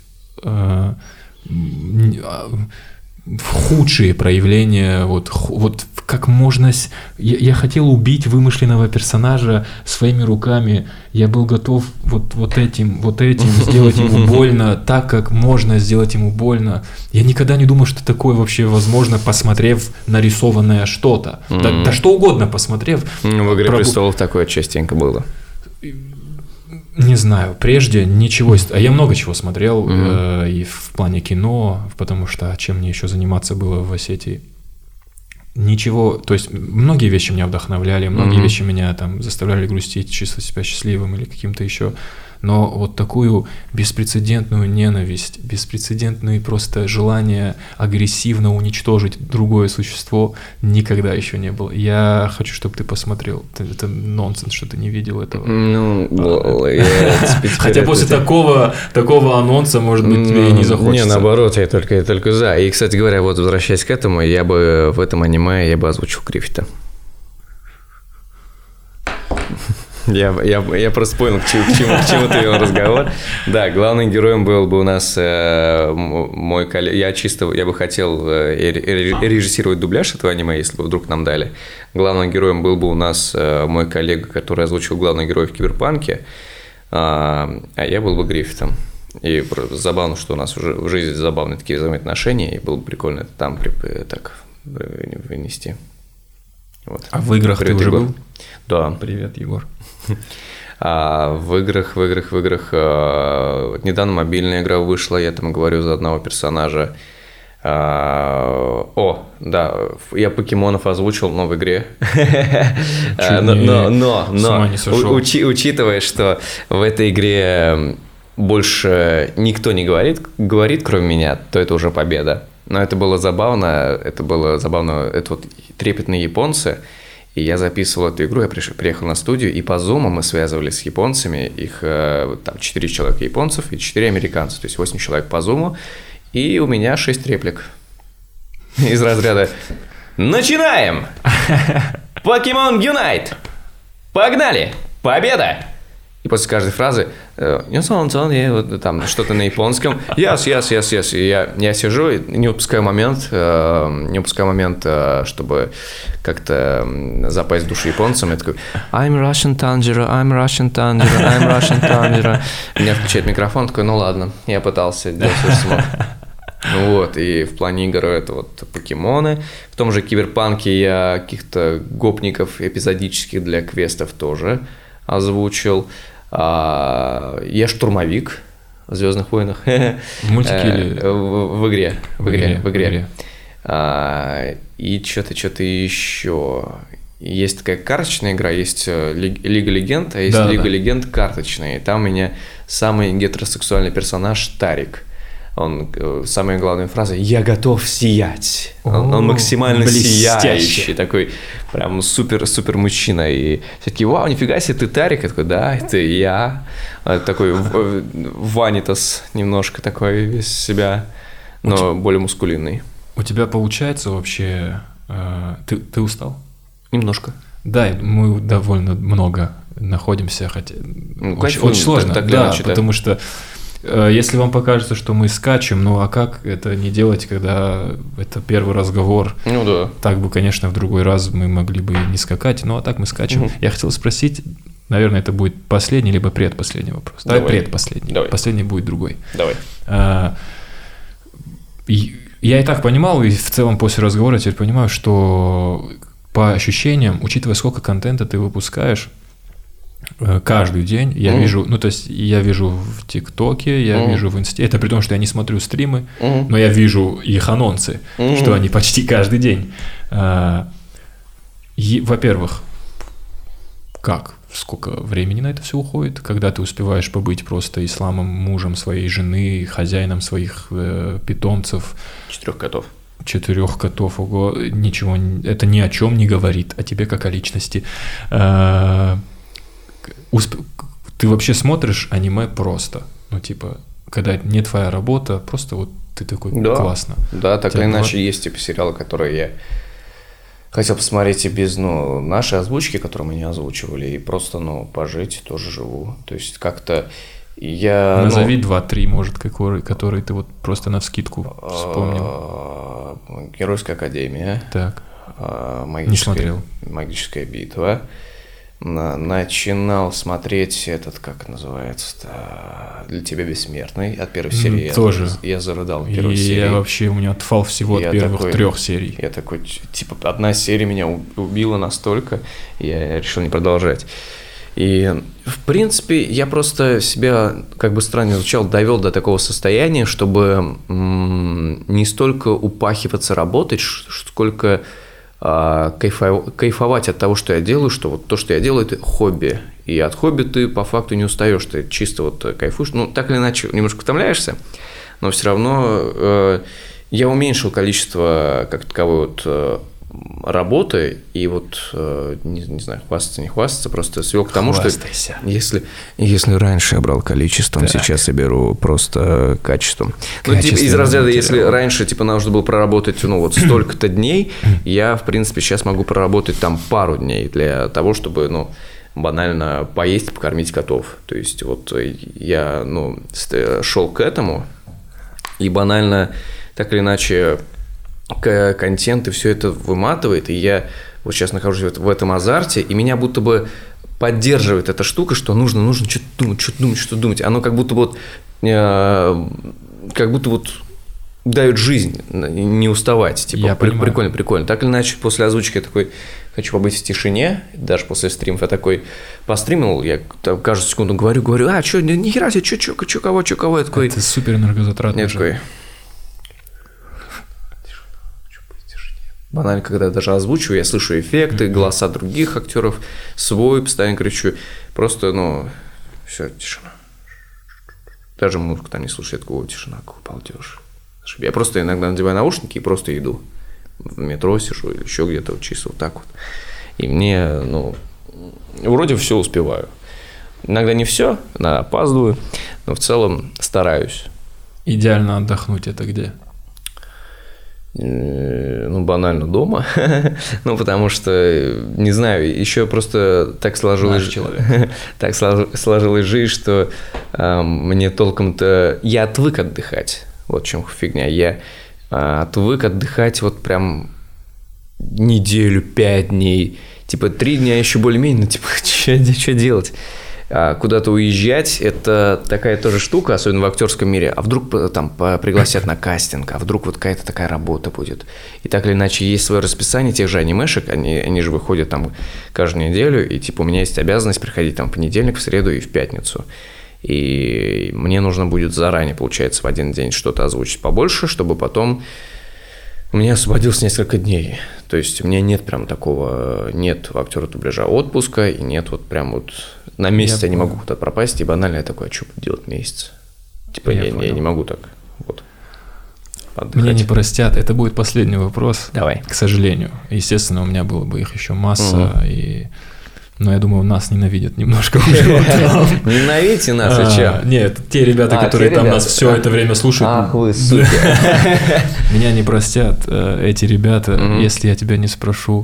худшие проявления, вот, вот как можно... Я, я хотел убить вымышленного персонажа своими руками, я был готов вот, вот этим, вот этим сделать ему больно, так, как можно сделать ему больно. Я никогда не думал, что такое вообще возможно, посмотрев нарисованное что-то. Mm-hmm. Да, да что угодно посмотрев. В «Игре Прогу... престолов» такое частенько было. Не знаю, прежде ничего... А я много чего смотрел, mm-hmm. э, и в плане кино, потому что чем мне еще заниматься было в Осетии. Ничего... То есть многие вещи меня вдохновляли, многие mm-hmm. вещи меня там заставляли грустить, чувствовать себя счастливым или каким-то еще... Но вот такую беспрецедентную ненависть, беспрецедентное просто желание агрессивно уничтожить другое существо никогда еще не было. Я хочу, чтобы ты посмотрел. Это нонсенс, что ты не видел этого. Ну, хотя после такого такого анонса, может быть, тебе и не захочется. Не, наоборот, я только, я только за. И, кстати говоря, вот возвращаясь к этому, я бы в этом аниме я бы озвучил Гриффита. Я, я, я просто понял, к чему, к чему, к чему ты вел разговор. Да, главным героем был бы у нас э, мой коллега. Я чисто, я бы хотел э, режиссировать дубляж этого аниме, если бы вдруг нам дали. Главным героем был бы у нас э, мой коллега, который озвучил главного героя в Киберпанке, а, а я был бы Гриффитом. И забавно, что у нас уже в жизни забавные такие взаимоотношения, и было бы прикольно это там так вынести. Вот. А в играх Привет, ты уже Егор. был? Да. Привет, Егор. А в играх, в играх, в играх... А, недавно мобильная игра вышла, я там говорю за одного персонажа. А, о, да, я покемонов озвучил в новой игре. но, но, но, но учи, учитывая, что в этой игре больше никто не говорит, говорит, кроме меня, то это уже победа. Но это было забавно, это было забавно, это вот трепетные японцы, и я записывал эту игру, я пришел, приехал на студию, и по Zoom мы связывались с японцами, их там четыре человека японцев и четыре американцев, то есть восемь человек по Zoom, и у меня шесть реплик из разряда «Начинаем! Покемон Юнайт! Погнали! Победа!» И после каждой фразы там что-то на японском. Yes, yes, yes, yes. И я, я сижу и не упускаю момент, не упускаю момент, чтобы как-то запасть в душу японцам. Я такой I'm Russian Tanjiro, I'm Russian Tanjiro, I'm Russian Tanjiro. Меня включает микрофон, такой, ну ладно, я пытался делать все, что смог. Вот, и в плане игр это вот покемоны. В том же Киберпанке я каких-то гопников эпизодических для квестов тоже озвучил. А, я штурмовик в «Звездных войнах». В мультике или... В, в игре. В игре. В игре. В игре. А, и что-то, что-то еще. Есть такая карточная игра, есть Лига Легенд, а есть да, Лига да. Легенд карточная. И там у меня самый гетеросексуальный персонаж Тарик. Он, самая главная фраза «Я готов сиять». О, он, он максимально сияющий, такой прям супер-супер мужчина. И все таки вау, нифига себе, ты Тарик? Я такой, да, это я. Такой ванитас немножко такой весь себя, но тебя, более мускулинный. У тебя получается вообще... Э, ты, ты устал? Немножко. Да, мы довольно много находимся, хотя ну, очень, очень сложно, так, так да, иначе, потому да. что если вам покажется, что мы скачем, ну а как это не делать, когда это первый разговор? Ну да. Так бы, конечно, в другой раз мы могли бы не скакать, ну а так мы скачем. Угу. Я хотел спросить, Наверное, это будет последний либо предпоследний вопрос. Давай, Давай предпоследний. Давай. Последний будет другой. Давай. А, и, я и так понимал, и в целом после разговора теперь понимаю, что по ощущениям, учитывая, сколько контента ты выпускаешь каждый день, я mm. вижу, ну, то есть я вижу в ТикТоке, я mm. вижу в Инсте, это при том, что я не смотрю стримы, mm. но я вижу их анонсы, mm. что они почти каждый день. А, и, во-первых, как? Сколько времени на это все уходит, когда ты успеваешь побыть просто исламом, мужем своей жены, хозяином своих э, питомцев. Четырех котов. Четырех котов, ого, ничего, это ни о чем не говорит о тебе как о личности. А, усп... Ты вообще смотришь аниме просто, ну типа, когда не твоя работа, просто вот ты такой, да, классно. Да, так или иначе бывает... есть типа сериалы, которые я хотел посмотреть и без, ну, нашей озвучки, которую мы не озвучивали, и просто, ну, пожить, тоже живу. То есть как-то я... Назови ну, два-три, может, который, который ты вот просто навскидку вспомнил. Геройская академия. Так. Магическая, не смотрел. Магическая битва. Начинал смотреть этот, как называется-то, «Для тебя бессмертный» от первой серии. Mm, тоже. Я, я зарыдал в первой и серии. Я вообще, у меня отфал всего от я первых такой, трех серий. Я такой, типа, одна серия меня убила настолько, я решил не продолжать. И, в принципе, я просто себя, как бы странно звучало, довел до такого состояния, чтобы м- не столько упахиваться работать, сколько... кайфовать от того, что я делаю, что вот то, что я делаю, это хобби. И от хобби ты по факту не устаешь, ты чисто вот кайфуешь. Ну, так или иначе, немножко утомляешься, но все равно э, я уменьшил количество, как таковой, вот, э, работы, и вот, э, не, не знаю, хвастаться, не хвастаться, просто свел к тому, Хвастайся. что если, если раньше я брал количеством, так. Сейчас я беру просто качеством. Ну, типа, из разряда, если раньше, типа, нужно было проработать, ну, вот столько-то дней, я, в принципе, сейчас могу проработать там пару дней для того, чтобы, ну, банально поесть, покормить котов. То есть, вот я, ну, шел к этому, и банально, так или иначе, контент и все это выматывает, и я вот сейчас нахожусь в этом азарте, и меня будто бы поддерживает эта штука, что нужно, нужно что-то думать, что-то думать, что-то думать. Оно как будто вот, э, как будто вот дает жизнь, не уставать. Типа, я при, понимаю. Прикольно, прикольно. Так или иначе, после озвучки я такой, хочу побыть в тишине, даже после стримов я такой постримил, я там, каждую секунду говорю, говорю, а, что, ни хера себе, что, что, что, кого, что, кого, я такой... Это супер энергозатратно. Я такой... Банально, когда я даже озвучиваю, я слышу эффекты, mm-hmm. голоса других актеров, свой, постоянно кричу. Просто, ну, все, тишина. Даже музыку там не слушаю, я такой, тишина, какой балдеж. Я просто иногда надеваю наушники и просто иду. В метро сижу или еще где-то, вот, чисто вот так вот. И мне, ну, вроде все успеваю. Иногда не все, иногда опаздываю, но в целом стараюсь. Идеально отдохнуть это где? Ну, банально дома. Ну, потому что, не знаю, еще просто так сложилось, так сложилась жизнь, что э, мне толком-то... Я отвык отдыхать. Вот в чем фигня. Я э, отвык отдыхать вот прям неделю, пять дней. Типа, три дня еще более-менее, ну, типа, что делать? А куда-то уезжать – это такая тоже штука, особенно в актерском мире. А вдруг там пригласят на кастинг, а вдруг вот какая-то такая работа будет. И так или иначе есть свое расписание тех же анимешек, они, они же выходят там каждую неделю, и типа у меня есть обязанность приходить там в понедельник, в среду и в пятницу. И мне нужно будет заранее, получается, в один день что-то озвучить побольше, чтобы потом у меня освободилось несколько дней. То есть у меня нет прям такого, нет у актера дубляжа отпуска, и нет вот прям вот на месяц я, я не могу куда-то пропасть, и банально я такой, а что делать месяц? Типа я, я, я не могу так вот отдыхать. Меня не простят, это будет последний вопрос. Давай. К сожалению. Естественно, у меня было бы их еще масса, угу. и... но я думаю, нас ненавидят немножко уже. Ненавидите нас, и че? Нет, те ребята, которые там нас все это время слушают. Ах вы, сука. Меня не простят эти ребята, если я тебя не спрошу.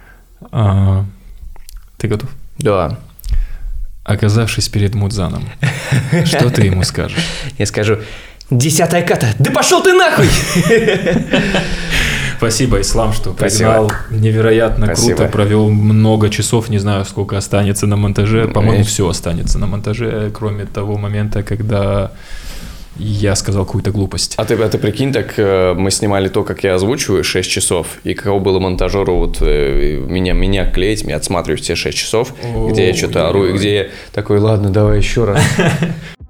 Ты готов? Да. Оказавшись перед Мудзаном, что ты ему скажешь? Я скажу: десятая ката, да пошел ты нахуй! Спасибо, Ислам, что пригнал. Невероятно Спасибо. Круто, провел много часов, не знаю, сколько останется на монтаже. По-моему, все останется на монтаже, кроме того момента, когда я сказал какую-то глупость. А ты, а ты прикинь, так мы снимали то, как я озвучиваю, шесть часов, и каково было монтажеру вот меня, меня клеить, меня отсматривать все шесть часов, О, где я что-то ору, и где я такой, ладно, давай еще раз.